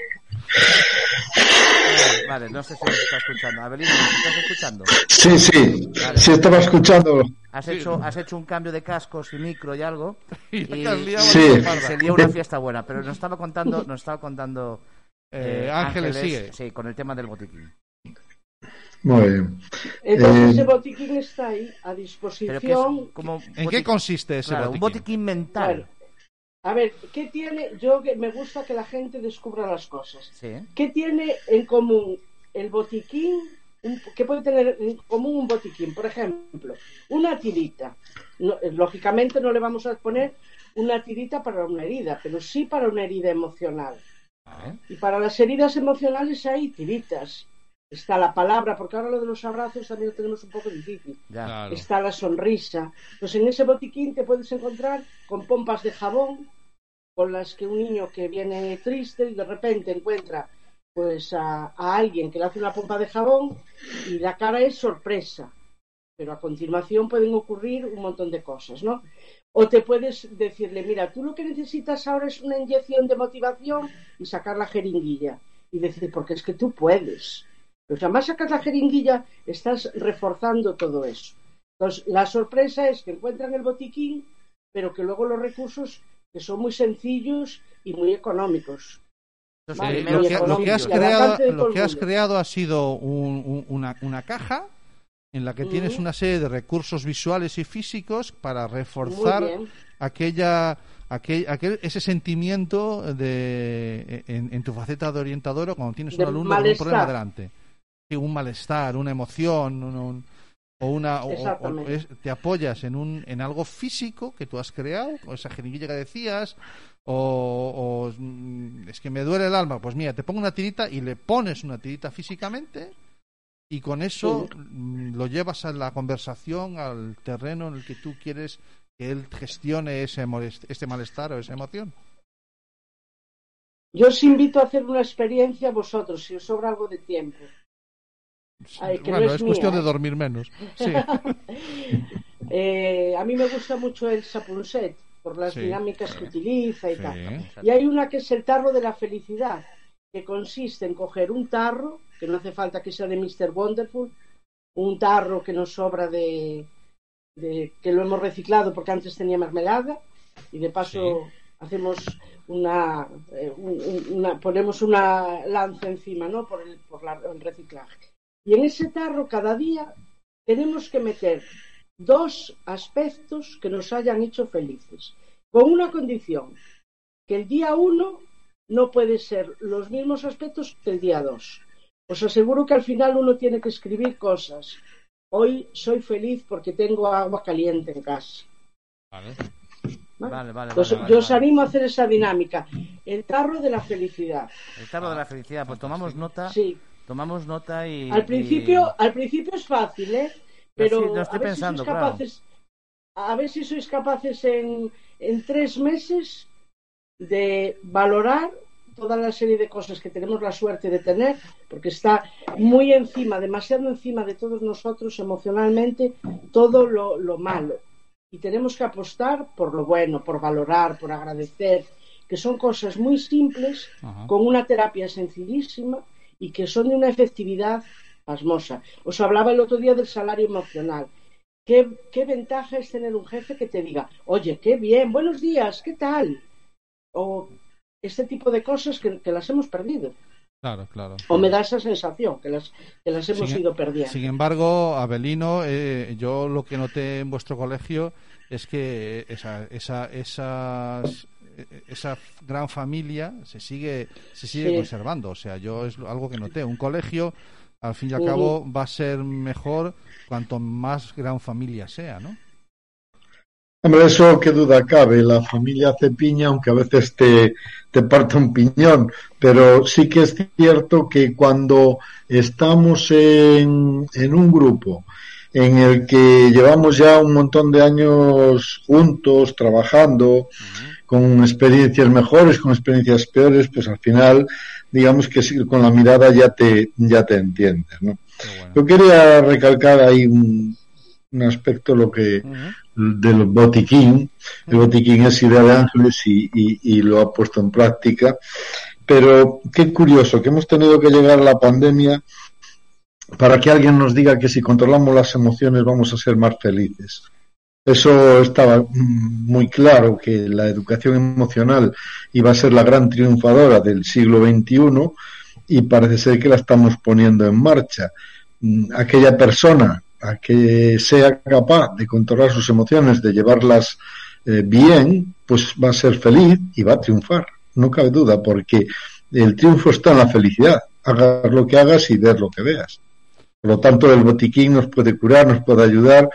Vale, no sé si nos está escuchando. Avelino, ¿nos estás escuchando? Sí, sí. Vale. Sí, estaba escuchando. Has hecho, has hecho un cambio de cascos y micro y algo. Y, y, y sí. se lió una fiesta buena. Pero nos estaba contando, nos estaba contando. Eh, eh, Ángeles, Ángeles sigue. Sí, con el tema del botiquín. Muy bien. Entonces eh, ese botiquín está ahí a disposición. Es, como ¿En botiquín? ¿Qué consiste ese claro, botiquín? Un botiquín mental. Bueno, a ver, ¿qué tiene? Yo que me gusta que la gente descubra las cosas. Sí. ¿Qué tiene en común el botiquín? Un, ¿Qué puede tener en común un botiquín? Por ejemplo, una tirita. No, lógicamente no le vamos a poner una tirita para una herida, pero sí para una herida emocional. ¿Eh? Y para las heridas emocionales hay tiritas. Está la palabra, porque ahora lo de los abrazos también lo tenemos un poco difícil. Ya, claro. Está la sonrisa. Pues en ese botiquín te puedes encontrar con pompas de jabón, con las que un niño que viene triste y de repente encuentra pues a, a alguien que le hace una pompa de jabón y la cara es sorpresa. Pero a continuación pueden ocurrir un montón de cosas, ¿no? O te puedes decirle, mira, tú lo que necesitas ahora es una inyección de motivación y sacar la jeringuilla. Y decir, porque es que tú puedes. Pero si además sacas la jeringuilla, estás reforzando todo eso. Entonces, la sorpresa es que encuentran el botiquín, pero que luego los recursos, que son muy sencillos y muy económicos. Vale, lo, que, lo, que has creado, lo que has creado ha sido un, un, una, una caja en la que uh-huh. tienes una serie de recursos visuales y físicos para reforzar aquella, aquel, aquel ese sentimiento de en, en tu faceta de orientador cuando tienes un alumno con un problema delante, un malestar, una emoción, un, un, o una o, o es, te apoyas en un en algo físico que tú has creado, o esa jeringuilla que decías, o, o es que me duele el alma, pues mira, te pongo una tirita y le pones una tirita físicamente. Y con eso sí. lo llevas a la conversación, al terreno en el que tú quieres que él gestione ese molest- este malestar o esa emoción. Yo os invito a hacer una experiencia vosotros, si os sobra algo de tiempo. Ay, que bueno, no es, es cuestión mía, de ¿eh? dormir menos. Sí. eh, a mí me gusta mucho el Sapunset por las Sí, dinámicas sí, que utiliza y sí. tal. Y hay una que es el tarro de la felicidad, que consiste en coger un tarro, que no hace falta que sea de mister Wonderful, un tarro que nos sobra de, de que lo hemos reciclado porque antes tenía mermelada, y de paso Sí. hacemos una, eh, un- una ponemos una lanza encima, ¿no? Por el, por la- el reciclaje. Y en ese tarro cada día tenemos que meter dos aspectos que nos hayan hecho felices, con una condición, que el día uno no puede ser los mismos aspectos que el día dos. Os aseguro que al final uno tiene que escribir cosas. Hoy soy feliz porque tengo agua caliente en casa. Vale. ¿Vale? Vale, vale, Pues vale, vale, yo os vale. animo a hacer esa dinámica. El tarro de la felicidad. El tarro de la felicidad, pues tomamos nota, Sí. tomamos nota y... Al principio, y- al principio es fácil, ¿eh? Pero Pero sí, lo estoy a ver pensando, si sois claro. capaces, a ver si sois capaces en, en tres meses de valorar toda la serie de cosas que tenemos la suerte de tener, porque está muy encima, demasiado encima de todos nosotros emocionalmente, todo lo, lo malo. Y tenemos que apostar por lo bueno, por valorar, por agradecer, que son cosas muy simples, Ajá. con una terapia sencillísima y que son de una efectividad pasmosa. Os hablaba el otro día del salario emocional. ¿Qué, qué ventaja es tener un jefe que te diga, oye, qué bien, buenos días, ¿qué tal? O este tipo de cosas que, que las hemos perdido. Claro, claro. O me da esa sensación que las, que las hemos Sin- ido perdiendo. Sin embargo, Abelino, eh, yo lo que noté en vuestro colegio es que esa, esa, esas, esa gran familia se sigue, se sigue Sí. conservando. O sea, yo es algo que noté. Un colegio, al fin y al Ujú. cabo, va a ser mejor cuanto más gran familia sea, ¿no? Hombre, eso qué duda cabe, la familia hace piña, aunque a veces te, te parte un piñón, pero sí que es cierto que cuando estamos en, en un grupo en el que llevamos ya un montón de años juntos, trabajando, con experiencias mejores, con experiencias peores, pues al final, digamos que sí, con la mirada ya te, ya te entiendes, ¿no? Qué bueno. Yo quería recalcar ahí un, un aspecto, lo que del botiquín. El botiquín es idea de Ángeles y, y, y lo ha puesto en práctica. Pero qué curioso que hemos tenido que llegar a la pandemia para que alguien nos diga que si controlamos las emociones vamos a ser más felices. Eso estaba muy claro, que la educación emocional iba a ser la gran triunfadora del siglo veintiuno y parece ser que la estamos poniendo en marcha. Aquella persona a que sea capaz de controlar sus emociones, de llevarlas eh, bien, pues va a ser feliz y va a triunfar, no cabe duda, porque el triunfo está en la felicidad. Hagas lo que hagas y veas lo que veas. Por lo tanto, el botiquín nos puede curar, nos puede ayudar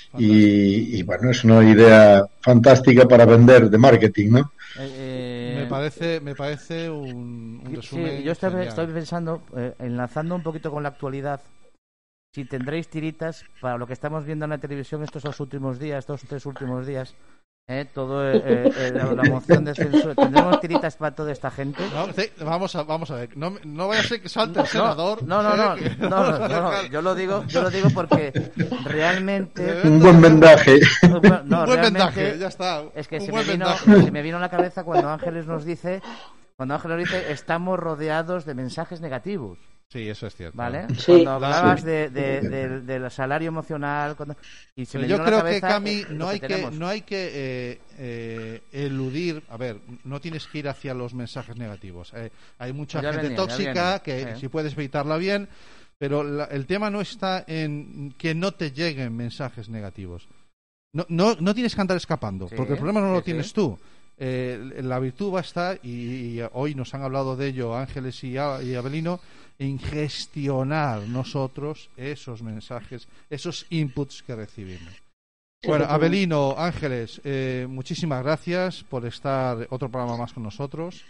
y, y bueno, es una idea fantástica para vender de marketing, ¿no? Eh, Me parece, me parece un, un Sí, resumen. yo estoy, genial. estoy pensando, eh, enlazando un poquito con la actualidad, si tendréis tiritas para lo que estamos viendo en la televisión estos dos últimos días, estos tres últimos días, eh, todo eh, eh, la, la moción de censura. ¿Tendremos tiritas para toda esta gente? No, sí, vamos a, vamos a ver. No, no vaya a ser que salte el senador. No, no, no, eh, que no, no, no, no, yo lo digo, yo lo digo porque realmente Un buen vendaje. No, un buen realmente vendaje, ya está. es que Un se me, buen vino, vendaje. se me vino a la cabeza cuando Ángeles nos dice, cuando Ángeles nos dice, estamos rodeados de mensajes negativos. Sí, eso es cierto. ¿Vale? Sí. Cuando hablabas Sí. de, de- del- del salario emocional. Cuando... Y se Pero me yo vino a la creo que, cabeza, Cami, eh, no lo hay que, tenemos. no hay que eh, eh, eludir. A ver, no tienes que ir hacia los mensajes negativos. Eh, hay mucha Ya gente venía, ya tóxica viene, que sí. si puedes evitarla bien, pero la- el tema no está en que no te lleguen mensajes negativos. No, no, no tienes que andar escapando, Sí, porque el problema no lo sí, tienes sí. tú. Eh, la virtud va a estar, y, y hoy nos han hablado de ello Ángeles y, A- y Abelino, en gestionar nosotros esos mensajes, esos inputs que recibimos. Bueno, Abelino, Ángeles, eh, muchísimas gracias por estar otro programa más con nosotros.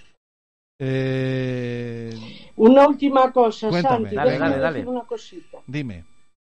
Eh, Una última cosa, Cuéntame. Santi, Dale, déjame dale, dale. decir una cosita. dime.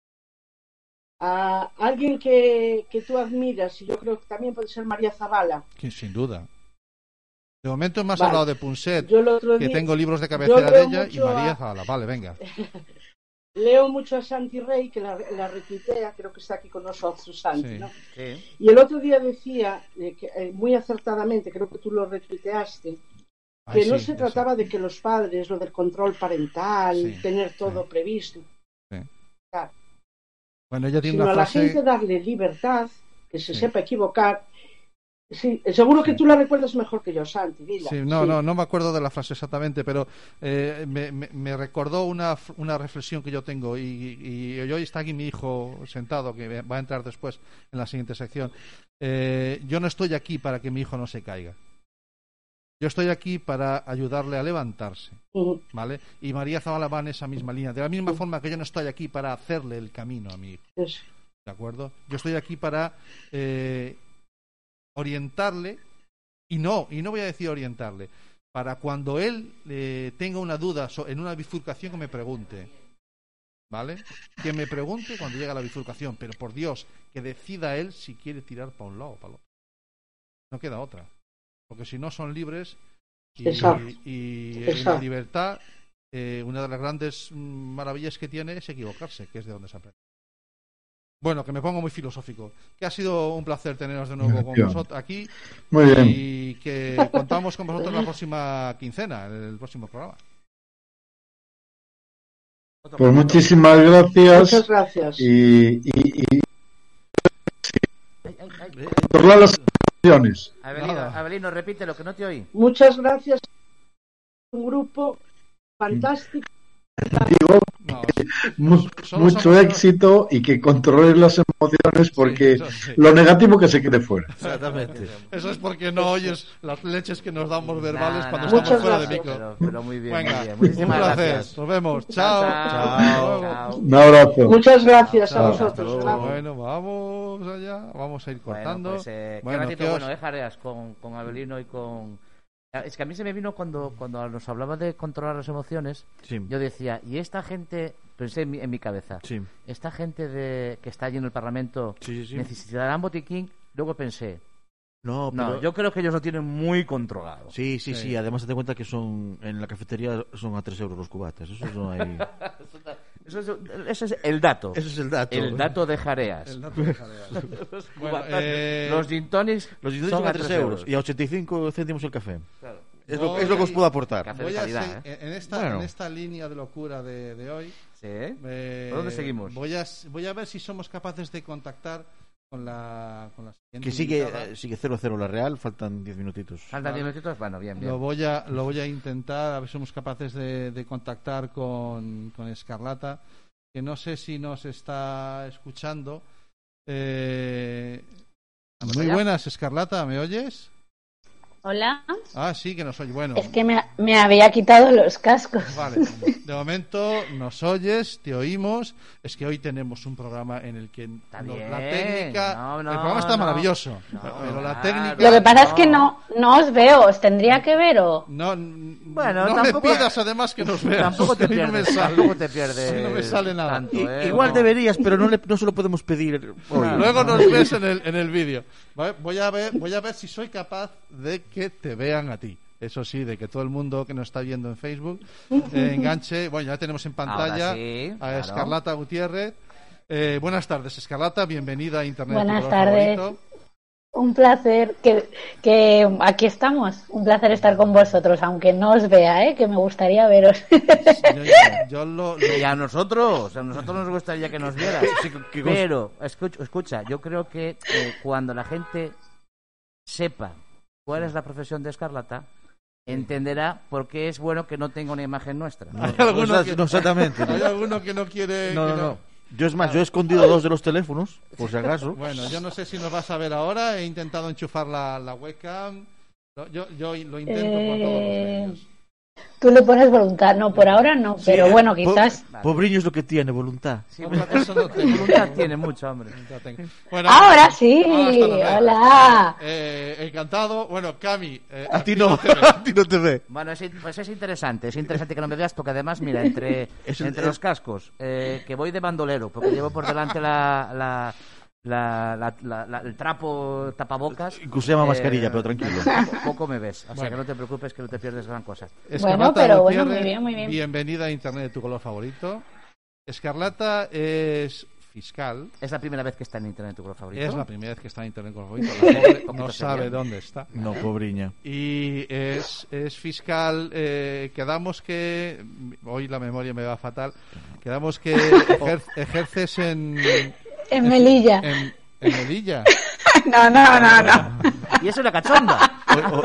A alguien que, que tú admiras, y yo creo que también puede ser María Zavala. Que sin duda. De momento me has Vale. hablado de Punset, Yo el otro que día- tengo libros de yo cabecera de veo ella, y mucho María a- Zavala. Vale, venga. leo mucho a Santi Rey, que la, la retuitea, creo que está aquí con nosotros, Santi, sí, ¿no? Sí. Y el otro día decía, eh, que, eh, muy acertadamente, creo que tú lo retuiteaste, que Ay, no sí, se ya trataba sé. de que los padres, lo del control parental, Sí, tener todo sí. previsto. Sí. Claro. Bueno, ella tiene Sino una a la frase... gente darle libertad, que se Sí. sepa equivocar. Sí, seguro que Sí. tú la recuerdas mejor que yo, Santi, dila. Sí, no, Sí. no, no me acuerdo de la frase exactamente, pero eh, me, me, me recordó una, una reflexión que yo tengo y, y, y hoy está aquí mi hijo sentado, que va a entrar después en la siguiente sección. Eh, yo no estoy aquí para que mi hijo no se caiga. Yo estoy aquí para ayudarle a levantarse, Ujú. ¿vale? Y María Zavala va en esa misma línea. De la misma forma que yo no estoy aquí para hacerle el camino a mi hijo, Eso. ¿de acuerdo? Yo estoy aquí para eh, orientarle, y no, y no voy a decir orientarle, para cuando él eh, tenga una duda so- en una bifurcación que me pregunte, ¿vale? Que me pregunte cuando llegue a la bifurcación, pero por Dios, que decida él si quiere tirar para un lado o para el otro. No queda otra, porque si no son libres y, Exacto. y, y en Exacto. la libertad eh, una de las grandes mm, maravillas que tiene es equivocarse, que es de donde se aprende. Bueno, que me pongo muy filosófico. Que ha sido un placer teneros de nuevo con Bien. vosotros aquí. Muy bien. Y que contamos con vosotros la próxima quincena, en el próximo programa. Pues muchísimas gracias. Muchas gracias. Y, y, y Ay, ay, ay. controlar las emociones. Abelino, Nada. Abelino, repite lo que no te oí. Muchas gracias. Un grupo fantástico. Digo, No, mu- solo mucho somos- éxito y que controles las emociones porque eso sí. lo negativo que se quede fuera. Exactamente. Eso es porque no oyes las leches que nos damos verbales Nah, cuando nah, estamos Muchas fuera de gracias. micro. Pero, pero muy bien, Venga, muy bien. un Muchísimas placer. gracias. Nos vemos. Chao. Chao, Hasta luego. chao. Un abrazo. Muchas gracias Chao. a Hasta vosotros. luego. Gracias. Bueno, vamos allá. Vamos a ir cortando. Bueno, pues, eh, qué Bueno, ratito ¿qué os- bueno, eh, Jareas, con, con Abelino y con... Es que a mí se me vino cuando, cuando nos hablaba de controlar las emociones, Sí. yo decía, y esta gente, pensé en mi, en mi cabeza, Sí. esta gente de que está allí en el Parlamento, Sí, sí, sí. ¿necesitarán botiquín? Luego pensé, No, no, pero... yo creo que ellos lo tienen muy controlado. Sí, sí, Sí. sí. Además, te cuenta que son en la cafetería son a tres euros los cubatas. Eso, no hay... Eso es, ese es el dato. Eso es el dato. El dato de Jareas. El dato de Jareas. Los Bueno, cubatas- eh, los gin tonics Los gin tonics son a tres euros y a ochenta y cinco céntimos el café. Claro. Es lo, Voy- es lo que os puedo aportar. Café. Voy de a calidad, se- en, esta, Bueno. en esta línea de locura de, de hoy. Sí, ¿eh? eh, ¿Por dónde seguimos? Voy a, voy a ver si somos capaces de contactar con la, con la siguiente Que sigue, invitada. eh, sigue cero cero la Real, faltan diez minutitos. ¿Faltan diez minutitos? Bueno, bien, bien. Lo voy a lo voy a intentar, a ver si somos capaces de, de contactar con, con Escarlata, que no sé si nos está escuchando. Eh, ¿Vamos muy allá? buenas, Escarlata, ¿me oyes? Hola, Ah, sí, que nos oye. Bueno, es que me, me había quitado los cascos. vale. De momento nos oyes, te oímos. Es que hoy tenemos un programa en el que Está no- bien. la técnica, No, no, el programa está no. maravilloso, No, pero la claro. técnica. Lo que pasa es No. que no, no os veo, os tendría que ver o... No, Bueno, no tampoco- me pidas además que nos veas. Tampoco te Hoy no me pierdes, sale. tampoco te pierdes. Hoy no me sale nada. tanto, I- ¿eh? igual No. deberías, pero no, le, no se lo podemos pedir hoy. Luego nos ves en el, en el vídeo. Vale, Voy a ver, voy a ver si soy capaz de que te vean a ti. Eso sí, de que todo el mundo que nos está viendo en Facebook eh, enganche. Bueno, ya tenemos en pantalla Ahora sí, a claro. Escarlata Gutiérrez. Eh, buenas tardes, Escarlata. Bienvenida a Internet. tu Buenas color tardes. favorito. Un placer, que, que aquí estamos, un placer estar con vosotros, aunque no os vea, ¿eh? Que me gustaría veros. Yo, yo- yo lo, lo- Y a nosotros, a nosotros nos gustaría que nos vieras. que- Pero, escucha, escucha, yo creo que eh, cuando la gente sepa cuál es la profesión de Escarlata, entenderá por qué es bueno que no tenga una imagen nuestra. hay alguno No, que, no, exactamente. hay alguno que no quiere. No, que no, no. Yo es más, yo he escondido dos de los teléfonos, por si acaso. Bueno, yo no sé si nos vas a ver ahora. He intentado enchufar la, la webcam. Lo- Yo, yo lo intento por todos los Eh, medios. Tú le pones voluntad, no, por ahora no, pero Sí, bueno, po- quizás... Pobriño es lo que tiene, voluntad. Sí, Otra cosa no tengo. voluntad tiene mucho, hombre. Ya tengo. Bueno, Ahora sí, ahora está, nos ve. hola. Eh, encantado. Bueno, Cami. eh, A ti no, a ti no te ve. Bueno, es, in- pues es interesante, es interesante que no me veas porque además, mira, entre, Es un- entre los cascos, eh, que voy de bandolero, porque llevo por delante la, la, la, la- la- la- el trapo tapabocas. Incluso se llama mascarilla, pero tranquilo. Poco, poco me ves, o sea Bueno. que no te preocupes que no te pierdes gran cosa. Escarlata Bueno, pero bueno, Gutiérrez, muy bien, muy bien. Bienvenida a Internet de tu color favorito. Escarlata es fiscal. Es la primera vez que está en Internet tu color favorito. Es la primera vez que está en Internet tu color favorito. La pobre no sabe dónde está. No, pobriña. Y es, es fiscal. Eh, quedamos que. Hoy la memoria me va fatal. Quedamos que ejer, ejerces en. En Melilla. En, en Melilla. No, no, no, no. Y eso es la cachonda.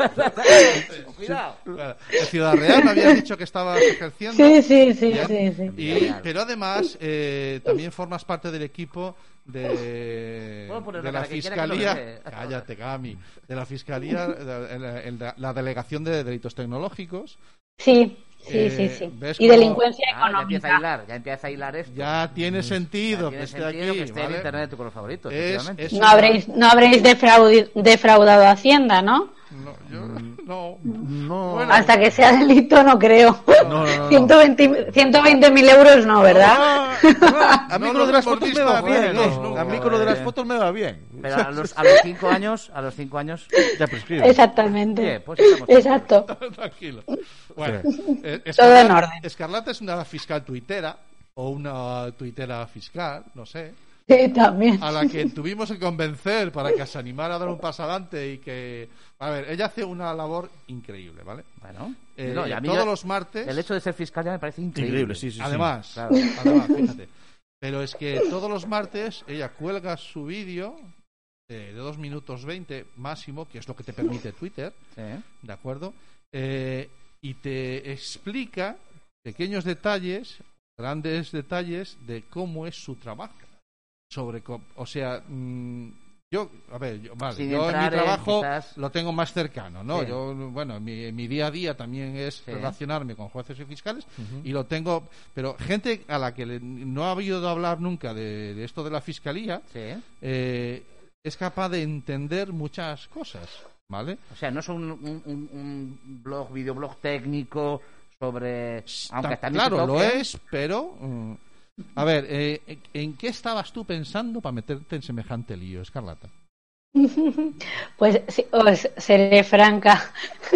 Cuidado. En Ciudad Real me habías dicho que estabas ejerciendo. Sí, sí, sí, sí, sí. Y, pero además eh, también formas parte del equipo de, de la Fiscalía. Cállate, Cami. De la Fiscalía, de la, de la, la Delegación de Delitos Tecnológicos. Sí. Sí, eh, sí, sí. ¿ves y cómo? delincuencia Ah, económica. ya empieza a hilar, ya empieza a hilar esto. Ya tiene sentido Ya que tiene esté sentido aquí. que esté ¿vale? en Internet tu color favorito, Es- efectivamente. es No una- habréis, no habréis defraudi- defraudado a Hacienda, ¿no? No, yo no. No. Bueno. Hasta que sea delito, no creo. No, no, no. ciento veinte mil euros no, ¿verdad? Ah, a mí No con lo de lo las hemos fotos me visto va bien. juntos, ¿eh? nunca. A mí con lo de las fotos me va bien. Pero a los, a los cinco años, a los cinco años, Ya prescribe. Exactamente. Oye, pues estamos- Exacto. Tranquilo. Bueno, eh, Todo en Escarlata- orden. Escarlata es una fiscal tuitera o una tuitera fiscal, no sé, Sí, también. a la que tuvimos que convencer para que se animara a dar un paso adelante y que... A ver, ella hace una labor increíble, ¿vale? Bueno, Eh, no, y a mí todos ya- los martes... el hecho de ser fiscal ya me parece increíble. Increíble, sí, sí. sí. Además, Claro. además, fíjate. Pero es que todos los martes ella cuelga su vídeo eh, de dos minutos veinte máximo, que es lo que te permite Twitter, Sí. ¿de acuerdo? Eh, y te explica pequeños detalles, grandes detalles de cómo es su trabajo. Sobre, co- o sea, mm, yo, a ver, yo, vale, Sin yo en mi entrar en, trabajo quizás- lo tengo más cercano, ¿no? Sí. Yo, bueno, mi, mi día a día también es Sí. relacionarme con jueces y fiscales y lo tengo, pero gente a la que le- no ha habido hablar nunca de, de esto de la fiscalía, Sí. eh, es capaz de entender muchas cosas, ¿vale? O sea, no es un, un, un- un blog, videoblog técnico sobre... Aunque Ta- también se claro, lo toque. es, pero... mm, a ver, eh, ¿en- ¿en qué estabas tú pensando para meterte en semejante lío, Escarlata? Pues sí, os seré franca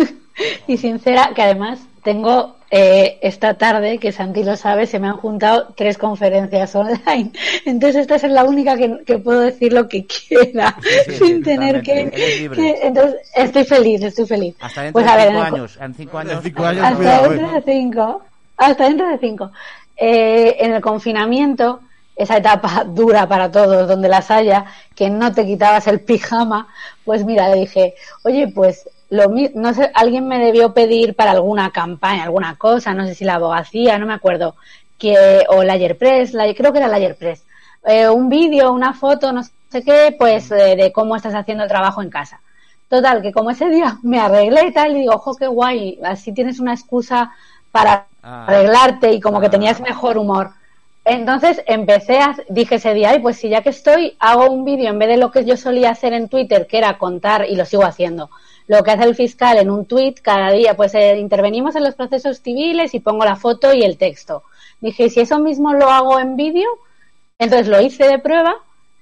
y sincera, que además tengo eh, esta tarde, que Santi lo sabe, se me han juntado tres conferencias online. Entonces esta es la única que, que puedo decir lo que quiera Sí, sí, sin sí, tener que, totalmente. Eres libre. que- Entonces estoy feliz, estoy feliz. Hasta dentro Pues de a ver, cinco en el co- años. En cinco años... cinco años, hasta cuidado, dentro eh. de cinco. Hasta dentro de cinco. Eh, en el confinamiento, esa etapa dura para todos, donde las haya, que no te quitabas el pijama, pues mira, le dije, oye, pues lo mi- no sé, alguien me debió pedir para alguna campaña, alguna cosa, no sé si la abogacía, no me acuerdo, que o la Airpress, la, creo que era la Airpress, eh, un vídeo, una foto, no sé qué, pues eh, de cómo estás haciendo el trabajo en casa. Total, que como ese día me arreglé y tal, y digo, ojo, qué guay, así tienes una excusa para Ah. arreglarte y como que Ah. tenías mejor humor. Entonces empecé a, dije ese día, ay, pues si ya que estoy, hago un vídeo en vez de lo que yo solía hacer en Twitter, que era contar, y lo sigo haciendo, lo que hace el fiscal en un tweet cada día, pues eh, intervenimos en los procesos civiles y pongo la foto y el texto. Dije, si eso mismo lo hago en vídeo, entonces lo hice de prueba,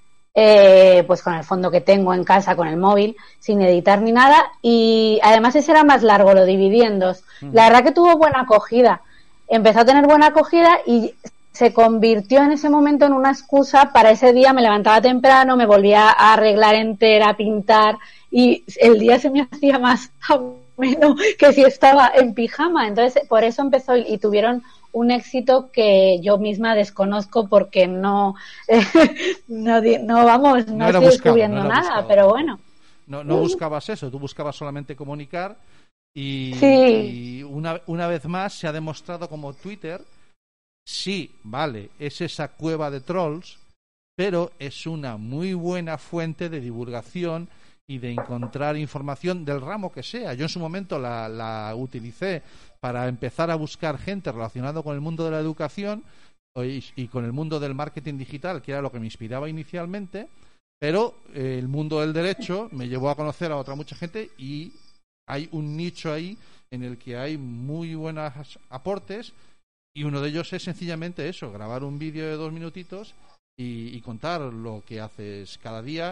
eh, pues con el fondo que tengo en casa, con el móvil, sin editar ni nada, y además ese era más largo, lo dividí en dos. La verdad que tuvo buena acogida, empezó a tener buena acogida y se convirtió en ese momento en una excusa para ese día. Me levantaba temprano, me volvía a arreglar entera, a pintar, y el día se me hacía más ameno que si estaba en pijama. Entonces, por eso empezó y, y tuvieron un éxito que yo misma desconozco porque no, eh, no, di- no, vamos, no, No era estoy buscado, descubriendo no era nada, buscado. pero bueno. No, no buscabas eso, tú buscabas solamente comunicar y, Sí. y una, una vez más se ha demostrado como Twitter, sí, vale, es esa cueva de trolls, pero es una muy buena fuente de divulgación y de encontrar información del ramo que sea. Yo en su momento la, la utilicé para empezar a buscar gente relacionada con el mundo de la educación y, y con el mundo del marketing digital, que era lo que me inspiraba inicialmente, pero eh, el mundo del derecho me llevó a conocer a otra mucha gente y hay un nicho ahí en el que hay muy buenos aportes y uno de ellos es sencillamente eso, grabar un vídeo de dos minutitos y, y contar lo que haces cada día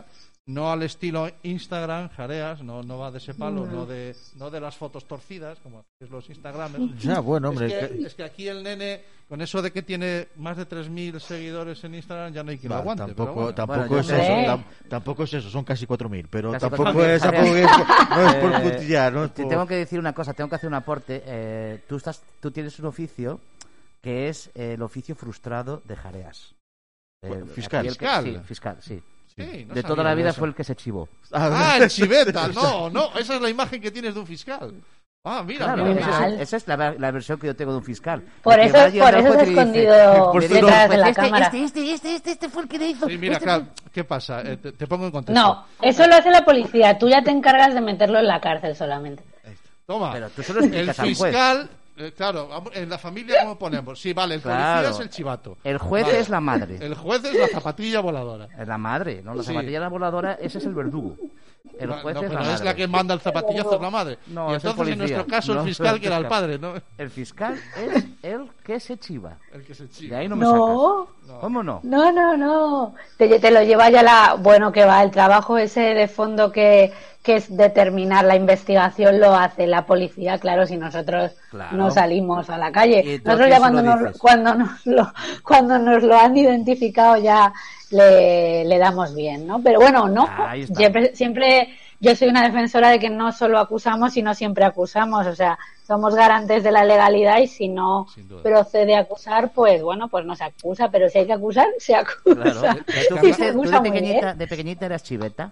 no al estilo Instagram, jareas, no, no va de ese palo, No. no de no de las fotos torcidas, como hacéis los Instagramers. Ya, bueno, hombre, Es que, que- es que aquí el nene, con eso de que tiene más de tres mil seguidores en Instagram, ya no hay quien lo Va, aguante. tampoco, pero bueno. tampoco Bueno, es yo- eso, Hombre. tam- tampoco es eso, son casi cuatro mil, pero Casi tampoco cuatro mil, es, tampoco es, no es por Eh, putillar, no es te por- tengo que decir una cosa, tengo que hacer un aporte. Eh, tú estás, tú tienes un oficio que es eh, el oficio frustrado de jareas. Eh, Bueno, fiscal. aquí el que- Fiscal. sí, fiscal, sí. Sí, no de sabía toda la yo vida eso. fue el que se chivó. Ah, el chiveta, no, no, esa es la imagen que tienes de un fiscal. Ah, mira, Claro, mira, esa, mira. mal. es, esa es la, la versión que yo tengo de un fiscal. Por El que eso- va yendo por al eso juez se y ha dice, escondido "Por detrás favor, de la este, cámara". Este, este, este, este, este fue el que le hizo. Sí, mira, este claro, fue- ¿qué pasa? Eh, te, te pongo en contexto. No, eso lo hace la policía. Tú ya te encargas de meterlo en la cárcel solamente. Toma, Pero tú solo el explicas al juez. fiscal, eh, claro, vamos, en la familia, ¿cómo ponemos? Sí, vale, el Claro. policía es el chivato. El juez Vale. es la madre. El juez es la zapatilla voladora. Es la madre, ¿no? La Sí. zapatilla la voladora, ese es el verdugo. El No, juez no, es pero la es madre. la que manda el zapatillazo, es la madre. No, y es el entonces, en policía. nuestro caso, No, el fiscal, que era el fiscal. padre, ¿no? El fiscal es el que se chiva. El que se De chiva. ahí no me No. sacas. ¿Cómo no? No, no, no. Te, te lo lleva ya la... Bueno, que va, el trabajo ese de fondo que, que es determinar la investigación lo hace la policía, claro, si nosotros Claro. no salimos a la Y calle. entonces Nosotros ya cuando lo nos, dices. cuando, nos lo, cuando nos lo han identificado ya le, le damos bien, ¿no? Pero bueno, no. Ahí está. Siempre, siempre yo soy una defensora de que no solo acusamos, sino siempre acusamos. O sea, somos garantes de la legalidad y si no Sin duda. procede a acusar, pues bueno, pues no se acusa. Pero si hay que acusar, se acusa. Claro. ¿Tú, Sí, fuiste- se tú acusa de, muy pequeñita, bien. de pequeñita eras chiveta?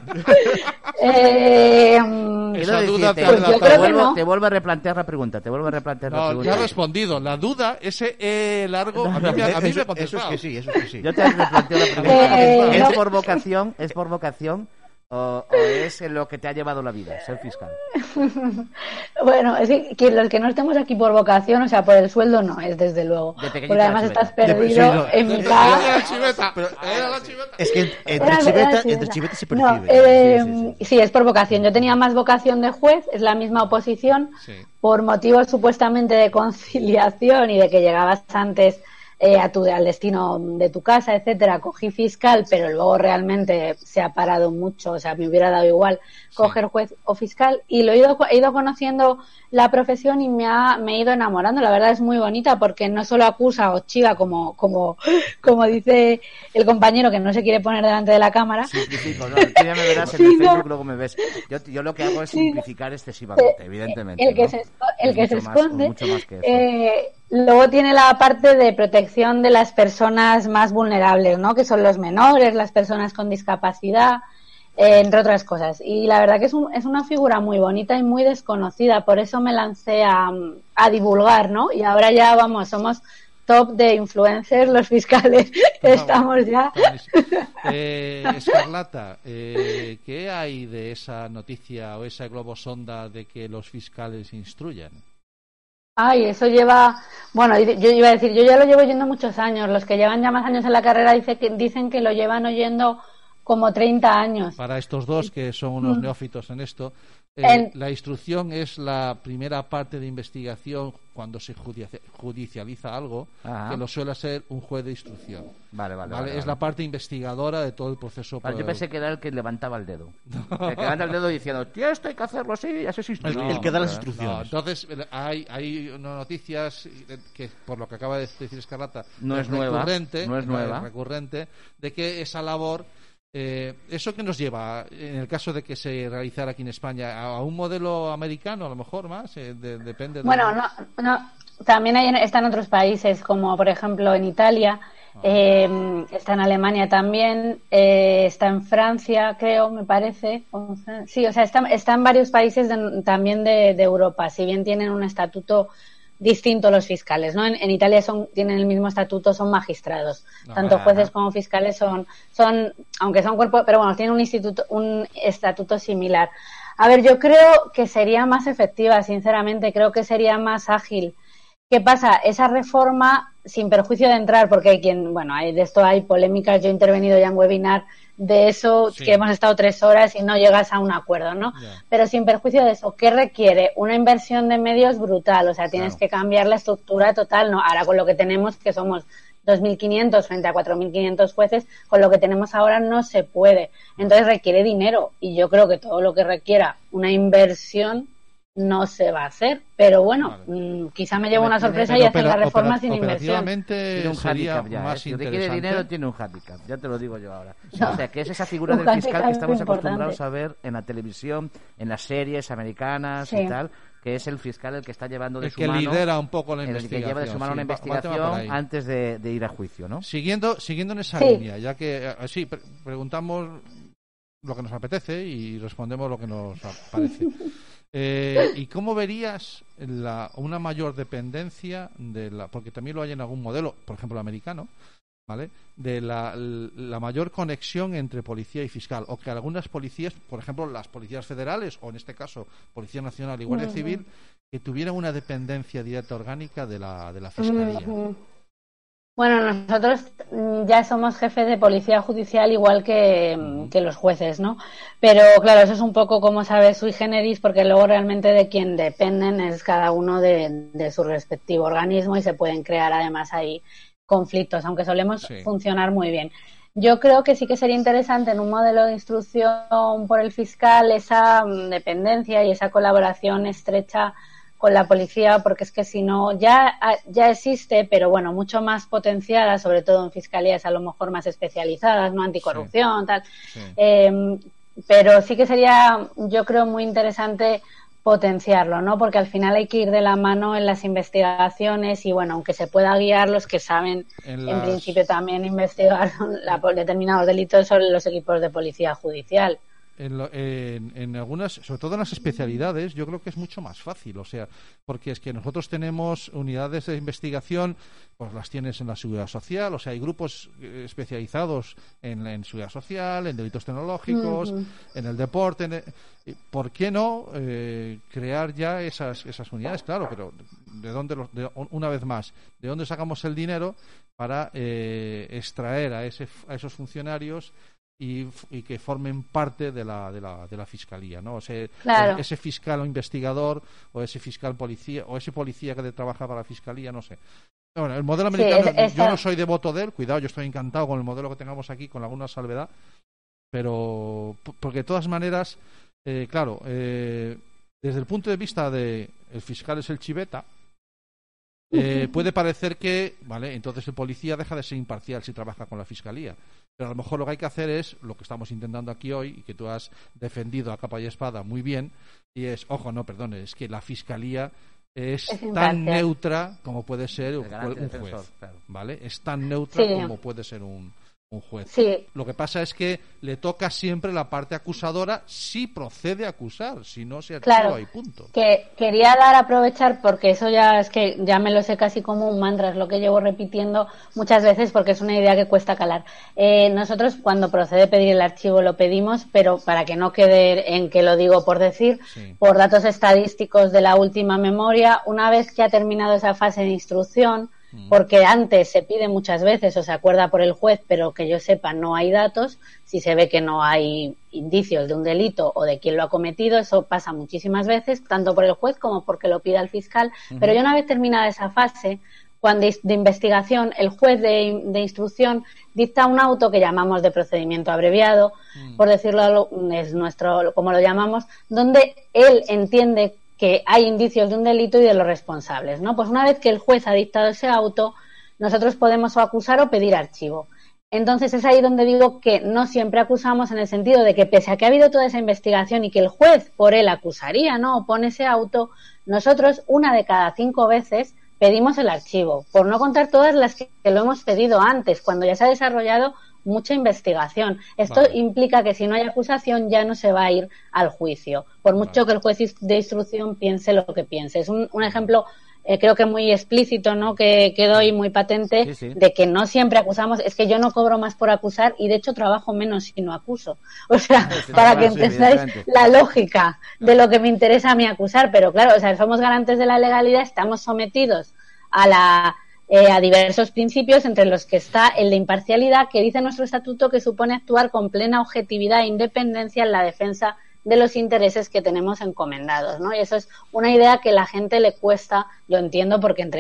Eh, mm, Esa Quiero duda decirte, te ha Pues yo delatado. creo que vuelvo, no. te vuelvo a replantear la pregunta. Te vuelvo a replantear la No, pregunta. ya he respondido. La duda, ese E largo, a mí me, a mí Eso- me ha eso es contestado. que sí, eso es que sí. Yo te replanteo la pregunta. Eh, ¿Es no. por vocación? ¿Es por vocación? O, o es en lo que te ha llevado la vida, ser fiscal? Bueno, es que, que los que no estemos aquí por vocación, o sea, por el sueldo no es, desde luego. De pequeñita Porque además la estás chiveta. De- perdido sí, no. en Era mitad. la chiveta. Era la chiveta. Es que entre Era- chiveta, era entre chiveta se No, percibe. eh, Sí, sí, sí. sí, es por vocación. Yo tenía más vocación de juez, es la misma oposición, Sí. por motivos supuestamente de conciliación y de que llegabas antes eh, a tu, al destino de tu casa, etcétera. Cogí fiscal, pero luego realmente se ha parado mucho, o sea, me hubiera dado igual coger juez o fiscal y lo he ido, he ido conociendo la profesión y me, ha, me he ido enamorando. La verdad es muy bonita porque no solo acusa o chiva como, como, como dice el compañero que no se quiere poner delante de la cámara. Simplifico, no, tú ya me verás en Sí, el no. Facebook, luego me ves. Yo, yo lo que hago es Sí, simplificar excesivamente, evidentemente. El que ¿no? se, esco- el Es que se mucho más- esconde. mucho más que eso. eh, luego tiene la parte de protección de las personas más vulnerables, ¿no? Que son los menores, las personas con discapacidad, eh, entre otras cosas. Y la verdad que es, un- es una figura muy bonita y muy desconocida. Por eso me lancé a, a divulgar, ¿no? Y ahora ya, vamos, somos top de influencers los fiscales. Estamos ya. Eh, Escarlata, eh, ¿qué hay de esa noticia o esa globosonda de que los fiscales instruyan? Ay, eso lleva, bueno, yo iba a decir, yo ya lo llevo oyendo muchos años. Los que llevan ya más años en la carrera dice que, dicen que lo llevan oyendo como treinta años. Para estos dos que son unos neófitos en esto, eh, En- la instrucción es la primera parte de investigación cuando se judici- judicializa algo, Ajá. que lo suele ser un juez de instrucción. Vale, vale, ¿Vale? vale, Es vale. la parte investigadora de todo el proceso. Vale, yo por- pensé que era el que levantaba el dedo. El que levanta el dedo diciendo, tío, esto hay que hacerlo así, y así es El, No, el que da las no, instrucciones. entonces eh, hay, hay unas noticias que, por lo que acaba de decir Escarlata, No es nueva, recurrente, no es nueva. recurrente, de que esa labor, eh, eso que nos lleva, en el caso de que se realizara aquí en España, a, a un modelo americano, a lo mejor más, eh, de- depende. de- Bueno, no, no, también hay, en- está en otros países, como por ejemplo en Italia, eh, está en Alemania también, eh, está en Francia, creo, me parece. o sea, Sí, o sea, está, está en varios países de- también de, de Europa, si bien tienen un estatuto distinto los fiscales, ¿no? En, en Italia son, tienen el mismo estatuto, son magistrados. Ah, Tanto ajá. jueces como fiscales son, son, aunque son cuerpos, pero bueno, tienen un instituto, un estatuto similar. A ver, yo creo que sería más efectiva, sinceramente, creo que sería más ágil. ¿Qué pasa? Esa reforma, sin perjuicio de entrar, porque hay quien, bueno, hay, de esto hay polémicas, yo he intervenido ya en webinar de eso, Sí. que hemos estado tres horas y no llegas a un acuerdo, ¿no? Ya. Pero sin perjuicio de eso, ¿qué requiere? Una inversión de medios brutal, o sea, tienes Claro. que cambiar la estructura total, ¿no? Ahora con lo que tenemos, que somos dos mil quinientos frente a cuatro mil quinientos jueces, con lo que tenemos ahora no se puede. Entonces requiere dinero y yo creo que todo lo que requiera una inversión no se va a hacer, pero bueno, vale. mmm, quizá me llevo una sorpresa pero, y hacer la reforma sin inversión. Tiene un sería handicap ya, más ¿eh? Si interesante. requiere dinero tiene un handicap, ya te lo digo yo ahora. No. O sea, que es esa figura del fiscal que estamos acostumbrados importante. a ver en la televisión, en las series americanas sí. y tal, que es el fiscal el que está llevando de el su que mano, lidera un poco la el investigación, que lleva de su mano sí, una investigación antes de, de ir a juicio, ¿no? Siguiendo, siguiendo en esa sí. línea, ya que eh, sí pre preguntamos lo que nos apetece y respondemos lo que nos parece. Eh, ¿Y cómo verías la, una mayor dependencia de la, porque también lo hay en algún modelo, por ejemplo el americano, ¿vale? De la, la mayor conexión entre policía y fiscal, o que algunas policías, por ejemplo las policías federales o en este caso Policía Nacional y Guardia uh-huh. Civil, que tuvieran una dependencia directa orgánica de la de la fiscalía? Uh-huh. Bueno, nosotros ya somos jefes de policía judicial igual que, uh-huh. que los jueces, ¿no? Pero claro, eso es un poco, como sabes, sui generis, porque luego realmente de quien dependen es cada uno de, de su respectivo organismo y se pueden crear además ahí conflictos, aunque solemos sí. funcionar muy bien. Yo creo que sí que sería interesante en un modelo de instrucción por el fiscal esa dependencia y esa colaboración estrecha con la policía, porque es que si no, ya, ya existe, pero bueno, mucho más potenciada, sobre todo en fiscalías a lo mejor más especializadas, no anticorrupción, sí. tal. Sí. Eh, pero sí que sería, yo creo, muy interesante potenciarlo, ¿no? Porque al final hay que ir de la mano en las investigaciones y, bueno, aunque se pueda guiar, los que saben, en, las... en principio también investigar la, determinados delitos son los equipos de policía judicial. En, lo, en, en algunas, sobre todo en las especialidades, yo creo que es mucho más fácil, o sea, porque es que nosotros tenemos unidades de investigación, pues las tienes en la seguridad social, o sea, hay grupos especializados en, en seguridad social, en delitos tecnológicos, uh-huh. en el deporte. En el, ¿por qué no eh, crear ya esas esas unidades? Claro, pero de dónde los, de, una vez más, ¿de dónde sacamos el dinero para eh, extraer a ese a esos funcionarios? Y, y que formen parte de la de la, de la fiscalía, ¿no? O sea, claro. ese fiscal o investigador o ese fiscal policía o ese policía que trabaja para la fiscalía, no sé. Bueno, el modelo americano, sí, es, yo no soy devoto de él, cuidado, yo estoy encantado con el modelo que tengamos aquí, con alguna salvedad, pero porque de todas maneras, eh, claro, eh, desde el punto de vista de el fiscal es el chiveta, eh, puede parecer que, vale, entonces el policía deja de ser imparcial si trabaja con la fiscalía. Pero a lo mejor lo que hay que hacer es lo que estamos intentando aquí hoy y que tú has defendido a capa y espada muy bien, y es, ojo, no, perdone, es que la fiscalía es, es tan neutra como puede ser un, un juez, defensor, claro. ¿Vale? Es tan neutra sí. como puede ser un, un juez. Sí. Lo que pasa es que le toca siempre la parte acusadora si procede a acusar, si no se archiva claro, y punto. Que quería dar a aprovechar, porque eso ya es que ya me lo sé casi como un mantra, es lo que llevo repitiendo muchas veces porque es una idea que cuesta calar. Eh, nosotros cuando procede pedir el archivo lo pedimos, pero para que no quede en que lo digo por decir, sí. por datos estadísticos de la última memoria, una vez que ha terminado esa fase de instrucción, porque antes se pide muchas veces o se acuerda por el juez, pero que yo sepa no hay datos, si se ve que no hay indicios de un delito o de quién lo ha cometido, eso pasa muchísimas veces, tanto por el juez como porque lo pida el fiscal, uh-huh. pero ya una vez terminada esa fase, cuando de investigación, el juez de, de instrucción dicta un auto que llamamos de procedimiento abreviado, uh-huh. por decirlo, es nuestro, como lo llamamos, donde él entiende que hay indicios de un delito y de los responsables, ¿no? Pues una vez que el juez ha dictado ese auto, nosotros podemos o acusar o pedir archivo. Entonces es ahí donde digo que no siempre acusamos, en el sentido de que pese a que ha habido toda esa investigación y que el juez por él acusaría, ¿no? O pone ese auto, nosotros una de cada cinco veces pedimos el archivo, por no contar todas las que lo hemos pedido antes, cuando ya se ha desarrollado mucha investigación. Esto vale. implica que si no hay acusación ya no se va a ir al juicio, por mucho vale. que el juez de instrucción piense lo que piense. Es un, un ejemplo eh, creo que muy explícito, ¿no? Que, que doy muy patente sí, sí. de que no siempre acusamos. Es que yo no cobro más por acusar y de hecho trabajo menos si no acuso. O sea, sí, para sí, que sí, entendáis la lógica de lo que me interesa a mí acusar. Pero claro, o sea, somos garantes de la legalidad, estamos sometidos a la Eh, a diversos principios, entre los que está el de imparcialidad, que dice nuestro estatuto que supone actuar con plena objetividad e independencia en la defensa de los intereses que tenemos encomendados, ¿no? Y eso es una idea que a la gente le cuesta, yo entiendo, porque entre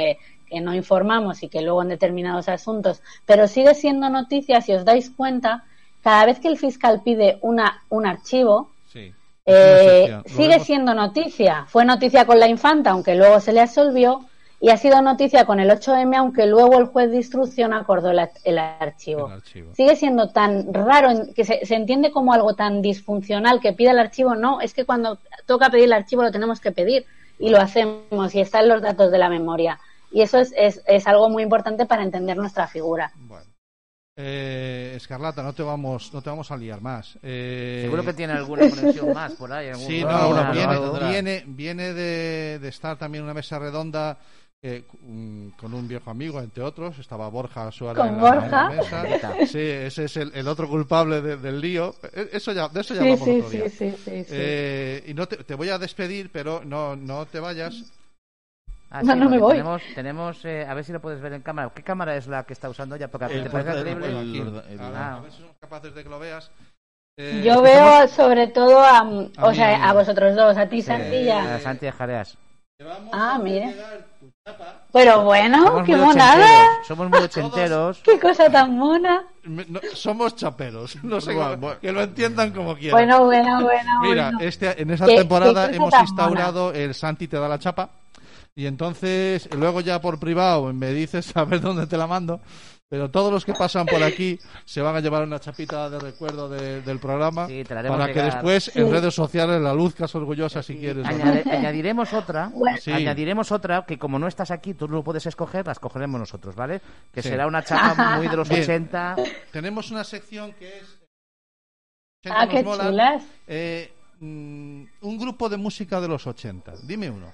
que no informamos y que luego en determinados asuntos, pero sigue siendo noticia, si os dais cuenta, cada vez que el fiscal pide una un archivo, sí. eh, sigue siendo noticia. Fue noticia con la infanta, aunque luego se le absolvió, y ha sido noticia con el ocho eme, aunque luego el juez de instrucción acordó el, el, archivo. el archivo. Sigue siendo tan raro, que se, se entiende como algo tan disfuncional que pida el archivo. No, es que cuando toca pedir el archivo lo tenemos que pedir, y lo hacemos, y están los datos de la memoria. Y eso es, es, es algo muy importante para entender nuestra figura. Bueno. Eh, Escarlata, no te vamos no te vamos a liar más. Eh... Seguro que tiene alguna conexión más por ahí. Algún... Sí, no, no, viene, viene, viene de, de estar también una mesa redonda eh, con un viejo amigo, entre otros. Estaba Borja Suárez ¿Con en la, Borja? en la mesa. Sí, ese es el, el otro culpable de, del lío. Eso ya, de eso ya hablamos sí, otro sí, día. Sí, sí, sí, eh, y no te, te voy a despedir, pero no, no te vayas. Ah, no, sí, no me voy. Tenemos, tenemos eh, a ver si lo puedes ver en cámara. ¿Qué cámara es la que está usando ya? Porque El te parece el, increíble. el, el, el, ah. A ver si somos capaces de que lo veas. Eh, Yo veo estamos... sobre todo a, a o sea, mí, a vosotros dos, a ti, Sí, Santilla. a Santi de Jareas. Ah, mire. Pero bueno, Somos qué muy monada. ochenteros, Somos muy ochenteros. Qué cosa tan mona. No, somos chaperos, no sé cómo, bueno, que lo entiendan como quieran. Bueno, bueno, bueno. Mira, bueno. este, en esta ¿Qué, temporada qué hemos tan instaurado mona? el Santi te da la chapa. Y entonces, luego ya por privado me dices a ver dónde te la mando. Pero todos los que pasan por aquí se van a llevar una chapita de recuerdo de, del programa. Sí, te la para llegar. que después sí. en redes sociales la luzcas orgullosa si quieres. Añade, añadiremos otra, bueno. sí. añadiremos otra que como no estás aquí, tú no lo puedes escoger, la escogeremos nosotros, ¿vale? Que sí. será una chapa muy de los Bien. ochenta. Tenemos una sección que es... Ah, qué mola. chulas. Eh, mm, un grupo de música de los ochenta. Dime uno.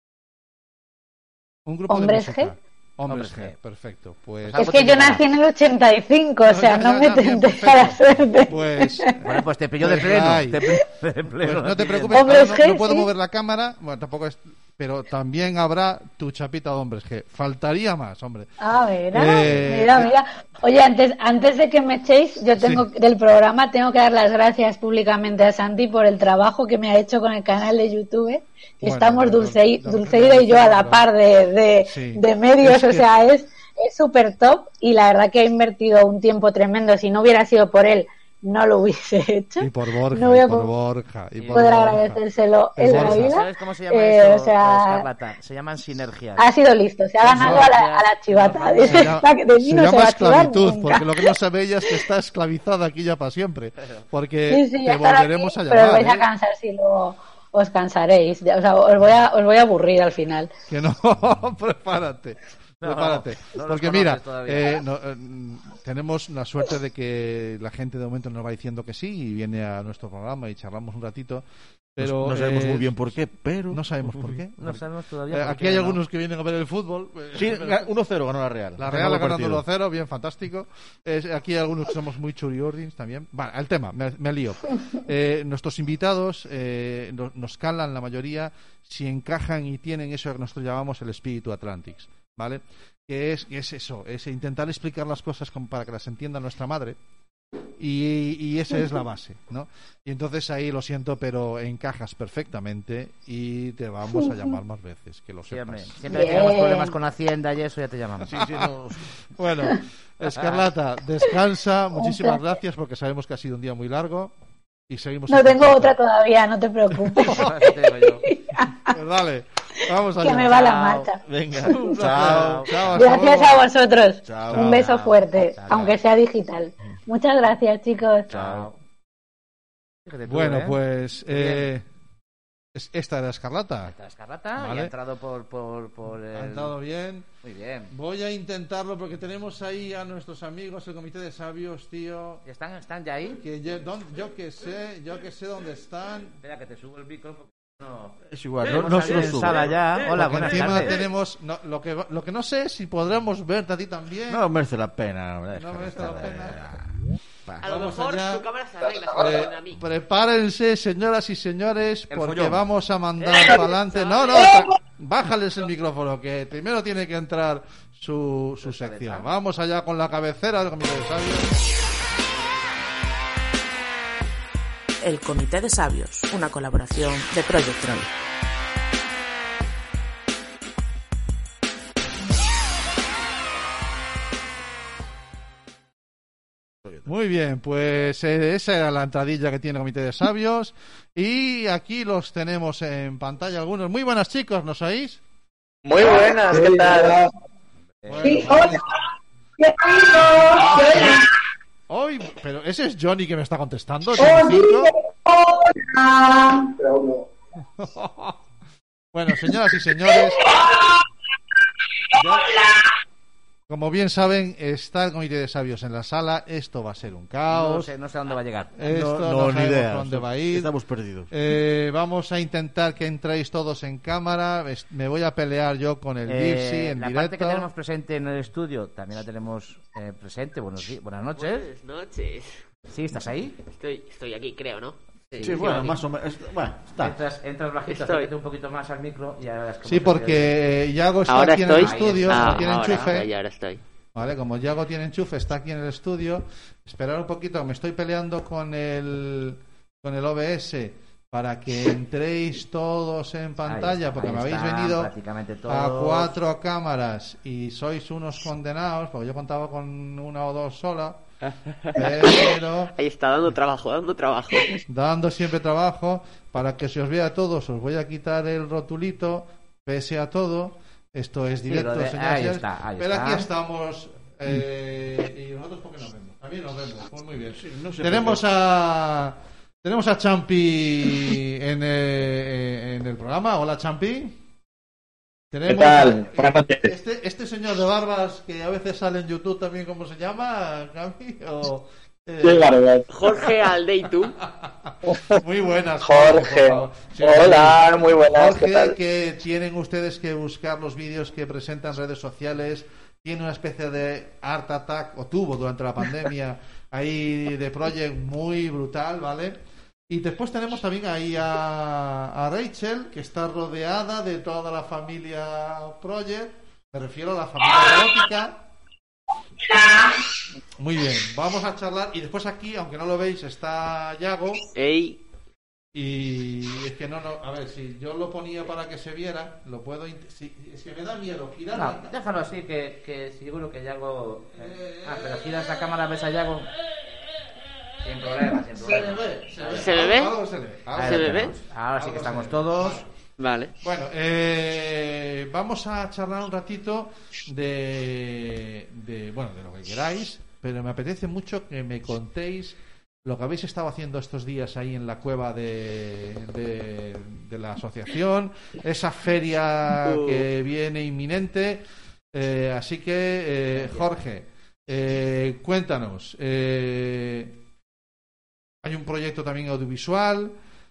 Un grupo ¿Hombres de música. G? Hombres, Hombres G. Perfecto. Pues... Es que yo nací en el ochenta y cinco, o sea, no, ya, me ya, bien, tentéis a la suerte. Pues... Bueno, pues te pilló Pues de pleno. ay. Te pilló de pleno. Pues no te preocupes, Hombres ahora no, G, no puedo sí. mover la cámara, bueno, tampoco es, pero también habrá tu chapita de Hombres G. Faltaría más, hombre. Ah, mira, Eh, mira, mira. Oye, antes, antes de que me echéis, yo tengo Sí. del programa, tengo que dar las gracias públicamente a Santi por el trabajo que me ha hecho con el canal de YouTube. Bueno, Estamos lo- Dulce, lo- Dulceida y yo a la lo- par de, de, Sí. de medios, Es que- o sea, es es súper top y la verdad que ha invertido un tiempo tremendo. Si no hubiera sido por él, no lo hubiese hecho. Y por Borja, No voy a y por po- Borja, y por Poder Borja. agradecérselo Y en la Borja. vida. ¿Sabes cómo se llama Eh, esto, o sea, Escarlata? Se llaman sinergias. ha sido listo, se ha ganado a la, a la chivata. Se llama, De mí se no llama va a chivar esclavitud, nunca. porque lo que no sabe ella es que está esclavizada aquí ya para siempre. Porque Sí, sí, ya te estará volveremos aquí, a pero os llamar. vais a ¿eh? cansar si luego os cansaréis. O sea, os voy a, os voy a aburrir al final. Que no, prepárate. No, prepárate. no los Porque conoces mira, todavía. eh, no, eh, tenemos la suerte de que la gente de momento nos va diciendo que sí y viene a nuestro programa y charlamos un ratito. Pero no, no sabemos eh, muy bien por qué, pero... No sabemos por qué. No sabemos todavía. Eh, por aquí qué, hay ¿no? algunos que vienen a ver el fútbol. eh, Sí, pero- uno cero ganó la Real. La Ha Real ganado ha el ganado partido. uno cero, bien, fantástico. Es, aquí hay algunos que somos muy churiordins también. Vale, el tema, me, me lío. Eh, nuestros invitados eh, no- nos calan la mayoría si encajan y tienen eso que nosotros llamamos el espíritu Atlantics, ¿vale? Que es, que es eso, es intentar explicar las cosas como para que las entienda nuestra madre. Y, y esa es la base, ¿no? Y entonces ahí lo siento, pero encajas perfectamente y te vamos a llamar más veces, que lo Sí, hombre, sepas. siempre que tengamos problemas con Hacienda y eso ya te llamamos. Sí, sí, no. Bueno, Escarlata, descansa. Muchísimas gracias porque sabemos que ha sido un día muy largo y seguimos. No en tengo contacto. otra todavía, no te preocupes. Eso te digo yo. Pues dale, vamos allá. Que me va la Chao. marcha. Venga, Un placer. chao. Chao, hasta Gracias luego. a vosotros. Chao. Un beso Chao. fuerte, Chao. aunque sea digital. Muchas gracias, chicos. Chao. Fíjate tú, Bueno, ¿eh? pues eh, es- esta era Escarlata. Está Escarlata y Vale. ha entrado por, por, por el... Ha entrado bien. Muy bien. Voy a intentarlo porque tenemos ahí a nuestros amigos, el comité de sabios, tío. ¿Están, están ya ahí? Que yo, don- yo que sé, yo que sé dónde están. Espera que te subo el micro porque no... Es igual, no, Tenemos no a se lo alguien en subo. sala ya. Hola, Porque buenas encima tardes. tenemos no, lo que lo que no sé es si podremos verte a ti también. No merece la pena. hombre, No déjalo merece la estar, pena. eh, A lo Vamos mejor allá. tu cámara se arregla, se Pre- pone a mí. prepárense, señoras y señores, El porque follón. vamos a mandar para adelante. No, no, tra- bájales el micrófono, que primero tiene que entrar su, su sección. Vamos allá con la cabecera del comité de sabios. El Comité de Sabios, una colaboración de Project Troll. Muy bien, pues eh, esa era la entradilla que tiene el Comité de Sabios. Y aquí los tenemos en pantalla algunos. Muy buenas, chicos, ¿nos oís? Muy buenas, ¿qué tal? Bueno, Sí, vale. hola. Hoy, pero ese es Johnny que me está contestando. ¿Es Hola. un circo? Hola. Bueno, señoras y señores, ya, como bien saben, está el Comité de Sabios en la sala. Esto va a ser un caos. No sé, no sé a dónde va a llegar. Esto No, no, no, ni sabemos idea. por dónde va a ir. Estamos perdidos. Eh, vamos a intentar que entréis todos en cámara. Es- Me voy a pelear yo con el Eh, Dirsi en la parte que directo. tenemos presente en el estudio también la tenemos eh, presente. Buenos días, buenas noches. Buenas noches. ¿Sí? ¿Estás ahí? Estoy, estoy aquí, creo, ¿no? Sí, estoy bueno, aquí. más o menos. Bueno, está. Entras, entras bajito, Estoy. acércate un poquito más al micro y ya verás cómo Sí, se porque eh, Yago está Ahora aquí estoy. en el estudio, Ah, no tiene ahora, enchufe. ahora, ahora estoy. Vale, como Yago tiene enchufe, está aquí en el estudio. Esperar un poquito, me estoy peleando con el con el O B S para que entréis todos en pantalla, Ahí porque ahí me habéis están venido prácticamente todos. a cuatro cámaras y sois unos condenados, porque yo contaba con una o dos sola, pero Ahí está, dando trabajo, dando trabajo. dando siempre trabajo. Para que se os vea a todos, os voy a quitar el rotulito, pese a todo. Esto es Sí, directo, lo de- señoras ahí y señores. está, ahí Pero está. aquí estamos. eh, y nosotros, ¿por qué nos vemos? También nos vemos. Pues muy bien. no sé tenemos por qué. a. Tenemos a Champi en, eh, en el programa. Hola, Champi. Tenemos ¿Qué tal? Buenas noches. Este, este señor de barbas que a veces sale en YouTube también, ¿cómo se llama? Champi. O, eh, Sí, Barbas. Jorge Aldeitu. Muy buenas. Jorge. por favor. Sí, Hola, muy buenas, Jorge, ¿qué tal? que tienen ustedes que buscar los vídeos que presentan en redes sociales. Tiene una especie de art attack, o tuvo durante la pandemia, ahí de Project muy brutal, ¿vale? Y después tenemos también ahí a, a Rachel, que está rodeada de toda la familia Project. Me refiero a la familia robótica. Muy bien, vamos a charlar. Y después aquí, aunque no lo veis, está Yago. Ey, Y es que no, no, a ver, si yo lo ponía para que se viera, lo puedo. int- Si, es que me da miedo girar. No, déjalo así, que, que seguro que Yago. eh, Ah, pero giras la cámara, ves a Yago. Sin problema, sin Se le problema. ve, se le ¿Se le ve? Algo se le ve. algo Ahí ¿Se lo le ve? tenemos. Ahora sí Algo que estamos se ve. todos. vale. Bueno, eh, vamos a charlar un ratito de, de, bueno, de lo que queráis, pero me apetece mucho que me contéis lo que habéis estado haciendo estos días ahí en la cueva de, de, de la asociación, esa feria Uh. que viene inminente. Eh, así que, eh, Jorge, eh, cuéntanos. eh, hay un proyecto también audiovisual.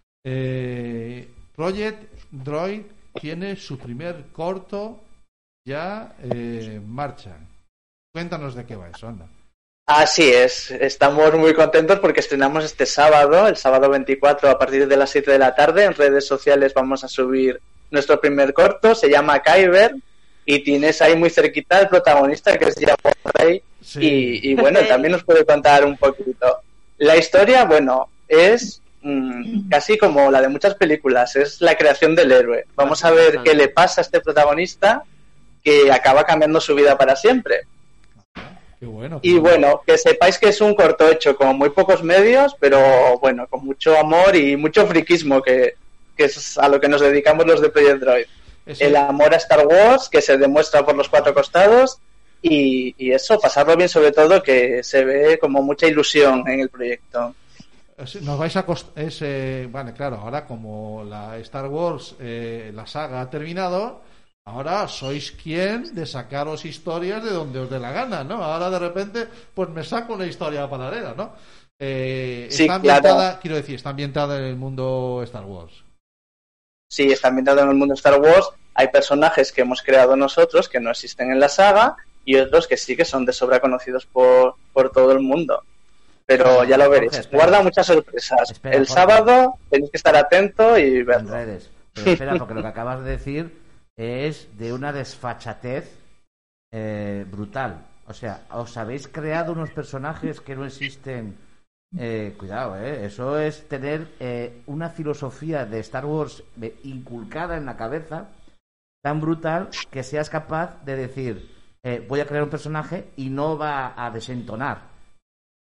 Eh, Project Droid tiene su primer corto ya eh, en marcha. Cuéntanos de qué va eso, anda. Así es, estamos muy contentos porque estrenamos este sábado, el sábado veinticuatro a partir de las siete de la tarde. En redes sociales vamos a subir nuestro primer corto, se llama Kyber y tienes ahí muy cerquita el protagonista que es Yago Rey. Sí. Y, y bueno, también nos puede contar un poquito. La historia, bueno, es mm, casi como la de muchas películas, es la creación del héroe. Vamos a ver qué le pasa a este protagonista que acaba cambiando su vida para siempre. Qué bueno. Y bueno, que sepáis que es un corto hecho con muy pocos medios, pero bueno, con mucho amor y mucho friquismo, que, que es a lo que nos dedicamos los de Project Droid. Ese- El amor a Star Wars, que se demuestra por los cuatro costados, y, y eso, pasarlo bien sobre todo, que se ve como mucha ilusión en el proyecto. es- Nos vais a cost- es, eh, vale, claro, ahora como la Star Wars, eh, la saga ha terminado, ahora sois quien de sacaros historias de donde os dé la gana, ¿no? Ahora de repente, pues me saco una historia paralela, ¿no? Eh, Sí, está ambientada, claro. quiero decir, está ambientada en el mundo Star Wars. Sí, está ambientado en el mundo Star Wars. Hay personajes que hemos creado nosotros que no existen en la saga y otros que sí que son de sobra conocidos por, por todo el mundo. Pero ya lo veréis. Jorge, espera. Guarda muchas sorpresas. Espera, el Jorge. sábado tenéis que estar atento y En verlo. redes. Pero espera, porque lo que acabas de decir es de una desfachatez eh, brutal. O sea, os habéis creado unos personajes que no existen. Eh, cuidado, eh. Eso es tener eh, una filosofía de Star Wars eh, inculcada en la cabeza tan brutal que seas capaz de decir eh, voy a crear un personaje y no va a desentonar.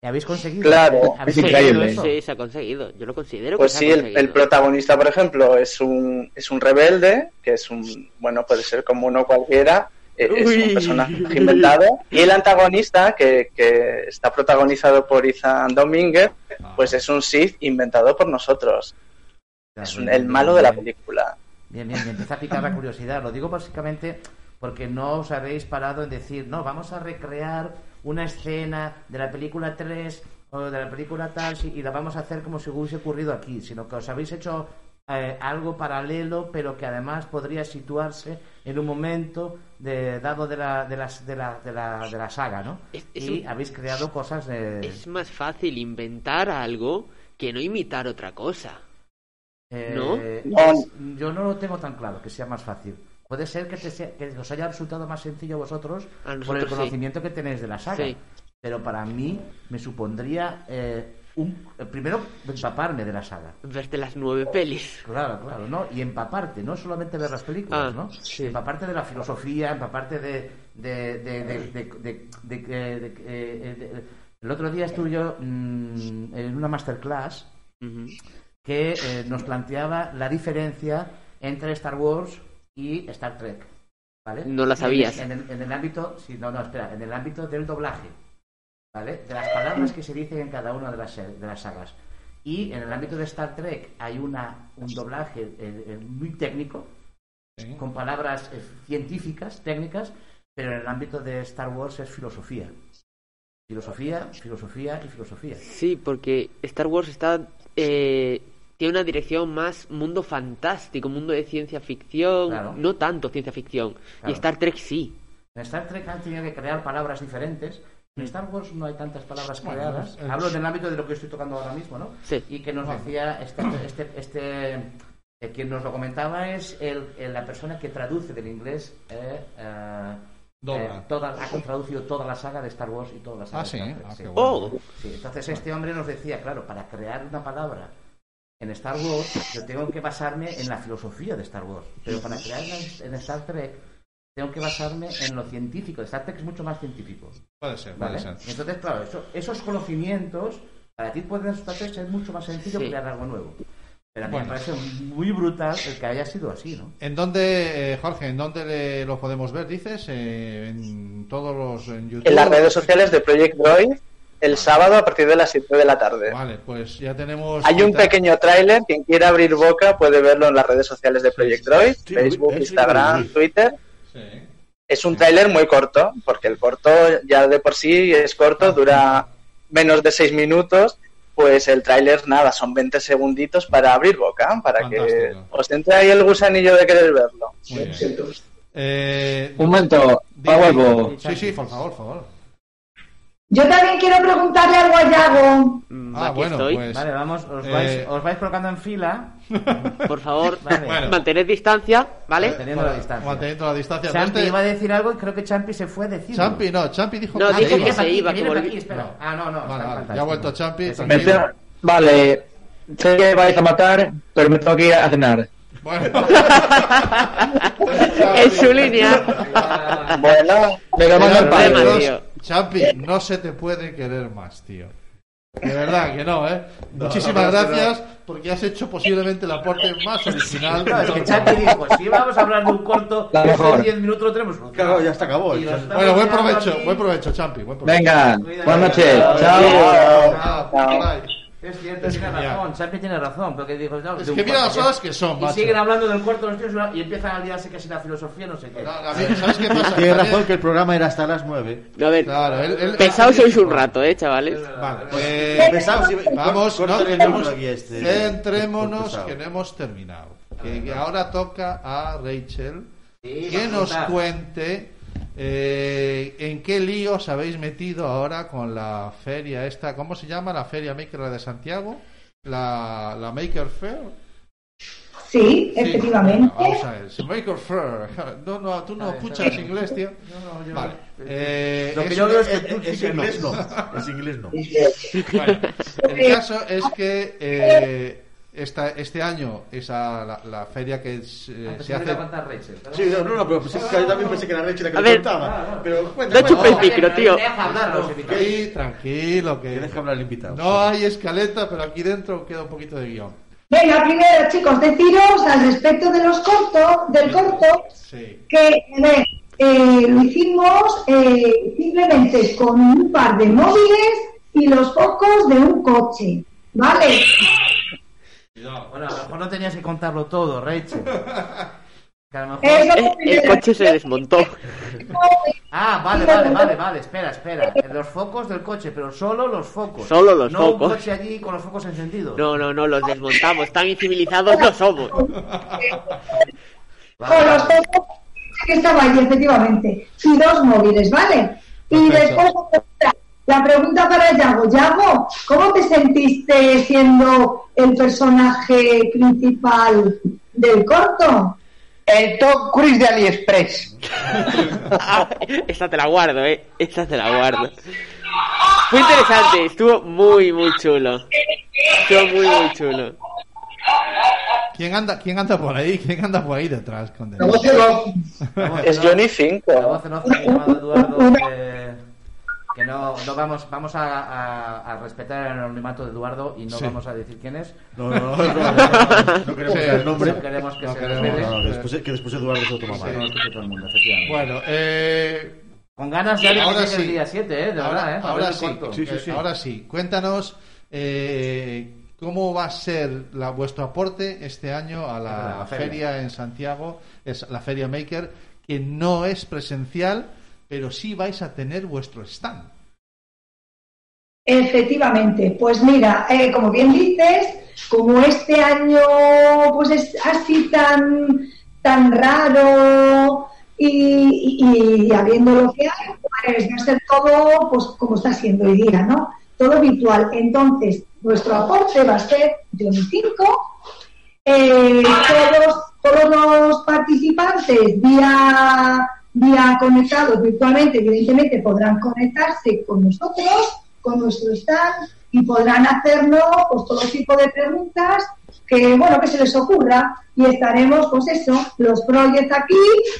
¿Y habéis conseguido? Claro. ¿Habéis Es conseguido increíble. eso? Sí, se ha conseguido. Yo lo considero Pues que sí, se ha el, conseguido. el protagonista, por ejemplo, es un, es un rebelde, que es un, bueno, puede ser como uno cualquiera, eh, es Uy. un personaje inventado. Y el antagonista, que, que está protagonizado por Ethan Domínguez, pues es un Sith inventado por nosotros. Claro, Es un- bien, el bien, malo de la bien. película. Bien, bien, me empieza a picar la curiosidad. Lo digo básicamente porque no os habéis parado en decir, no, vamos a recrear una escena de la película tres o de la película tal sí, y la vamos a hacer como si hubiese ocurrido aquí, sino que os habéis hecho eh, algo paralelo, pero que además podría situarse en un momento de, dado de la, de, las, de, la, de, la, de la saga, ¿no? Es- es y un- habéis creado cosas de... Es más fácil inventar algo que no imitar otra cosa. Eh, ¿No? es- yo no lo tengo tan claro que sea más fácil. Puede ser que, te sea- que os haya resultado más sencillo a vosotros A por el nosotros sí. conocimiento que tenéis de la saga. Sí. Pero para mí me supondría eh, un, eh, primero empaparme de la saga. Verte las nueve pelis. Claro, claro, ¿no? Y empaparte, no solamente ver las películas, Ah, ¿no? sí. Empaparte de la filosofía, empaparte de... de, de, de, de, de- de- de- de- eh, de- el otro día estuve yo mm, en una masterclass Ujú. que eh, nos planteaba la diferencia entre Star Wars y Star Trek, ¿vale? No la sabías. En el, en el- en el ámbito, sí, no, no, espera, en el ámbito del doblaje, ¿vale? De las palabras que se dicen en cada una de las, se- de las sagas. Y en el ámbito de Star Trek hay una un doblaje eh, eh, muy técnico, Sí. con palabras eh, científicas, técnicas, pero en el ámbito de Star Wars es filosofía. Filosofía, filosofía y filosofía. Sí, porque Star Wars está eh, tiene una dirección más mundo fantástico, mundo de ciencia ficción, Claro. no tanto ciencia ficción. Claro. Y Star Trek sí. En Star Trek han tenido que crear palabras diferentes. En Star Wars no hay tantas palabras Bueno, creadas. es- Hablo en el ámbito de lo que estoy tocando ahora mismo, ¿no? Sí. Y que nos decía este, este, este eh, quien nos lo comentaba es el, el- la persona que traduce del inglés eh, eh, Dobla. eh, toda, ha traducido toda la saga de Star Wars y toda la saga Ah, de sí, Star Trek. ah, sí. qué bueno. Oh, Sí, entonces este hombre nos decía, claro, para crear una palabra en Star Wars yo tengo que basarme en la filosofía de Star Wars, pero para crearla en, en Star Trek tengo que basarme en lo científico. Star Trek es mucho más científico, Puede ser, puede ¿vale? ser. Entonces, claro, eso- esos conocimientos para ti pueden resultar ser mucho más sencillo Sí. crear algo nuevo. Pero a mí Bueno. me parece muy brutal el que haya sido así, ¿no? ¿En dónde, eh, Jorge, en dónde le- lo podemos ver, dices? Eh, en todos los... en YouTube. En las redes sociales de Project Droid, el sábado a partir de las siete de la tarde. Vale, pues ya tenemos... Hay un cita. pequeño tráiler, quien quiera abrir boca puede verlo en las redes sociales de Project Droid, Sí, Facebook, es Instagram, increíble. Twitter. Sí. Es un tráiler muy corto, porque el corto ya de por sí es corto, dura menos de seis minutos, pues el tráiler nada, son veinte segunditos para abrir boca, para que Fantástico. os entre ahí el gusanillo de querer verlo. Muy bien. Eh, Un momento, di- a huevo. Sí, sí, por favor, por favor. Yo también quiero preguntarle algo a Yago. mm, Ah, aquí bueno, estoy. pues... Vale, vamos, os eh, vais, os vais colocando en fila, Por favor, Vale. Bueno. mantened distancia, ¿vale? teniendo la distancia. Manteniendo la distancia. Champi Este- iba a decir algo y creo que Champi se fue a decirlo. Champi, no, Champi dijo No, que dijo se que iba. se aquí, iba, que que viene volví- aquí, espera. No. Ah, no, no. Vale, está vale, fantástico. ya ha vuelto Champi. Eso Me tranquilo. tengo- Vale, sé que vais a matar, pero me tengo que ir a cenar. Bueno. En su línea. Bueno, Me lo mando al Problema, padre. Dios, tío. Champi, no se te puede querer más, tío. De verdad que no, ¿eh? No, Muchísimas no, no, gracias porque has hecho posiblemente el aporte más original. No, es que Champi dijo, si vamos a hablar de un corto, La que mejor. hace diez minutos lo tenemos solucionado. Claro, ya está, acabó. Y lo estamos Bueno, buen quedando provecho, aquí. buen provecho, Champi. Buen provecho. Venga, Cuídate. buenas noches. Chao. Chao. Chao. Es cierto, Es tiene genial. razón, Champi tiene razón, porque dijo, no, Es de un que mira corto, las horas que son, Y macho. siguen hablando del corto los tíos y empiezan a liarse casi la filosofía, no sé qué. No, a mí, ¿sabes qué pasa? Tiene También- razón que el programa era hasta las nueve. A ver, Claro, él, él- pesados sois un rato, eh, chavales. Vale, eh, Pesados y- vamos, cor- no, corten el vamos, micro aquí este, centrémonos pesado. que no hemos terminado. Que, que ahora toca a Rachel Sí, que va a nos contar. cuente eh, en qué lío os habéis metido ahora con la feria esta, ¿cómo se llama? La Feria Maker de Santiago, la, la Maker Fair. Sí, Sí, efectivamente. vamos a ver, si Maker Fair. No, no, tú no Vale, escuchas está bien. inglés, tío. No, no, yo- Vale. Eh, Lo que es yo un- veo es que Es, tú es sí que inglés no. Es inglés no. Bueno, el caso es que eh, esta, este año esa la, la feria que es, eh, Antes se me hace. iba a contar Rachel. Sí, no, no, no, pero pues, es que yo también pensé que era Rachel la que A le ver, contaba. Pero cuenta, no chupes cuenta. micro, tío. Deja hablar los invitados. Sí, tranquilo, que Deja hablar el invitado. no hay escaleta, pero aquí dentro queda un poquito de guión. Venga, primero, chicos, deciros al respecto de los cortos, del corto, Sí. que a ver, eh, lo hicimos eh, simplemente con un par de móviles y los focos de un coche, ¿vale? No, bueno, a lo mejor no tenías que contarlo todo, Rachel. Que a lo mejor... Eso El, el coche se desmontó. Ah, vale, vale, vale, vale, espera, espera. Los focos del coche, pero solo los focos. Solo los no focos. No un coche allí con los focos encendidos. No, no, no, los desmontamos. Tan incivilizados no somos. Con los focos que estaba allí, efectivamente, y dos móviles, ¿vale? Y Perfecto. después la pregunta para Yago. Yago, ¿cómo te sentiste siendo el personaje principal del corto? El Tom Cruise de AliExpress. Ah, esta te la guardo, eh. Esta te la guardo. Fue interesante, estuvo muy, muy chulo. Estuvo muy, muy chulo. ¿Quién anda, quién anda por ahí? ¿Quién anda por ahí detrás? Con La voz de voz. Es Johnny La cinco. voz en off que ha llamado Eduardo, que, que no, no vamos, vamos a, a, a respetar el anonimato de Eduardo y no Sí. vamos a decir quién es. No, no, no, no, no, no queremos Sí, dar el nombre. No queremos que No se queremos, revele. No, no, después, que después Eduardo se lo toma Que no lo mal. escuche todo el mundo, efectivamente. Bueno, eh, Con ganas ya de que ahora llegue el sí. día siete, ¿eh? De ahora, verdad, ¿eh? Para ahora ver el sí, corto. Sí, sí, sí. eh, ahora sí. Cuéntanos eh, cómo va a ser la, vuestro aporte este año a la, La feria. feria. en Santiago, es la Feria Maker, que no es presencial, pero sí vais a tener vuestro stand. Efectivamente, pues mira, eh, como bien dices, como este año pues es así tan tan raro y, y, y habiendo lo que hay, pues va a ser todo pues como está siendo hoy día, ¿no? Todo virtual. Entonces, nuestro aporte va a ser Johnny cinco. Eh, todos, todos los participantes vía, vía conectados virtualmente, evidentemente podrán conectarse con nosotros, con nuestro stand, y podrán hacernos pues todo tipo de preguntas que bueno que se les ocurra, y estaremos pues eso, los projects aquí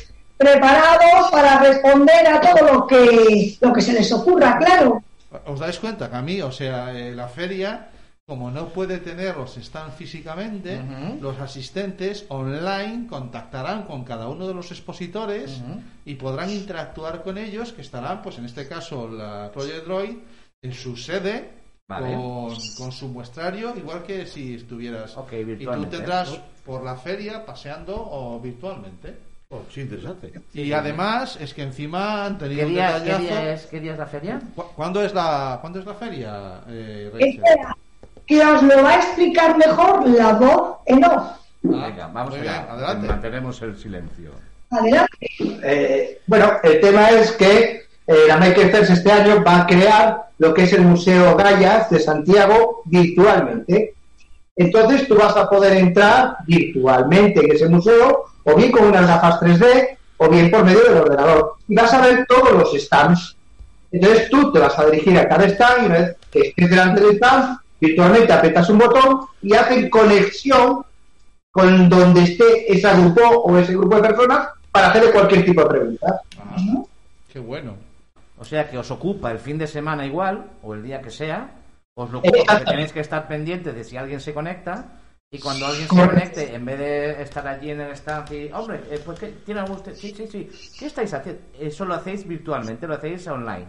preparados para responder a todo lo que lo que se les ocurra, claro. ¿Os dais cuenta que a mí, o sea, eh, la feria, como no puede tener los stands físicamente, Ujú. los asistentes online contactarán con cada uno de los expositores Ujú. y podrán interactuar con ellos, que estarán, pues en este caso, la Project Droid en su sede, Vale. con, con su muestrario, igual que si estuvieras. Ok, y tú virtualmente. tendrás por la feria paseando o virtualmente. Oh, sí, interesante. Y además es que encima han tenido ¿Qué un día, ¿qué, detallazo. día es, ¿Qué día es la feria? ¿Cu- ¿Cuándo es la, ¿cuándo es la feria, eh, Rachel? Espera, que os lo va a explicar mejor la voz en off. Venga, vamos muy allá. bien, adelante. Mantenemos el silencio. Adelante. Eh, bueno, el tema es que eh, la Maker Faire este año va a crear lo que es el Museo Gallas de Santiago virtualmente. Entonces tú vas a poder entrar virtualmente en ese museo, o bien con unas gafas tres D, o bien por medio del ordenador. Y vas a ver todos los stands. Entonces tú te vas a dirigir a cada stand, y una vez que estés delante del stand, virtualmente aprietas un botón y hacen conexión con donde esté ese grupo o ese grupo de personas para hacerle cualquier tipo de pregunta. Ah, qué bueno. O sea que os ocupa el fin de semana igual, o el día que sea, os lo ocupa porque tenéis que estar pendientes de si alguien se conecta, y cuando alguien se Correcto. conecte, en vez de estar allí en el stand y, hombre, eh, pues ¿qué tiene algún usted? Sí, sí, sí. ¿Qué estáis haciendo? Eso lo hacéis virtualmente, lo hacéis online.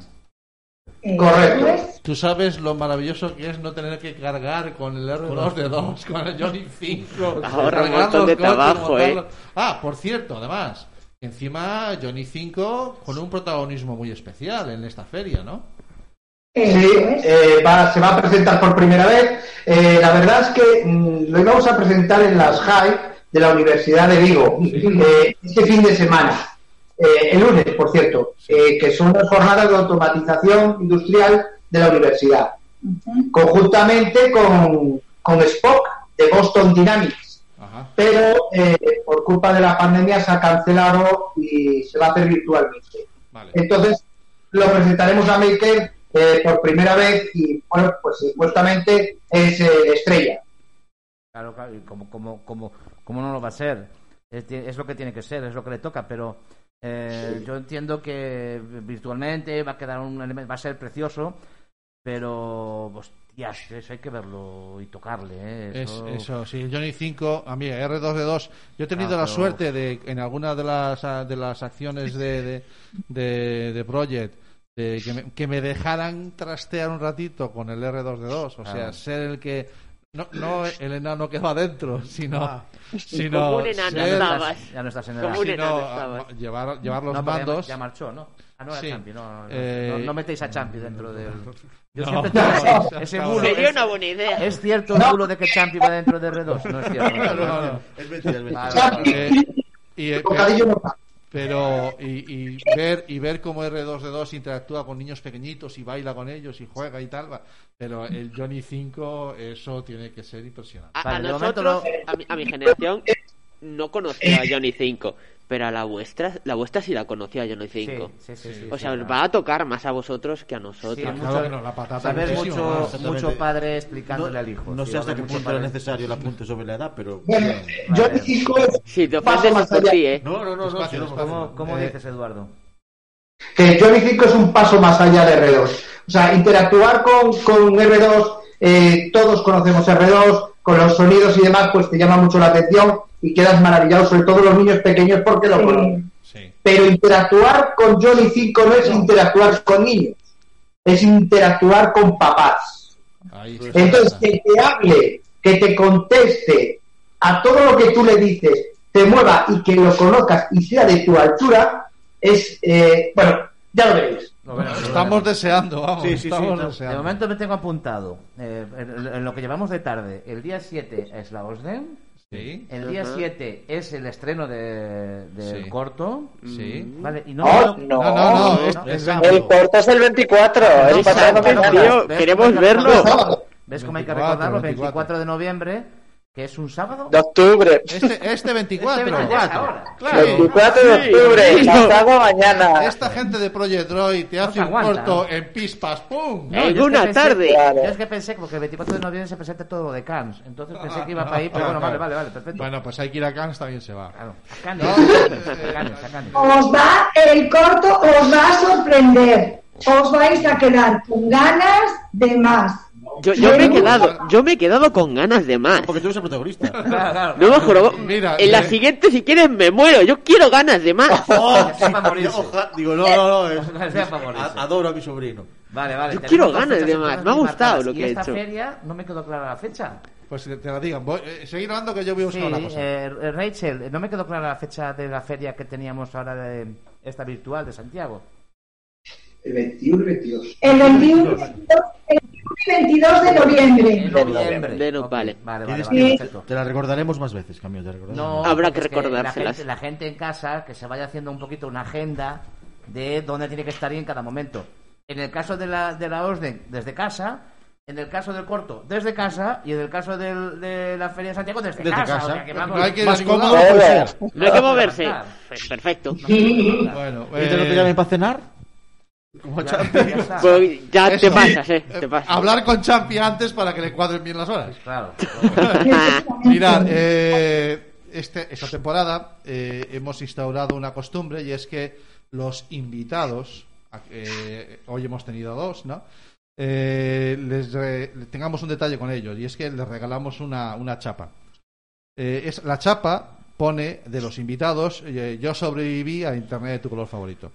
Correcto. Tú sabes lo maravilloso que es no tener que cargar con el R dos D dos, con el Johnny cinco. Ahorra un cargar montón los de coches, trabajo, montarlos. eh. Ah, por cierto, además, encima Johnny cinco con un protagonismo muy especial en esta feria, ¿no? Sí, eh, va- se va a presentar por primera vez. Eh, la verdad es que mm, lo íbamos a presentar en las High de la Universidad de Vigo eh, este fin de semana, eh, el lunes, por cierto, eh, que son las jornadas de automatización industrial de la universidad, conjuntamente con, con Spock de Boston Dynamics. Ajá. Pero eh, por culpa de la pandemia se ha cancelado y se va a hacer virtualmente. Vale. Entonces lo presentaremos a Maker eh, por primera vez y bueno, pues supuestamente es eh, estrella. Claro, claro, y como, como, como, como no lo va a ser. Es, es lo que tiene que ser, es lo que le toca, pero eh, sí. yo entiendo que virtualmente va a quedar un elemento, va a ser precioso, pero hostias, eso hay que verlo y tocarle, ¿eh? Eso... Es, eso, sí, Johnny cinco, a mí R dos D dos, yo he tenido ah, la pero... suerte de, en alguna de las de las acciones de, de, de, de Project, de que, me, que me dejaran trastear un ratito con el R dos D dos, o ah. sea, ser el que no, no el enano que va adentro, sino, ah. sino como un enano ser, estabas. Ya no estás en el como un enano sino, estabas. llevar, llevar los no, mandos. Ya, ya marchó, ¿no? Ah, no era sí. Champi, no, no, eh... no, no metéis a Champi dentro del... Yo no, siempre tengo no, ese, ese bulo. Sería es, una buena idea. ¿Es cierto el bulo de que Champi va dentro de R dos? No es cierto. No, no, no. Es mentira, es mentira. Vale, eh, y, eh, pero y, y ver y ver cómo R dos D dos interactúa con niños pequeñitos y baila con ellos y juega y tal, pero el Johnny cinco, eso tiene que ser impresionante. A, vale, a nosotros, lo... a, mi, a mi generación no conocía a Johnny cinco, pero a la vuestra, la vuestra sí la conocía a Johnny cinco. Sí, sí, sí, sí, o sea, sí, os claro. va a tocar más a vosotros que a nosotros. Sí, claro, mucho, que no, la patata saber mucho, más, mucho padre explicándole no, al hijo. No sí, sé hasta qué punto padre. era necesario el apunte sobre la edad, pero... Bueno, Vale. Johnny cinco es Sí, te paso ofendes más por allá. ti, ¿eh? No, no, no, no. Espacio, no, espacio. ¿Cómo, cómo Eh, dices, Eduardo? Que Johnny cinco es un paso más allá de R dos. O sea, interactuar con, con R dos, eh, todos conocemos R dos, con los sonidos y demás, pues te llama mucho la atención y quedas maravillado, sobre todo los niños pequeños porque lo conocen. Sí. Pero interactuar con Johnny cinco no es interactuar con niños, es interactuar con papás. Ahí está. Entonces, que te hable, que te conteste a todo lo que tú le dices, te mueva y que lo conozcas y sea de tu altura, es, eh, bueno, ya lo veréis. Lo veremos, lo Estamos veremos. deseando, vamos. Sí, sí, estamos sí, deseando. De momento me tengo apuntado. Eh, en, en lo que llevamos de tarde, el día siete es la OSDEN. Sí. El día Ajá. siete es el estreno de, del Sí. corto. Sí. Vale, y no, Oh, me- no. No, no, no, es, no, es no. sábado. El corto es el veinticuatro, No, es pasado sábado, mañana. tío, ¿Ves queremos cómo hay que verlo. recordarlo? ¿Ves cómo hay que veinticuatro, recordarlo? veinticuatro. veinticuatro de noviembre, que es un sábado. De octubre. Este, este veinticuatro. Este veinticuatro. Ahora. Claro. veinticuatro de Sí, octubre, sí. pasado mañana. Esta gente de Project Droid te No hace se un aguanta. corto en pispas, ¡pum! No, yo es que Alguna pensé- tarde. Claro. Yo es que pensé, porque el veinticuatro de noviembre se presenta todo lo de Cannes. Entonces pensé que iba Ah, para ahí, pero ah, bueno, vale, claro. vale, vale, perfecto. Bueno, pues hay que ir a Cannes, también se va. Claro, a Cannes, No, a Cannes, a Cannes. Os va, el corto os va a sorprender. Os vais a quedar con ganas de más. Yo, yo me he quedado, yo me he quedado con ganas de más. Porque tú eres el protagonista. Claro, claro. No me juro, Mira, en la eh, siguiente si quieres me muero, yo quiero ganas de más. Oh, Que sea para morirse. oja- Digo, no, no, no. es- Que sea para morirse. a- adoro a mi sobrino. Vale, vale. Yo tenemos quiero dos ganas fechas de más, entonces me ha gustado marcadas. lo Y que he esta hecho. feria no me quedó clara la fecha. Pues que te la digan. Voy, eh, seguir hablando que yo voy a Sí, buscar una cosa. eh, Rachel, no me quedó clara la fecha de la feria que teníamos ahora de esta virtual de Santiago. El veintiuno y veintidós. El veintiuno y veintidós de noviembre. En noviembre. De no- Ok, vale. Vale, vale, Tienes vale, que- perfecto. Te la recordaremos más veces, Camilo, te la recordaremos. No, Habrá porque que es la recordárselas. gente, la gente en casa que se vaya haciendo un poquito una agenda de dónde tiene que estar y en cada momento. En el caso de la, de la OSDEN, desde casa. En el caso del corto, desde casa. Y en el caso del, de la Feria de Santiago, desde, Desde casa. casa. O sea, que vamos- No hay que ir Más a ningún cómodo lado. puede ser. No hay que moverse. Pues perfecto. Bueno, ¿Y te no te eh, llamen para cenar? Como Ya, Champi. ya está. Pues ya eso te sí, pasas, eh. eh, Te pasas. hablar con Champi antes para que le cuadren bien las horas. Claro. Mirad, eh, este, esta temporada eh, hemos instaurado una costumbre y es que los invitados, eh, hoy hemos tenido dos, ¿no? Eh, les re- tengamos un detalle con ellos y es que les regalamos una, una chapa. Eh, es, la chapa pone de los invitados, eh, yo sobreviví a Internet de tu color favorito.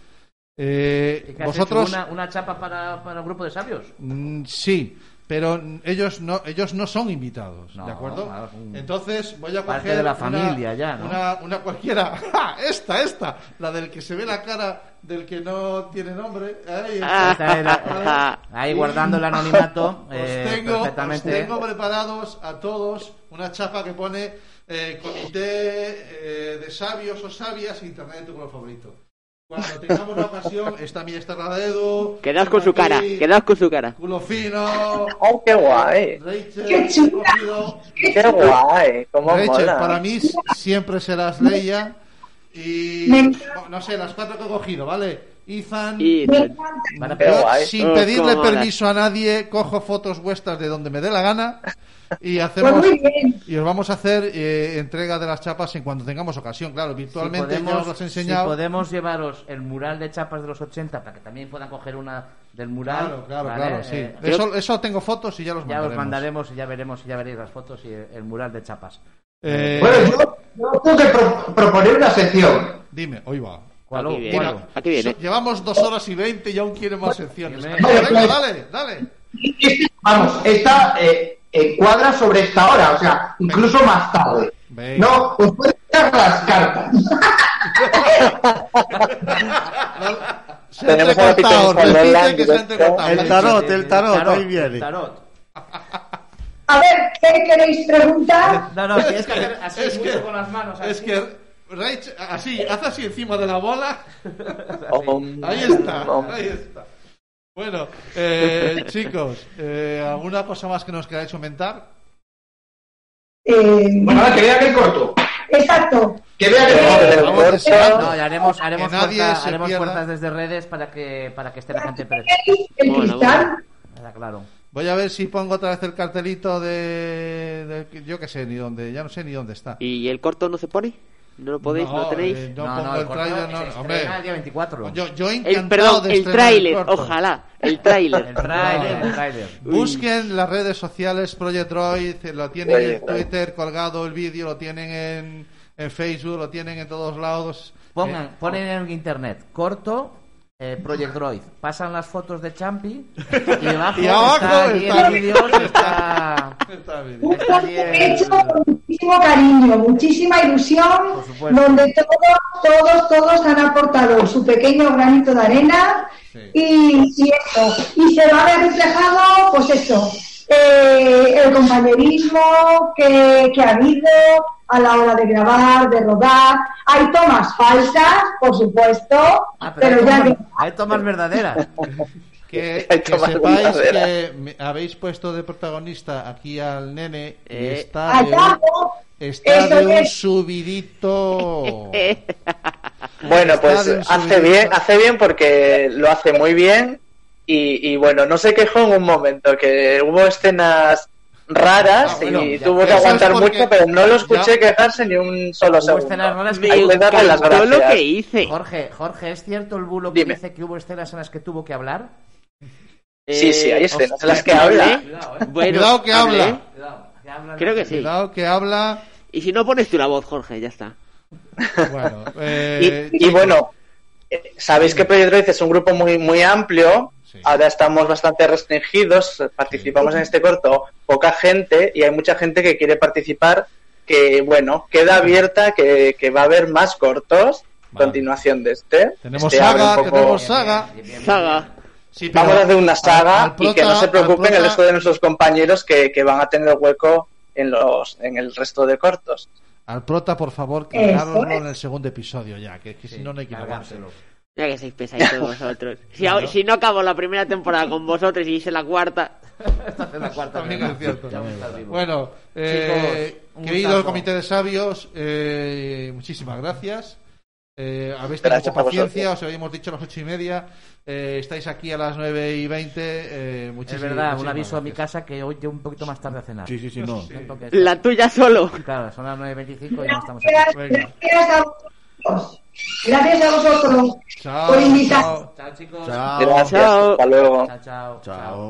Eh, ¿Y qué has vosotros hecho, una, una chapa para, para el grupo de sabios? Mm, sí, pero ellos no ellos no son invitados, No, ¿de acuerdo? claro, un- Entonces voy a parte coger de la una- familia ya, ¿no? una, una cualquiera. ¡Ja! Esta, esta, la del que se ve la cara del que no tiene nombre. Ahí, Ah, Esta era- ahí guardando el anonimato. Os eh, tengo, os perfectamente. tengo preparados a todos una chapa que pone eh, Comité eh, de Sabios o Sabias Internet de tu color favorito. Cuando tengamos la ocasión, esta mía está la de Edu. Quedaos con su aquí, cara, quedaos con su cara. Culo fino. ¡Oh, qué guay! Rachel, ¡Qué chula! cogido. ¡Qué guay! ¡Cómo Rachel, mola! para mí siempre serás Leia. Y Me encanta. no sé, las cuatro que he cogido, ¿vale? Ethan. Ethan. Yo, sin pedirle oh, permiso a nadie, cojo fotos vuestras de donde me dé la gana y hacemos pues muy bien. y os vamos a hacer eh, entrega de las chapas en cuanto tengamos ocasión. Claro, virtualmente si podemos, ya os las he enseñado. Si podemos llevaros el mural de chapas de los ochenta para que también puedan coger una del mural. Claro, claro, ¿vale? claro, sí. Eh, eso, eso tengo fotos y ya los ya mandaremos. os mandaremos y ya veremos y ya veréis las fotos y el, el mural de chapas. Eh... Bueno, yo, yo tengo que pro- proponer una sección. Dime, hoy va. ¿Cuál? Aquí viene. Mira, Aquí viene. Llevamos dos horas y veinte y aún quiere más secciones. Venga, venga, dale, dale. Vamos, esta eh, encuadra sobre esta hora, o sea, incluso más tarde. Venga. No, os puedo echar las cartas. Se ha entrecortado, repite que se ha entrecortado. El tarot, el tarot, ahí viene. A ver, ¿qué queréis preguntar? No, no, tienes que hacer así es mucho que, con las manos. Así. Es que Rach, así, haz así encima de la bola. Um, ahí está, um. ahí está. Bueno, eh, chicos, eh, ¿alguna cosa más que nos queráis comentar? Eh, bueno, que vea que es corto. Exacto. Que vea que es corto. No, ya haremos, haremos, que nadie puerta, se haremos pierda. puertas desde redes para que para que esté la gente presente. El Bueno, cristal. Está claro. Voy a ver si pongo otra vez el cartelito de, de yo que sé ni dónde, ya no sé ni dónde está. ¿Y el corto no se pone? ¿No lo podéis? ¿No, No, lo tenéis? eh, no, No, pongo no, el trailer, no, se hombre. estrena el día veinticuatro. Yo, yo El, encantado perdón, de el estrenar tráiler, corto. ojalá. El tráiler. El tráiler, el tráiler. Busquen las redes sociales Project Droid, lo tienen Project en Droid. Twitter colgado el vídeo, lo tienen en, en Facebook, lo tienen en todos lados. Pongan, Eh, ponen en internet corto eh, Project Droid, pasan las fotos de Champi y debajo, Y abajo está allí está- el vídeo, está, está bien. Un está allí proyecto el- hecho con muchísimo cariño, muchísima ilusión, Por supuesto. donde todos, todos, todos han aportado su pequeño granito de arena Sí. y, y eso. Y se va a ver reflejado, pues eso, eh, el compañerismo que, que ha habido a la hora de grabar, de rodar. Hay tomas falsas, por supuesto, Ah, pero, pero hay, ya tomas, que... hay tomas verdaderas. Que, Hay que tomas sepáis verdaderas. que me- habéis puesto de protagonista aquí al nene y Eh, está de Allá, un, está eso de un es. subidito. Bueno, Está pues de un hace subidito. bien, hace bien porque lo hace muy bien y, y bueno, no se quejó en un momento, que hubo escenas raras Ah, bueno, y ya, tuvo que eso es aguantar porque mucho, pero no lo escuché ya- quejarse ni un solo Hubo escenas segundo. raras Me que- Hay que darle las encantó lo gracias. que hice. Jorge, Jorge, ¿es cierto el bulo que Dime. dice que hubo escenas en las que tuvo que hablar? Sí, sí, hay escenas hostia, en las que ¿hablé? habla. Cuidado, eh. Bueno, Cuidado que ¿hablé? habla. Cuidado, que habla Creo que sí. Cuidado que habla. Y si no pones tú la voz, Jorge, ya está. Bueno, eh, Y, y bueno, eh, sabéis que Project Droid es un grupo muy muy amplio. Sí. Ahora estamos bastante restringidos. Participamos en este corto poca gente y hay mucha gente que quiere participar. Que bueno, queda abierta que, que va a haber más cortos. Vale. Continuación de este. tenemos Este abre un saga, poco- tenemos saga. Bien, bien, bien, Saga. bien. Sí, pero Vamos a hacer una saga al- al y que no prota- se preocupen al el prota- resto de nuestros compañeros que, que van a tener hueco en los en el resto de cortos. Al prota, por favor, Eso cargároslo es. en el segundo episodio ya, que, que si no no hay que acabarse. Cargárselo. Ya que sois pesaditos vosotros. Si, a- si no acabo la primera temporada con vosotros y hice la cuarta. Esta es la cuarta. También ¿verdad? es cierto. Ya me estás vivo. Bueno, eh, Chicos, un querido gustazo. comité de sabios, eh, muchísimas gracias. Eh, habéis tenido Gracias mucha a paciencia, vosotros. os habíamos dicho a las ocho y media. Eh, estáis aquí a las nueve y veinte. Eh, Es muchísimas, verdad, un muchísimas aviso a mi gracias. casa que hoy llego un poquito más tarde a cenar. Sí, sí, sí, no. Siento que- La tuya solo. Claro, son las nueve y veinticinco y no estamos aquí. Gracias, Venga. gracias a vosotros. Gracias a vosotros Chao, por invitar. chao. Chao, chicos. Chao. Gracias, Chao. hasta luego. Chao, chao. Chao.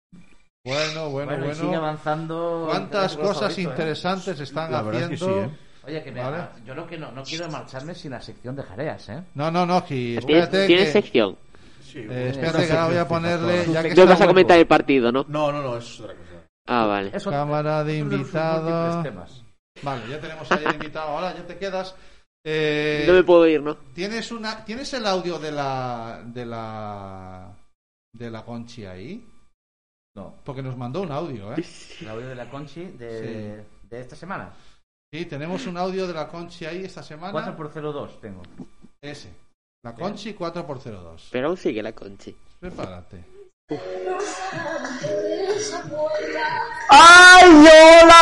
Bueno, bueno, Bueno, y sigue bueno. avanzando. Cuántas Internet cosas favorito, ¿eh? interesantes están La verdad es que haciendo. sí, ¿eh? Oye, que me, Vale. yo lo que no, no quiero marcharme sin la sección de Jareas, ¿eh? No, no, no, que ¿Tienes, espérate tienes que, sección? eh, espérate que ahora voy a ponerle ya que Yo está vas a hueco. comentar el partido, ¿no? No, no, no, es otra cosa. Ah, vale. Eso- Cámara de esos son los invitado. múltiples temas. Vale, ya tenemos ahí el invitado. Ahora ya te quedas. Eh, No me puedo ir, ¿no? ¿Tienes una, tienes el audio de la de la de la Conchi ahí? No, Porque nos mandó un audio, ¿eh? el audio de la Conchi de, de esta semana. Sí, tenemos un audio de la Conchi ahí esta semana. cuatro por cero dos tengo. Ese. La Conchi cuatro por cero dos. Pero aún sigue la Conchi. Prepárate. ¡Ay, hola, amiga!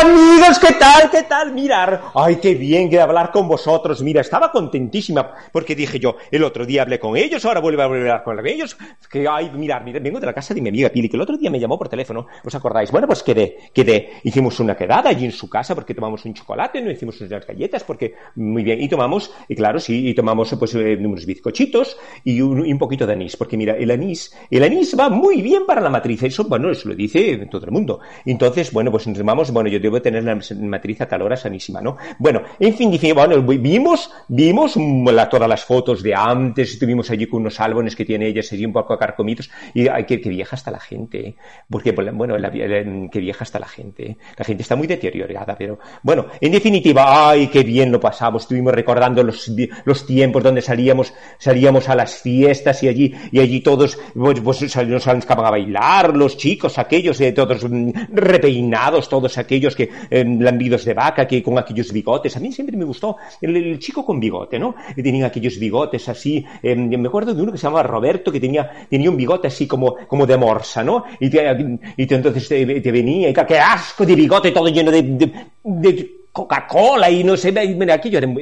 chicos, ¿qué tal? ¿Qué tal? Mirar. Ay, qué bien que hablar con vosotros. Mira, estaba contentísima porque dije yo, el otro día hablé con ellos, ahora vuelvo a hablar con ellos. Que, ay, mirar, mirar, vengo de la casa de mi amiga Pili, que el otro día me llamó por teléfono. ¿Os acordáis? Bueno, pues quedé, quedé. Hicimos una quedada allí en su casa porque tomamos un chocolate, no hicimos unas galletas porque, muy bien, y tomamos, y claro, sí, y tomamos pues eh, unos bizcochitos y un, y un poquito de anís, porque mira, el anís, el anís va muy bien para la matriz, eso, bueno, eso lo dice todo el mundo. Entonces, bueno, pues nos tomamos, bueno, yo debo tener la matriz a tal hora sanísima, ¿no? Bueno, en fin, dije, bueno, vimos, vimos la, todas las fotos de antes, estuvimos allí con unos álbumes que tiene ella, allí un poco carcomidos, y ay, que, que vieja está la gente, ¿eh? Porque, bueno, la, la, que vieja está la gente, ¿eh? La gente está muy deteriorada, pero, bueno, en definitiva, ay, qué bien lo pasamos, estuvimos recordando los, los tiempos donde salíamos, salíamos a las fiestas y allí, y allí todos, pues, pues nos sacaban a bailar, los chicos, aquellos, eh, todos mm, repeinados, todos aquellos que, eh, lambidos de vaca, que con aquellos bigotes, a mí siempre me gustó el, el chico con bigote, ¿no? Y tenía aquellos bigotes así, eh, me acuerdo de uno que se llamaba Roberto, que tenía, tenía un bigote así como, como de morsa, ¿no? Y, te, y te, entonces te, te venía, y qué asco de bigote, todo lleno de, de, de Coca-Cola y no sé, mira, aquello era,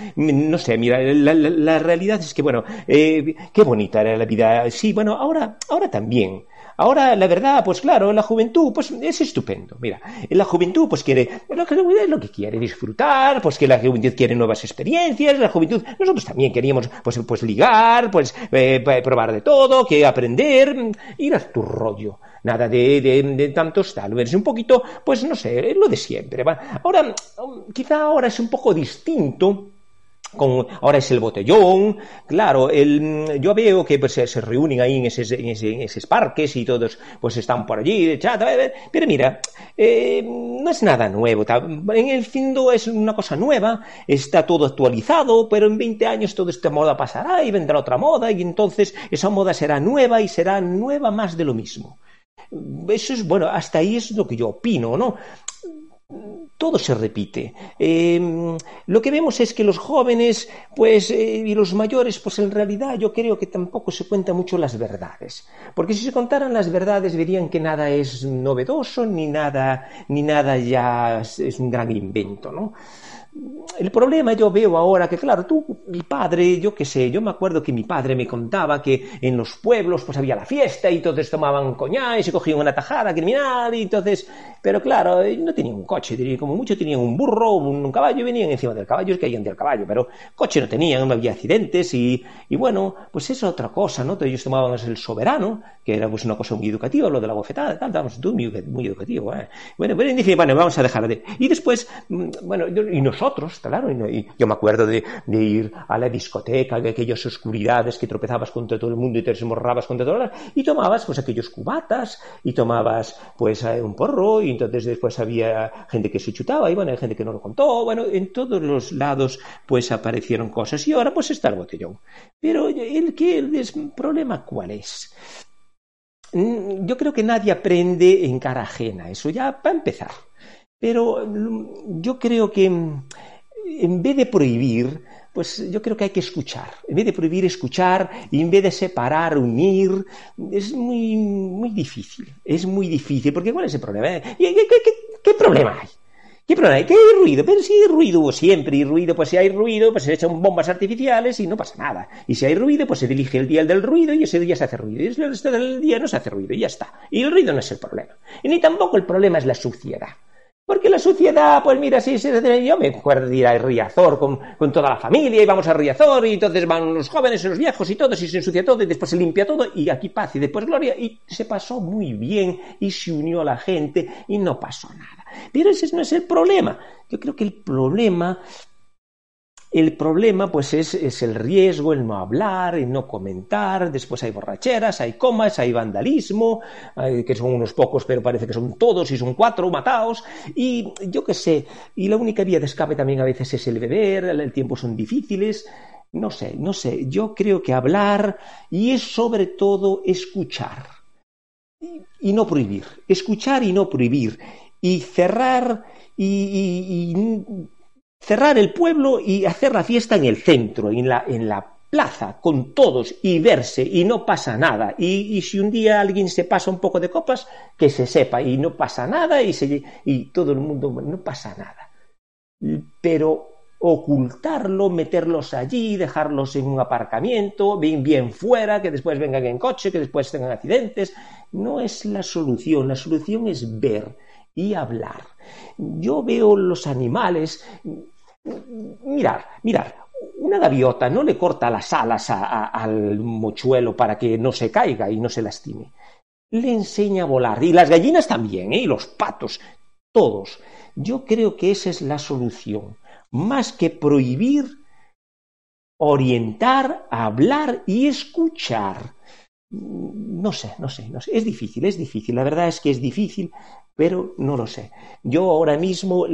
no sé, mira, la, la, la realidad es que, bueno, eh, qué bonita era la vida, sí, bueno, ahora, ahora también. Ahora, la verdad, pues claro, la juventud, pues es estupendo. Mira, la juventud, pues quiere, lo que, lo que quiere disfrutar, pues que la juventud quiere nuevas experiencias, la juventud, nosotros también queríamos, pues, pues ligar, pues eh, probar de todo, que aprender, ir a tu rollo. Nada de, de, de tantos tal, verse un poquito, pues no sé, lo de siempre. ¿Va? Ahora, quizá ahora es un poco distinto. Con, ahora es el botellón, claro, el, yo veo que pues, se, se reúnen ahí en esos, en, ese, en esos parques y todos pues están por allí, de chat, pero mira, eh, no es nada nuevo, en el fondo es una cosa nueva, está todo actualizado, pero en veinte años toda esta moda pasará y vendrá otra moda y entonces esa moda será nueva y será nueva más de lo mismo. Eso es, bueno, hasta ahí es lo que yo opino, ¿no? Todo se repite. Eh, lo que vemos es que los jóvenes, pues, eh, y los mayores, pues en realidad yo creo que tampoco se cuentan mucho las verdades. Porque si se contaran las verdades verían que nada es novedoso, ni nada, ni nada ya es un gran invento, ¿no? El problema yo veo ahora que, claro, tú, mi padre, yo qué sé, yo me acuerdo que mi padre me contaba que en los pueblos pues había la fiesta y entonces tomaban coñac y se cogían una tajada criminal y entonces, pero claro, no tenían un coche, como mucho tenían un burro, un, un caballo y venían encima del caballo, es que hayan del caballo, pero coche no tenían, no había accidentes y, y bueno, pues eso es otra cosa, ¿no? Ellos tomaban el soberano, que era pues una cosa muy educativa, lo de la bofetada, tal, vamos, tú muy, muy educativo, ¿eh? Bueno, pero en definitiva, bueno, vamos a dejar de... Y después, bueno, y nosotros Nosotros, claro, y yo me acuerdo de, de ir a la discoteca, de aquellas oscuridades que tropezabas contra todo el mundo y te desmorrabas contra todo el mundo, y tomabas pues aquellos cubatas, y tomabas pues un porro, y entonces después había gente que se chutaba, y bueno, hay gente que no lo contó, bueno, en todos los lados pues aparecieron cosas, y ahora pues está el botellón. Pero el, ¿qué, el problema cuál es? Yo creo que nadie aprende en cara ajena, eso ya para empezar. Pero yo creo que en vez de prohibir, pues yo creo que hay que escuchar. En vez de prohibir, escuchar, y en vez de separar, unir, es muy, muy difícil. Es muy difícil, porque ¿cuál es el problema? ¿Qué, qué, qué, qué problema hay? ¿Qué problema hay? ¿Qué hay ruido? Pero si hay ruido siempre, y ruido, pues si hay ruido, pues se echan bombas artificiales y no pasa nada. Y si hay ruido, pues se elige el día del ruido y ese día se hace ruido. Y el resto del día no se hace ruido y ya está. Y el ruido no es el problema. Y ni tampoco el problema es la suciedad. Porque la suciedad, pues mira, sí, sí, yo me acuerdo de ir a Riazor con, con toda la familia y vamos a Riazor y entonces van los jóvenes y los viejos y todos y se ensucia todo y después se limpia todo y aquí paz y después gloria y se pasó muy bien y se unió a la gente y no pasó nada. Pero ese no es el problema. Yo creo que el problema... El problema, pues, es, es el riesgo, el no hablar, el no comentar, después hay borracheras, hay comas, hay vandalismo, hay, que son unos pocos, pero parece que son todos, y son cuatro mataos, y yo qué sé, y la única vía de escape también a veces es el beber, el tiempo son difíciles, no sé, no sé, yo creo que hablar, y es sobre todo escuchar, y, y no prohibir, escuchar y no prohibir, y cerrar, y... y, y cerrar el pueblo y hacer la fiesta en el centro, en la, en la plaza con todos y verse y no pasa nada. Y, y si un día alguien se pasa un poco de copas, que se sepa y no pasa nada y, se, y todo el mundo, no pasa nada. Pero ocultarlo, meterlos allí, dejarlos en un aparcamiento, bien, bien fuera, que después vengan en coche, que después tengan accidentes, no es la solución. La solución es ver y hablar. Yo veo los animales, mirar, mirar, una gaviota no le corta las alas a, a, al mochuelo para que no se caiga y no se lastime. Le enseña a volar, y las gallinas también, ¿eh? Y los patos, todos. Yo creo que esa es la solución. Más que prohibir, orientar, hablar y escuchar. No sé, no sé, no sé. Es difícil, es difícil. La verdad es que es difícil, pero no lo sé. Yo ahora mismo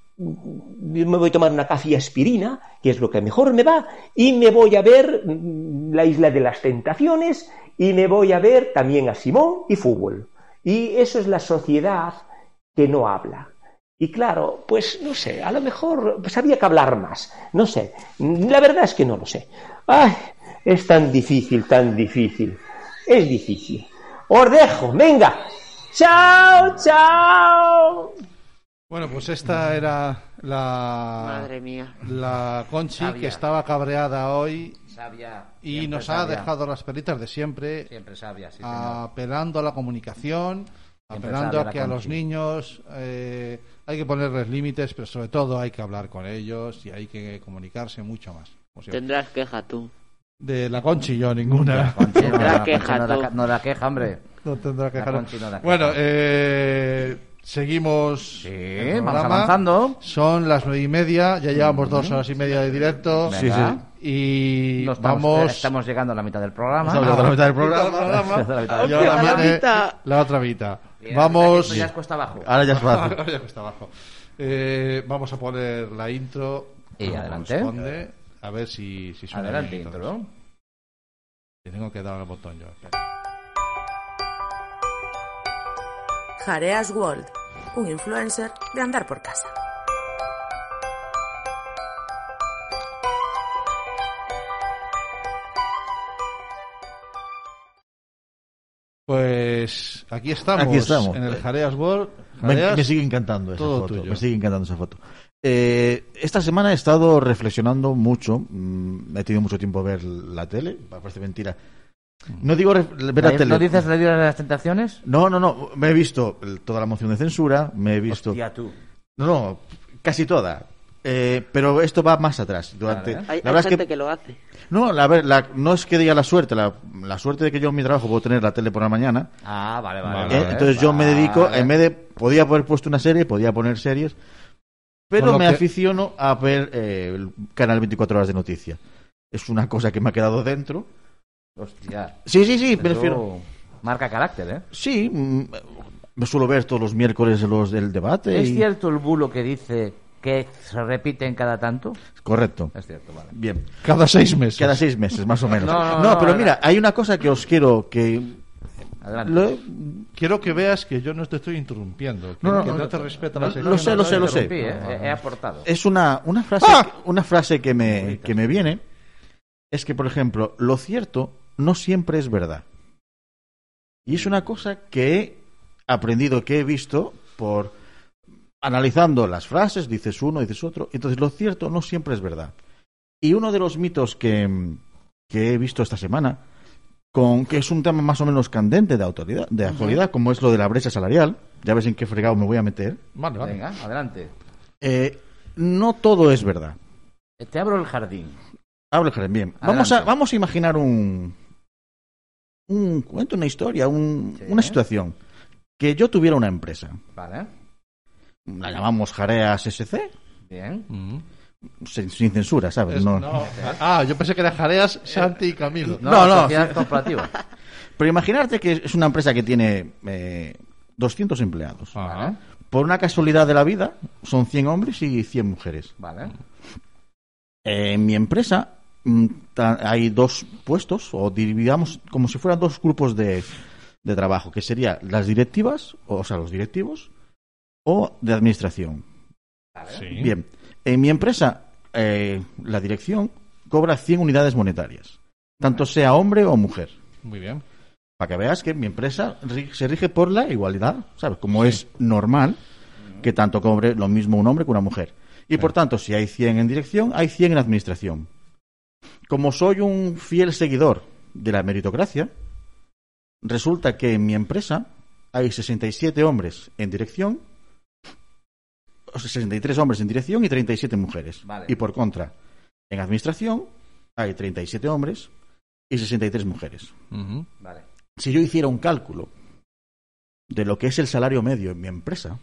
me voy a tomar una café aspirina, que es lo que mejor me va, y me voy a ver La Isla de las Tentaciones, y me voy a ver también a Simón y fútbol. Y eso es la sociedad que no habla. Y claro, pues no sé, a lo mejor pues había que hablar más, no sé, la verdad es que no lo sé. Ay, es tan difícil, tan difícil, es difícil. Os dejo, venga, chao, chao. Bueno, pues esta era la... Madre mía. La Conchi, Sabia. que estaba cabreada hoy Sabia, y siempre nos ha sabia. dejado las perlitas de siempre, Siempre sabia, sí, señor. apelando a la comunicación, Siempre apelando sabia a la que a los Conchi. niños eh, hay que ponerles límites, pero sobre todo hay que hablar con ellos y hay que comunicarse mucho más. como siempre. Tendrás queja tú. De la Conchi yo ninguna. Conchi, no, Tendrás la queja Conchi no, tú. da, no da queja, hombre. No tendrá que La dejar. Conchi no da queja. Bueno, eh, seguimos. Sí, el vamos programa. avanzando. Son las nueve y media, ya llevamos Ujú. dos horas y media de directo. Venga. Y No estamos, vamos. estamos llegando a la mitad del programa. Estamos llegando a la mitad del programa. Estamos a la mitad del Y ahora programa. viene la otra mitad. Bien, Vamos. esto ya es cuesta abajo. Ahora ya es fácil. Ahora ya cuesta abajo. Eh, vamos a poner la intro. Y como adelante. corresponde. A ver si, si suena Adelante, bien. intro. Le tengo que dar al botón yo. Espera. Jareas World, un influencer de andar por casa. Pues aquí estamos, Aquí estamos. en el Jareas World. Me, Jareas, me sigue encantando esa todo foto. tuyo. Me sigue encantando esa foto. Eh, esta semana he estado reflexionando mucho. mm, He tenido mucho tiempo a ver la tele. Parece mentira. No digo ref- ver la ¿No tele. dices la Isla de las Tentaciones? No, no, no. Me he visto el- toda la moción de censura. Me he visto. Hostia, tú. No, no. Casi toda. Eh, pero esto va más atrás. Durante. Vale. Hay, La hay verdad es gente que. que... lo hace. No, la, ver- la- no es que diga la suerte. La, la suerte de que yo en mi trabajo puedo tener la tele por la mañana. Ah, vale, vale. Vale. Eh, vale, entonces yo me dedico, vale. en vez de, podía haber puesto una serie, podía poner series, pero Con lo me que- aficiono a ver eh, el canal veinticuatro horas de noticias. Es una cosa que me ha quedado dentro. Hostia. Sí, sí, sí, me Eso refiero. marca carácter, ¿eh? Sí, mm, me suelo ver todos los miércoles los del debate. ¿Es y- cierto el bulo que dice que se repite en cada tanto? Correcto. Es cierto, vale. Bien. Cada seis meses. Cada seis meses, más o menos. No, no, No, no, pero no. mira, hay una cosa que os quiero que... Adelante. Lo- Quiero que veas que yo no te estoy interrumpiendo. Que No, no, no, que no, no, te respeta no, la sección. lo sé, lo sé, lo sé. Interrumpí, ¿eh? He, he aportado. Es una, una frase, ¡Ah! una frase que me, Bonita. que me viene, es que, por ejemplo, lo cierto no siempre es verdad. Y es una cosa que he aprendido, que he visto por analizando las frases, dices uno, dices otro. Entonces, lo cierto no siempre es verdad. Y uno de los mitos que, que he visto esta semana, con que es un tema más o menos candente de autoridad, de actualidad, como es lo de la brecha salarial, ya ves en qué fregado me voy a meter, Vale, vale. Venga, adelante. eh, no todo es verdad. Te abro el jardín. Habla, Jaren, bien. Vamos a, Adelante. vamos a imaginar un, un cuento, una historia, un- Sí. una situación. Que yo tuviera una empresa. Vale. La llamamos Jareas S C, Bien. Mm. sin, sin censura, ¿sabes? Es- no. no. Ah, yo pensé que era Jareas, Santi y Camilo. No, No, no. sociedad corporativa. Pero imaginarte que es una empresa que tiene eh, doscientos empleados. Ajá. Por una casualidad de la vida, son cien hombres y cien mujeres. Vale. Eh, en mi empresa mm, ta- hay dos puestos, o dividamos como si fueran dos grupos de, de trabajo, que serían las directivas, o sea, los directivos, o de administración. Sí. Bien, en mi empresa, eh, la dirección cobra cien unidades monetarias, tanto sea hombre o mujer. Muy bien. Para que veas que mi empresa ri- se rige por la igualdad, ¿sabes? Como sí. es normal que tanto cobre lo mismo un hombre que una mujer. Y sí. por tanto, si hay cien en dirección, hay cien en administración. Como soy un fiel seguidor de la meritocracia, resulta que en mi empresa hay sesenta y siete hombres en dirección, o sesenta y tres hombres en dirección y treinta y siete mujeres. Vale. Y por contra, en administración hay treinta y siete hombres y sesenta y tres mujeres. Uh-huh. Vale. Si yo hiciera un cálculo de lo que es el salario medio en mi empresa,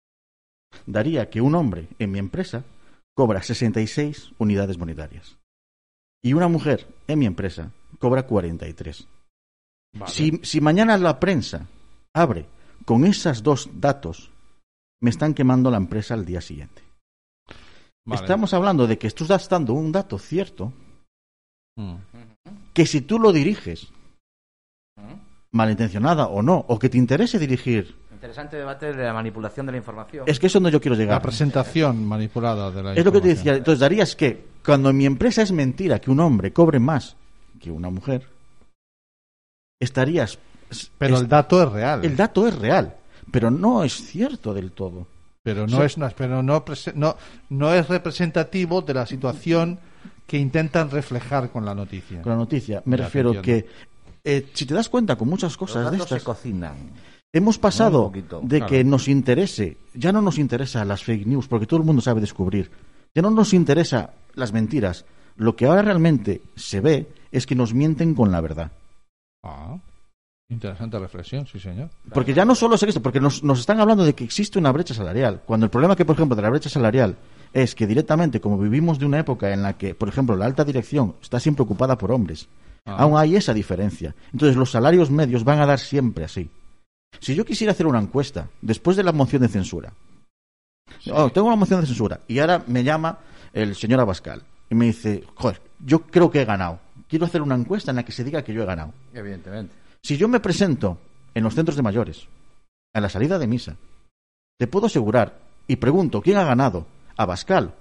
daría que un hombre en mi empresa cobra sesenta y seis unidades monetarias y una mujer en mi empresa cobra cuarenta y tres. Vale. Si, si mañana la prensa abre con esos dos datos, me están quemando la empresa al día siguiente. Vale. Estamos hablando de que tú estás dando un dato cierto mm. que si tú lo diriges malintencionada o no, o que te interese dirigir. Interesante debate de la manipulación de la información. Es que eso no yo quiero llegar. La presentación manipulada de la Es lo que te decía. Entonces darías que cuando en mi empresa es mentira que un hombre cobre más que una mujer, estarías. Pero es, el dato es real. El dato es real, pero no es cierto del todo. Pero no o sea, es una, pero no, no no es representativo de la situación que intentan reflejar con la noticia. Con la noticia, me ya refiero que eh, si te das cuenta con muchas cosas de estas se cocinan. Hemos pasado poquito, de claro. que nos interese, ya no nos interesa las fake news porque todo el mundo sabe descubrir. Ya no nos interesa las mentiras. Lo que ahora realmente se ve es que nos mienten con la verdad. Ah. Interesante reflexión, sí señor. Porque ya no solo es esto, porque nos, nos están hablando de que existe una brecha salarial, cuando el problema que, por ejemplo, de la brecha salarial es que directamente, como vivimos de una época en la que, por ejemplo, la alta dirección está siempre ocupada por hombres, ah. aún hay esa diferencia. Entonces los salarios medios van a dar siempre así. Si yo quisiera hacer una encuesta, después de la moción de censura, sí. oh, tengo una moción de censura, y ahora me llama el señor Abascal, y me dice, joder, yo creo que he ganado, quiero hacer una encuesta en la que se diga que yo he ganado. Evidentemente. Si yo me presento en los centros de mayores, a la salida de misa, te puedo asegurar, y pregunto, ¿quién ha ganado? ¿Abascal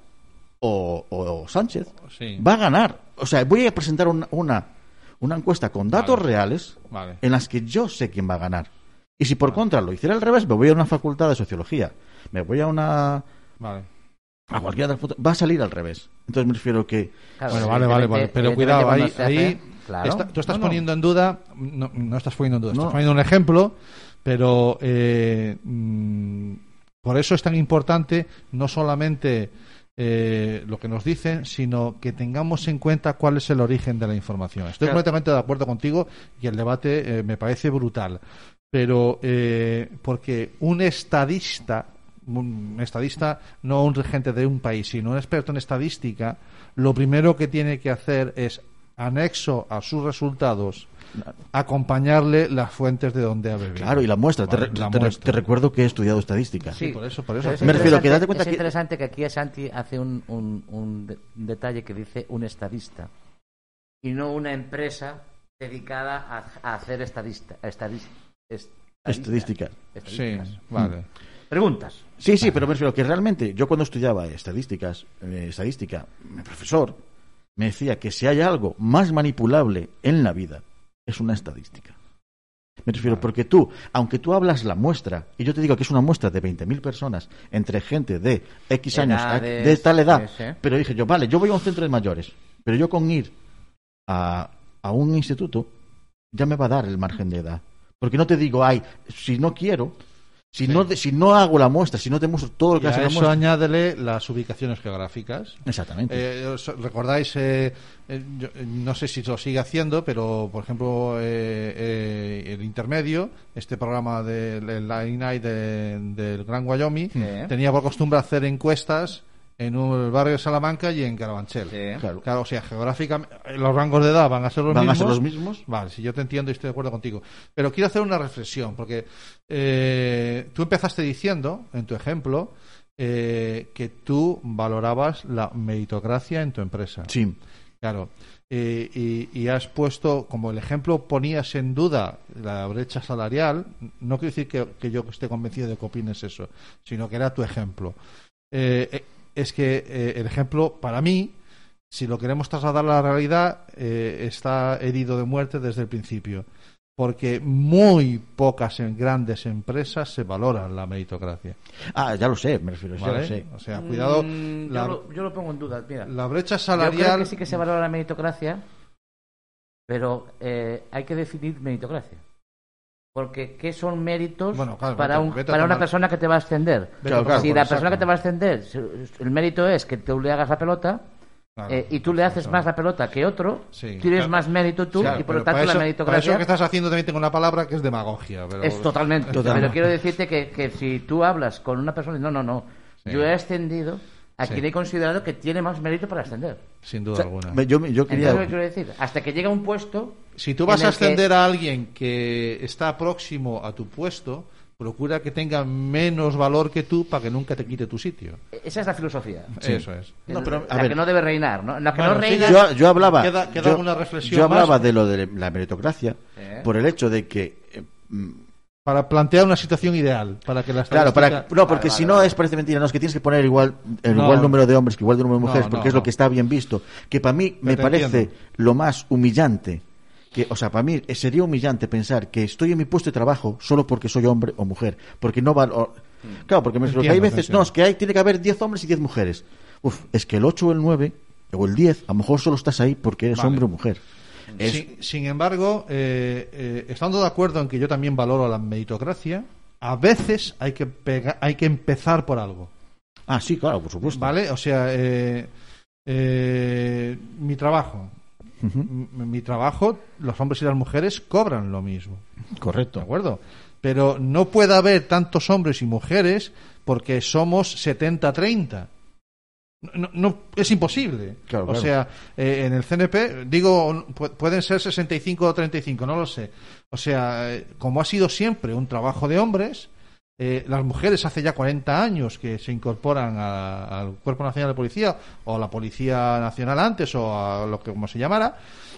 o, o, o Sánchez? Sí. Va a ganar. O sea, voy a presentar una, una, una encuesta con datos vale. reales vale. en las que yo sé quién va a ganar. Y si por vale. contra lo hiciera al revés, me voy a una facultad de sociología, me voy a una... Vale. A cualquiera de las... Va a salir al revés. Entonces me refiero que... Claro, bueno, vale, vale, vale. Pero cuidado, ahí... ahí... Claro. Está, tú estás no, no. poniendo en duda, no, no estás poniendo en duda, no. estás poniendo un ejemplo, pero eh, mmm, por eso es tan importante no solamente eh, lo que nos dicen, sino que tengamos en cuenta cuál es el origen de la información. Estoy claro. completamente de acuerdo contigo y el debate eh, me parece brutal, pero eh, porque un estadista, un estadista, no un regente de un país, sino un experto en estadística, lo primero que tiene que hacer es anexo a sus resultados acompañarle las fuentes de donde ha bebido. Claro, y la muestra. Vale, te, la te, muestra. Te recuerdo que he estudiado estadística. Sí, sí por eso, por eso. Me refiero que date cuenta es que... interesante que aquí Santi hace un, un, un, de, un detalle que dice un estadista y no una empresa dedicada a, a hacer estadista, estadis, estadística. estadísticas. Sí, vale. Preguntas. Sí, sí, pero me refiero que realmente yo cuando estudiaba estadísticas, eh, estadística, mi profesor me decía que si hay algo más manipulable en la vida, es una estadística. Me refiero vale. porque tú, aunque tú hablas la muestra, y yo te digo que es una muestra de veinte mil personas, entre gente de X años, Edades, de tal edad, ese. pero dije yo, vale, yo voy a un centro de mayores, pero yo con ir a, a un instituto, ya me va a dar el margen de edad. Porque no te digo, ay, si no quiero... Si, sí. no, si no hago la muestra, si no te muestro todo lo que y hace a la eso muestra... añádele las ubicaciones geográficas. Exactamente. Eh, ¿os ¿Recordáis? Eh, eh, yo, no sé si lo sigue haciendo, pero por ejemplo, eh, eh, el intermedio, este programa del de, de I N A I de, del Gran Wyoming, sí. tenía por costumbre hacer encuestas en un barrio de Salamanca y en Carabanchel. Sí. Claro. claro, o sea, geográficamente los rangos de edad van a ser los ¿Van mismos. ¿Van a ser los mismos? Vale, si yo te entiendo y estoy de acuerdo contigo. Pero quiero hacer una reflexión, porque eh, tú empezaste diciendo, en tu ejemplo, eh, que tú valorabas la meritocracia en tu empresa. Sí. Claro. Eh, y, y has puesto, como el ejemplo ponías en duda la brecha salarial, no quiero decir que, que yo esté convencido de que opines eso, sino que era tu ejemplo. Eh, eh, es que eh, el ejemplo, para mí, si lo queremos trasladar a la realidad, eh, está herido de muerte desde el principio. Porque muy pocas en grandes empresas se valoran la meritocracia. Ah, ya lo sé, me refiero, ya ¿Vale? lo sé. O sea, cuidado. Mm, la, yo, lo, yo lo pongo en duda. Mira, la brecha yo creo salarial. que sí que se valora la meritocracia, pero eh, hay que definir meritocracia. Porque ¿qué son méritos Bueno, claro, para, vete- un, vete a para una tomar- persona que te va a ascender? Claro, claro, si por la exacto. persona que te va a ascender, si- el mérito es que tú le hagas la pelota, Claro, eh, y tú le haces más la pelota que otro, Sí. tienes Claro. más mérito tú, Claro, y por pero lo tanto para la eso- meritocracia... Para eso que estás haciendo también tengo una palabra que es demagogia. Pero... Es totalmente. Total. Pero quiero decirte que, que si tú hablas con una persona y no, no, no, Sí. yo he ascendido a Sí. quien he considerado que tiene más mérito para ascender. Sin duda O sea, alguna. Me- Yo, yo quería... ¿Entiendes lo que quiero decir? Hasta que llega un puesto... Si tú vas en a el que- ascender a alguien que está próximo a tu puesto, procura que tenga menos valor que tú para que nunca te quite tu sitio. Esa es la filosofía. Sí. Eso es. El- No, pero, a la ver. que no debe reinar, ¿no? La que Bueno, no sí, reina... yo, yo hablaba Queda- queda yo, alguna reflexión yo hablaba más. de lo de la meritocracia ¿Eh? por el hecho de que eh, mm, Para plantear una situación ideal, para que la claro para estadística- no porque Vale, si vale, no vale. es parece mentira, no es que tienes que poner igual el No. igual número de hombres que igual número de No, mujeres no, porque es no. lo que está bien visto, que para mí me te parece entiendo. lo más humillante, que o sea para mí eh, sería humillante pensar que estoy en mi puesto de trabajo solo porque soy hombre o mujer, porque no val- o- claro porque me Entiendo, hay te veces entiendo. no es que hay tiene que haber diez hombres y diez mujeres. Uf, es que el ocho o el nueve o el diez a lo mejor solo estás ahí porque eres Vale. hombre o mujer. Es- Sin, sin embargo, eh, eh, estando de acuerdo en que yo también valoro la meritocracia, a veces hay que pega- hay que empezar por algo. Ah, sí, claro, por supuesto. ¿Vale? O sea, eh, eh, mi trabajo. Ujú. M- Mi trabajo, los hombres y las mujeres cobran lo mismo. Correcto. ¿De acuerdo? Pero no puede haber tantos hombres y mujeres porque somos setenta treinta. No, no, no- es imposible. Claro, o claro. sea, eh, en el C N P, digo, pu- pueden ser sesenta y cinco o treinta y cinco, no lo sé. O sea, eh, como ha sido siempre un trabajo de hombres, eh, las mujeres hace ya cuarenta años que se incorporan a- al Cuerpo Nacional de Policía o a la Policía Nacional antes o a lo que como se llamara,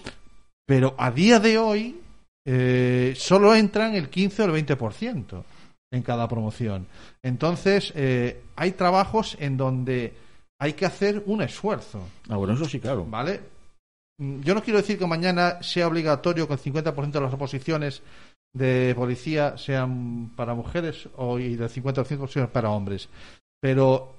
pero a día de hoy eh, solo entran el quince o el veinte por ciento en cada promoción. Entonces, eh, hay trabajos en donde hay que hacer un esfuerzo, Ah, bueno, eso sí, claro. ¿vale? Mm, Yo no quiero decir que mañana sea obligatorio que el cincuenta por ciento de las oposiciones de policía sean para mujeres o y del cincuenta por ciento sean para hombres, pero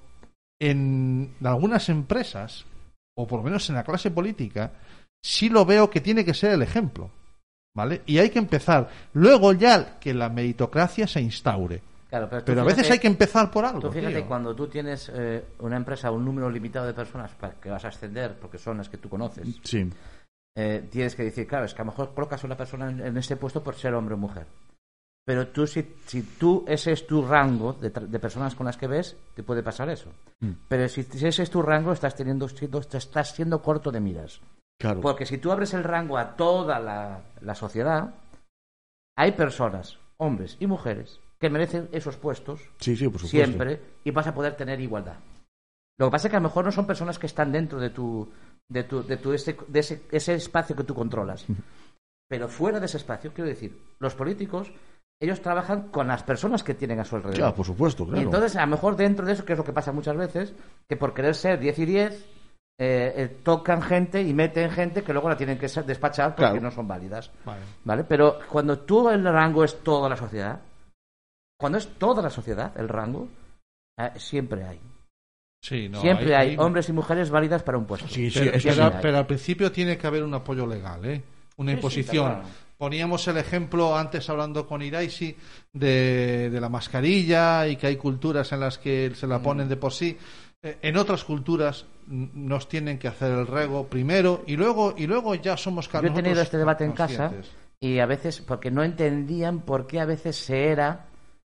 en algunas empresas, o por lo menos en la clase política, sí lo veo que tiene que ser el ejemplo, ¿vale? Y hay que empezar. Luego ya que la meritocracia se instaure. Claro, pero tú Pero a veces fíjate- hay que empezar por algo. Tú fíjate, tío. cuando tú tienes eh, una empresa, un número limitado de personas para que vas a ascender, porque son las que tú conoces, Sí. eh, tienes que decir, claro, es que a lo mejor colocas a una persona en, en ese puesto por ser hombre o mujer. Pero tú, si, si tú, ese es tu rango de, tra- de personas con las que ves, te puede pasar eso. Mm. Pero si, si ese es tu rango, estás teniendo, siendo, te estás siendo corto de miras. Claro. Porque si tú abres el rango a toda la, la sociedad, hay personas, hombres y mujeres, que merecen esos puestos Sí, sí, por supuesto. siempre y vas a poder tener igualdad. Lo que pasa es que a lo mejor no son personas que están dentro de tu de tu de tu ese, de ese, ese espacio que tú controlas. Pero fuera de ese espacio, quiero decir, los políticos, ellos trabajan con las personas que tienen a su alrededor. Ya, por supuesto, claro. Y entonces, a lo mejor dentro de eso, que es lo que pasa muchas veces, que por querer ser diez y diez, eh, eh, tocan gente y meten gente que luego la tienen que ser- despachar porque Claro. no son válidas. Vale. ¿Vale? Pero cuando tú el rango es toda la sociedad, cuando es toda la sociedad el rango, eh, siempre hay. Sí, no, siempre hay, hay- hombres y mujeres válidas para un puesto. pero, Siempre pero- hay. pero al principio tiene que haber un apoyo legal, ¿eh? Una Sí, sí, imposición. está claro. Poníamos el ejemplo antes hablando con Iraisi de, de la mascarilla y que hay culturas en las que se la ponen de por sí. Eh, En otras culturas mm, nos tienen que hacer el rego primero y luego y luego ya somos ca- Yo he tenido nosotros este debate en casa conscientes. y a veces, porque no entendían por qué a veces se era,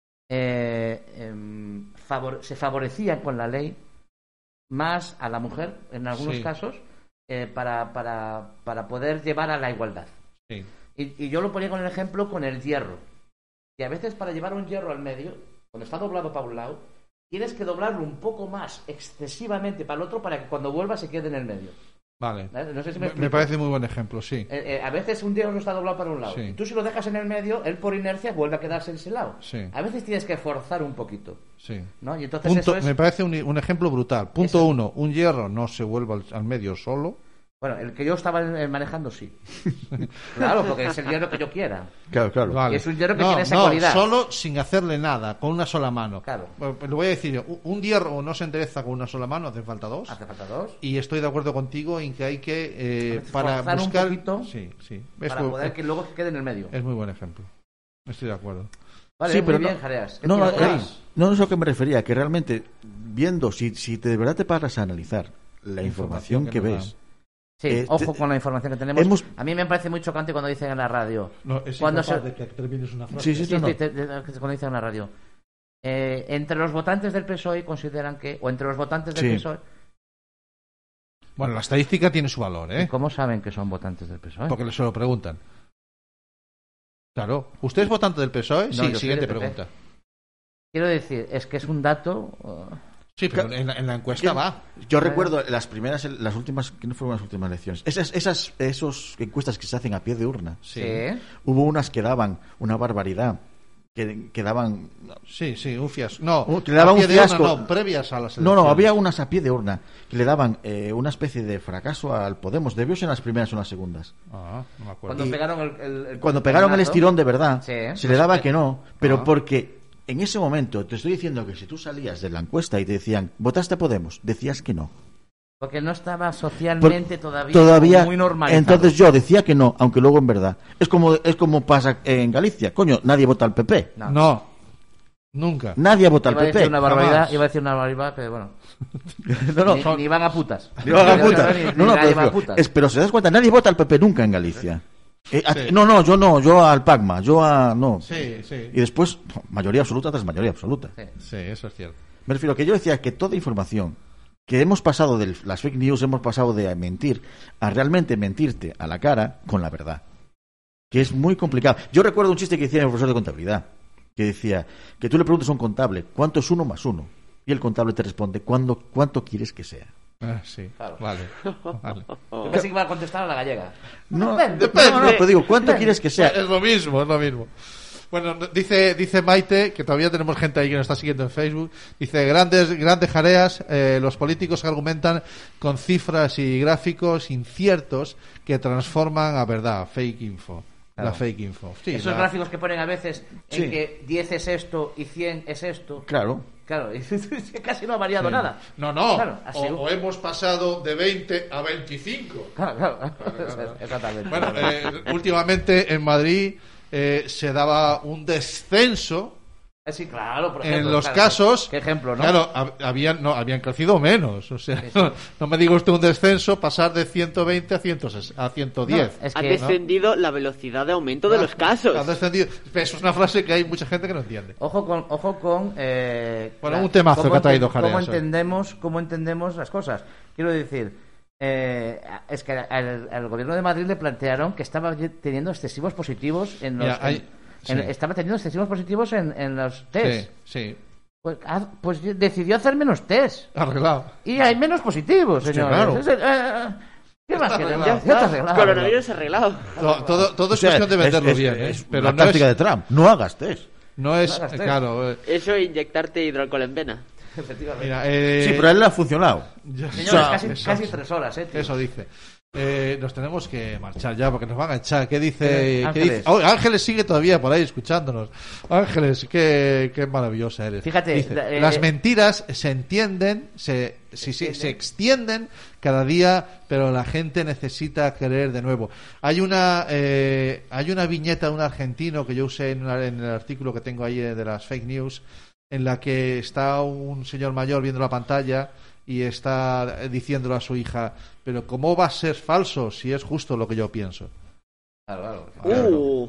eh, em, favor- se favorecía con la ley más a la mujer, en algunos Sí. casos, eh, para, para, para poder llevar a la igualdad. Sí. Y, y yo lo ponía con el ejemplo con el hierro. Que a veces para llevar un hierro al medio, cuando está doblado para un lado, tienes que doblarlo un poco más excesivamente para el otro para que cuando vuelva se quede en el medio. Vale. No sé si me, me, me parece muy buen ejemplo, sí. Eh, eh, a veces un diálogo está doblado para un lado. Sí. Tú si lo dejas en el medio, él por inercia vuelve a quedarse en ese lado. Sí. A veces tienes que forzar un poquito. Sí. ¿No? Y entonces Punto, eso es... Me parece un, un ejemplo brutal. Punto Eso. uno, un hierro no se vuelve al, al medio solo. Bueno, el que yo estaba eh, manejando sí. Claro, porque es el hierro que yo quiera. Claro, claro. Vale. Y es un hierro que no, tiene esa no, cualidad. solo sin hacerle nada, con una sola mano. Claro. Bueno, le voy a decir, yo, un hierro no se endereza con una sola mano, hace falta dos. Hace falta dos. Y estoy de acuerdo contigo en que hay que, eh, para Forzar buscar... un poquito sí, sí. para Esto- poder que luego quede en el medio. Es muy buen ejemplo. Estoy de acuerdo. Vale, Sí, muy pero bien, no, Jareas. ¿Qué no, no, tienes eh, más? no, no es a lo que me refería, que realmente viendo, si, si te, de verdad te paras a analizar la información, información que que, nos ves, dan. Sí, eh, ojo te- con la información que tenemos. hemos- A mí me parece muy chocante cuando dicen en la radio. No, es cuando incapaz se... de que termines una frase. Sí, sí, Sí, no, no. sí, te- te- cuando dicen en la radio. Eh, entre los votantes del P S O E consideran que, o entre los votantes del Sí. P S O E, Bueno, la estadística tiene su valor, ¿eh? ¿cómo saben que son votantes del P S O E? Porque se lo preguntan. Claro. ¿Usted es votante del P S O E? No, Sí, yo soy siguiente del P P. pregunta. Quiero decir, es que es un dato. uh, Sí, pero en la, en la encuesta Que- va. Yo recuerdo las primeras, las últimas, que no fueron las últimas elecciones, esas, esas esos encuestas que se hacen a pie de urna. Sí. Hubo unas que daban una barbaridad, que, que daban... Sí, sí, un fiasco. No, Uh, que le daban a pie un de urna fiasco. no, previas a las No, no, elecciones. había unas a pie de urna que le daban eh, una especie de fracaso al Podemos. Debió ser en las primeras o en las segundas. Ah, no me acuerdo. Cuando Y- pegaron el, el- el Cuando pegaron el cañonazo. estirón de verdad, Sí. se le daba que no, pero Ah. porque en ese momento te estoy diciendo que si tú salías de la encuesta y te decían, ¿votaste a Podemos? Decías que no. Porque no estaba Por- socialmente todavía, todavía muy normalizado. entonces yo decía que no, aunque luego en verdad es como es como pasa en Galicia, coño, nadie vota al P P, No. No, nunca. nadie vota al Iba a decir P P. una barbaridad, jamás. iba a decir una barbaridad, pero bueno. No, no, ni, son- ni van a putas. ni van a putas. Ni- ni No, no, nadie pero, va a pero- putas. es- pero se das cuenta, nadie vota al P P nunca en Galicia. Eh, a- Sí. No, no, yo no, yo al Pacma, yo a no. Sí, sí. Y después mayoría absoluta tras mayoría absoluta. Sí. Sí, eso es cierto. Me refiero a que yo decía que toda información que hemos pasado de las fake news, hemos pasado de mentir a realmente mentirte a la cara con la verdad. Que es muy complicado. Yo recuerdo un chiste que decía mi profesor de contabilidad, que decía que tú le preguntas a un contable cuánto es uno más uno, y el contable te responde ¿cuándo, cuánto quieres que sea. Ah, sí, Claro. vale. vale. Yo pensé que iba a contestar a la gallega. No, Depende. no, no, pero digo, ¿cuánto quieres que sea? Es lo mismo, es lo mismo. Bueno, dice dice Maite, que todavía tenemos gente ahí que nos está siguiendo en Facebook, dice, grandes grandes jareas, eh, los políticos argumentan con cifras y gráficos inciertos que transforman a verdad, fake info. Claro. La fake info. Sí, Esos la- gráficos que ponen a veces en Sí. que diez es esto y cien es esto. Claro. Claro, y casi no ha variado Sí. nada. No, no. Claro, así- o, o hemos pasado de veinte a veinticinco. Claro, claro. Exactamente. Bueno, eh, últimamente en Madrid eh, se daba un descenso Eh, Sí, claro, por ejemplo. en los claro, casos. ¿Qué ejemplo, no? Claro, hab- habían, no, habían crecido menos. O sea, Sí, sí. no, no me diga usted un descenso, pasar de ciento veinte a, cien, a ciento diez. No, es Ha que- descendido la velocidad de aumento de los casos. Ha descendido. Eso es una frase que hay mucha gente que no entiende. Ojo con, ojo con. Eh, Bueno, la- un temazo cómo que ha traído enten- Jareas Cómo hoy. entendemos, cómo entendemos las cosas. Quiero decir, eh, es que al, al gobierno de Madrid le plantearon que estaba teniendo excesivos positivos en los. Mira, hay- en- en- sí. Estaba teniendo excesivos positivos en, en los test. Sí, sí. Pues, haz- pues decidió hacer menos test. Arreglado. Y hay menos positivos, Hostia, señores. claro. Es el- eh, ¿Qué más queremos? Ya Ya está arreglado. Coronavirus arreglado. No, todo, todo O es sea, cuestión de venderlo es- bien, es ¿eh? Pero la no táctica es, de Trump, no hagas test. no es, No hagas test. claro. eh, Eso e inyectarte hidroalcohol en vena. Efectivamente. Mira, eh, Sí, pero a él le ha funcionado. ya- Señores, o sea, casi, eso- casi tres horas, ¿eh? tío? Eso dice. Eh, nos tenemos que marchar ya porque nos van a echar. ¿Qué dice? Eh, ¿Qué Ángeles. dice? Oh, Ángeles sigue todavía por ahí escuchándonos. Ángeles, qué, qué maravillosa eres. Fíjate, Dice, eh, las eh, mentiras se entienden, se, sí, sí, se extienden cada día, pero la gente necesita creer de nuevo. Hay una eh, hay una viñeta de un argentino que yo usé en, una- en el artículo que tengo ahí de las fake news, en la que está un señor mayor viendo la pantalla y está diciéndole a su hija, pero ¿cómo va a ser falso si es justo lo que yo pienso? Claro, claro. Uh,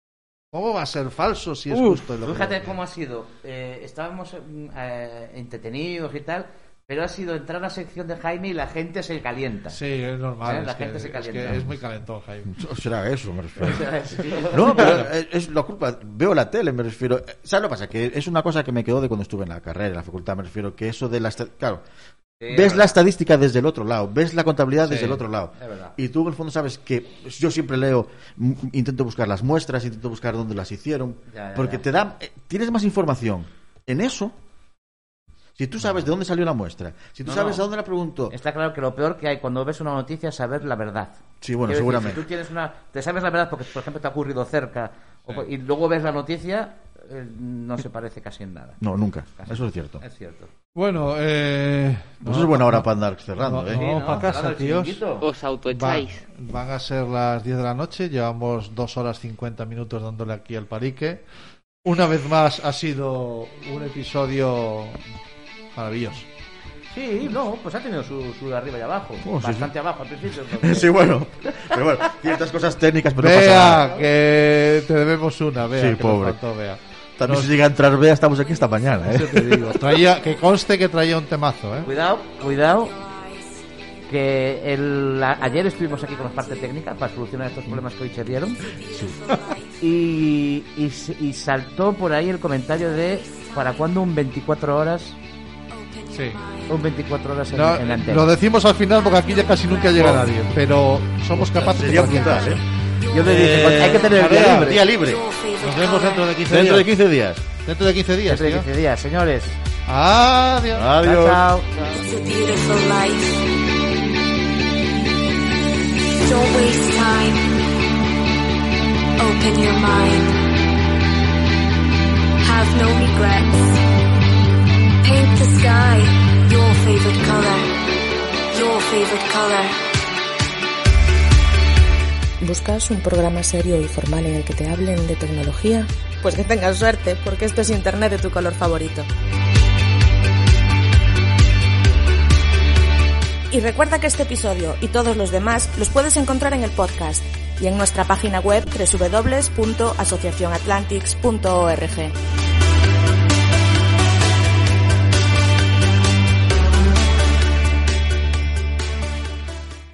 ¿Cómo va a ser falso si es Uf, justo lo que yo Fíjate pienso? cómo ha sido. Eh, estábamos mm, eh, entretenidos y tal, pero ha sido entrar a la sección de Jaime y la gente se calienta. Sí, es normal. ¿Eh? es La que- gente se es calienta. que es muy calentón, Jaime. O será eso, me refiero. Sí. No, pero es, es la culpa. Veo la tele, me refiero. ¿Sabes lo que pasa? Que es una cosa que me quedó de cuando estuve en la carrera, en la facultad, me refiero. Que eso de las. Claro, Sí, ves la estadística desde el otro lado, ves la contabilidad Sí, desde el otro lado. es verdad. Y tú, en el fondo, sabes que yo siempre leo, m- intento buscar las muestras, intento buscar dónde las hicieron, Ya, ya, porque ya. te da, eh, tienes más información en eso. Si tú sabes de dónde salió la muestra, si tú No, sabes no. a dónde la preguntó. Está claro que lo peor que hay cuando ves una noticia es saber la verdad. Sí, bueno, Quiero decir, seguramente. si tú tienes una, te sabes la verdad porque, por ejemplo, te ha ocurrido cerca o- y luego ves la noticia, eh, no se parece casi en nada. No, nunca. Casi. Eso es cierto. Es cierto. Bueno, eh... Pues es buena hora para andar cerrando, no, ¿eh? no, Sí, vamos ¿no? para casa, Cerrando el tíos. chiringuito. Os autoecháis. Va- van a ser las diez de la noche, llevamos dos horas cincuenta minutos dándole aquí al parique. Una vez más ha sido un episodio maravilloso. Sí, no, pues ha tenido su, su de arriba y abajo. Oh, sí, Bastante sí. abajo al principio. porque- Sí, bueno. Pero bueno, ciertas cosas técnicas, pero no pasa Vea, nada. que te debemos una, vea. Sí, que nos pobre. faltó, Bea. También Nos- si llega a entrar Bea, estamos aquí esta mañana, ¿eh? Eso te digo. Traía, que conste que traía un temazo, ¿eh? Cuidado, cuidado. Que el, a- ayer estuvimos aquí con la parte técnica para solucionar estos problemas que hoy se dieron. Y, y, s- y saltó por ahí el comentario de ¿para cuándo un veinticuatro horas? Sí. Un veinticuatro horas en, No, en la antena. lo decimos al final porque aquí ya casi nunca llega nadie, pero somos capaces Sería de cualquier brutal, cosa. ¿eh? Yo le dije, pues, hay que tener el día Tarea, libre. Día libre. Nos vemos dentro de quince Dentro de días. quince días. Dentro de quince días, Dentro de tío. quince días, señores. Adiós. Adiós. Chao, chao. It's a beautiful life. Don't waste time. Open your mind. Have no regrets. Paint the sky your favorite color. Your favorite color. ¿Buscas un programa serio y formal en el que te hablen de tecnología? Pues que tengas suerte, porque esto es Internet de tu color favorito. Y recuerda que este episodio y todos los demás los puedes encontrar en el podcast y en nuestra página web doble u doble u doble u punto asociación atlantics punto org.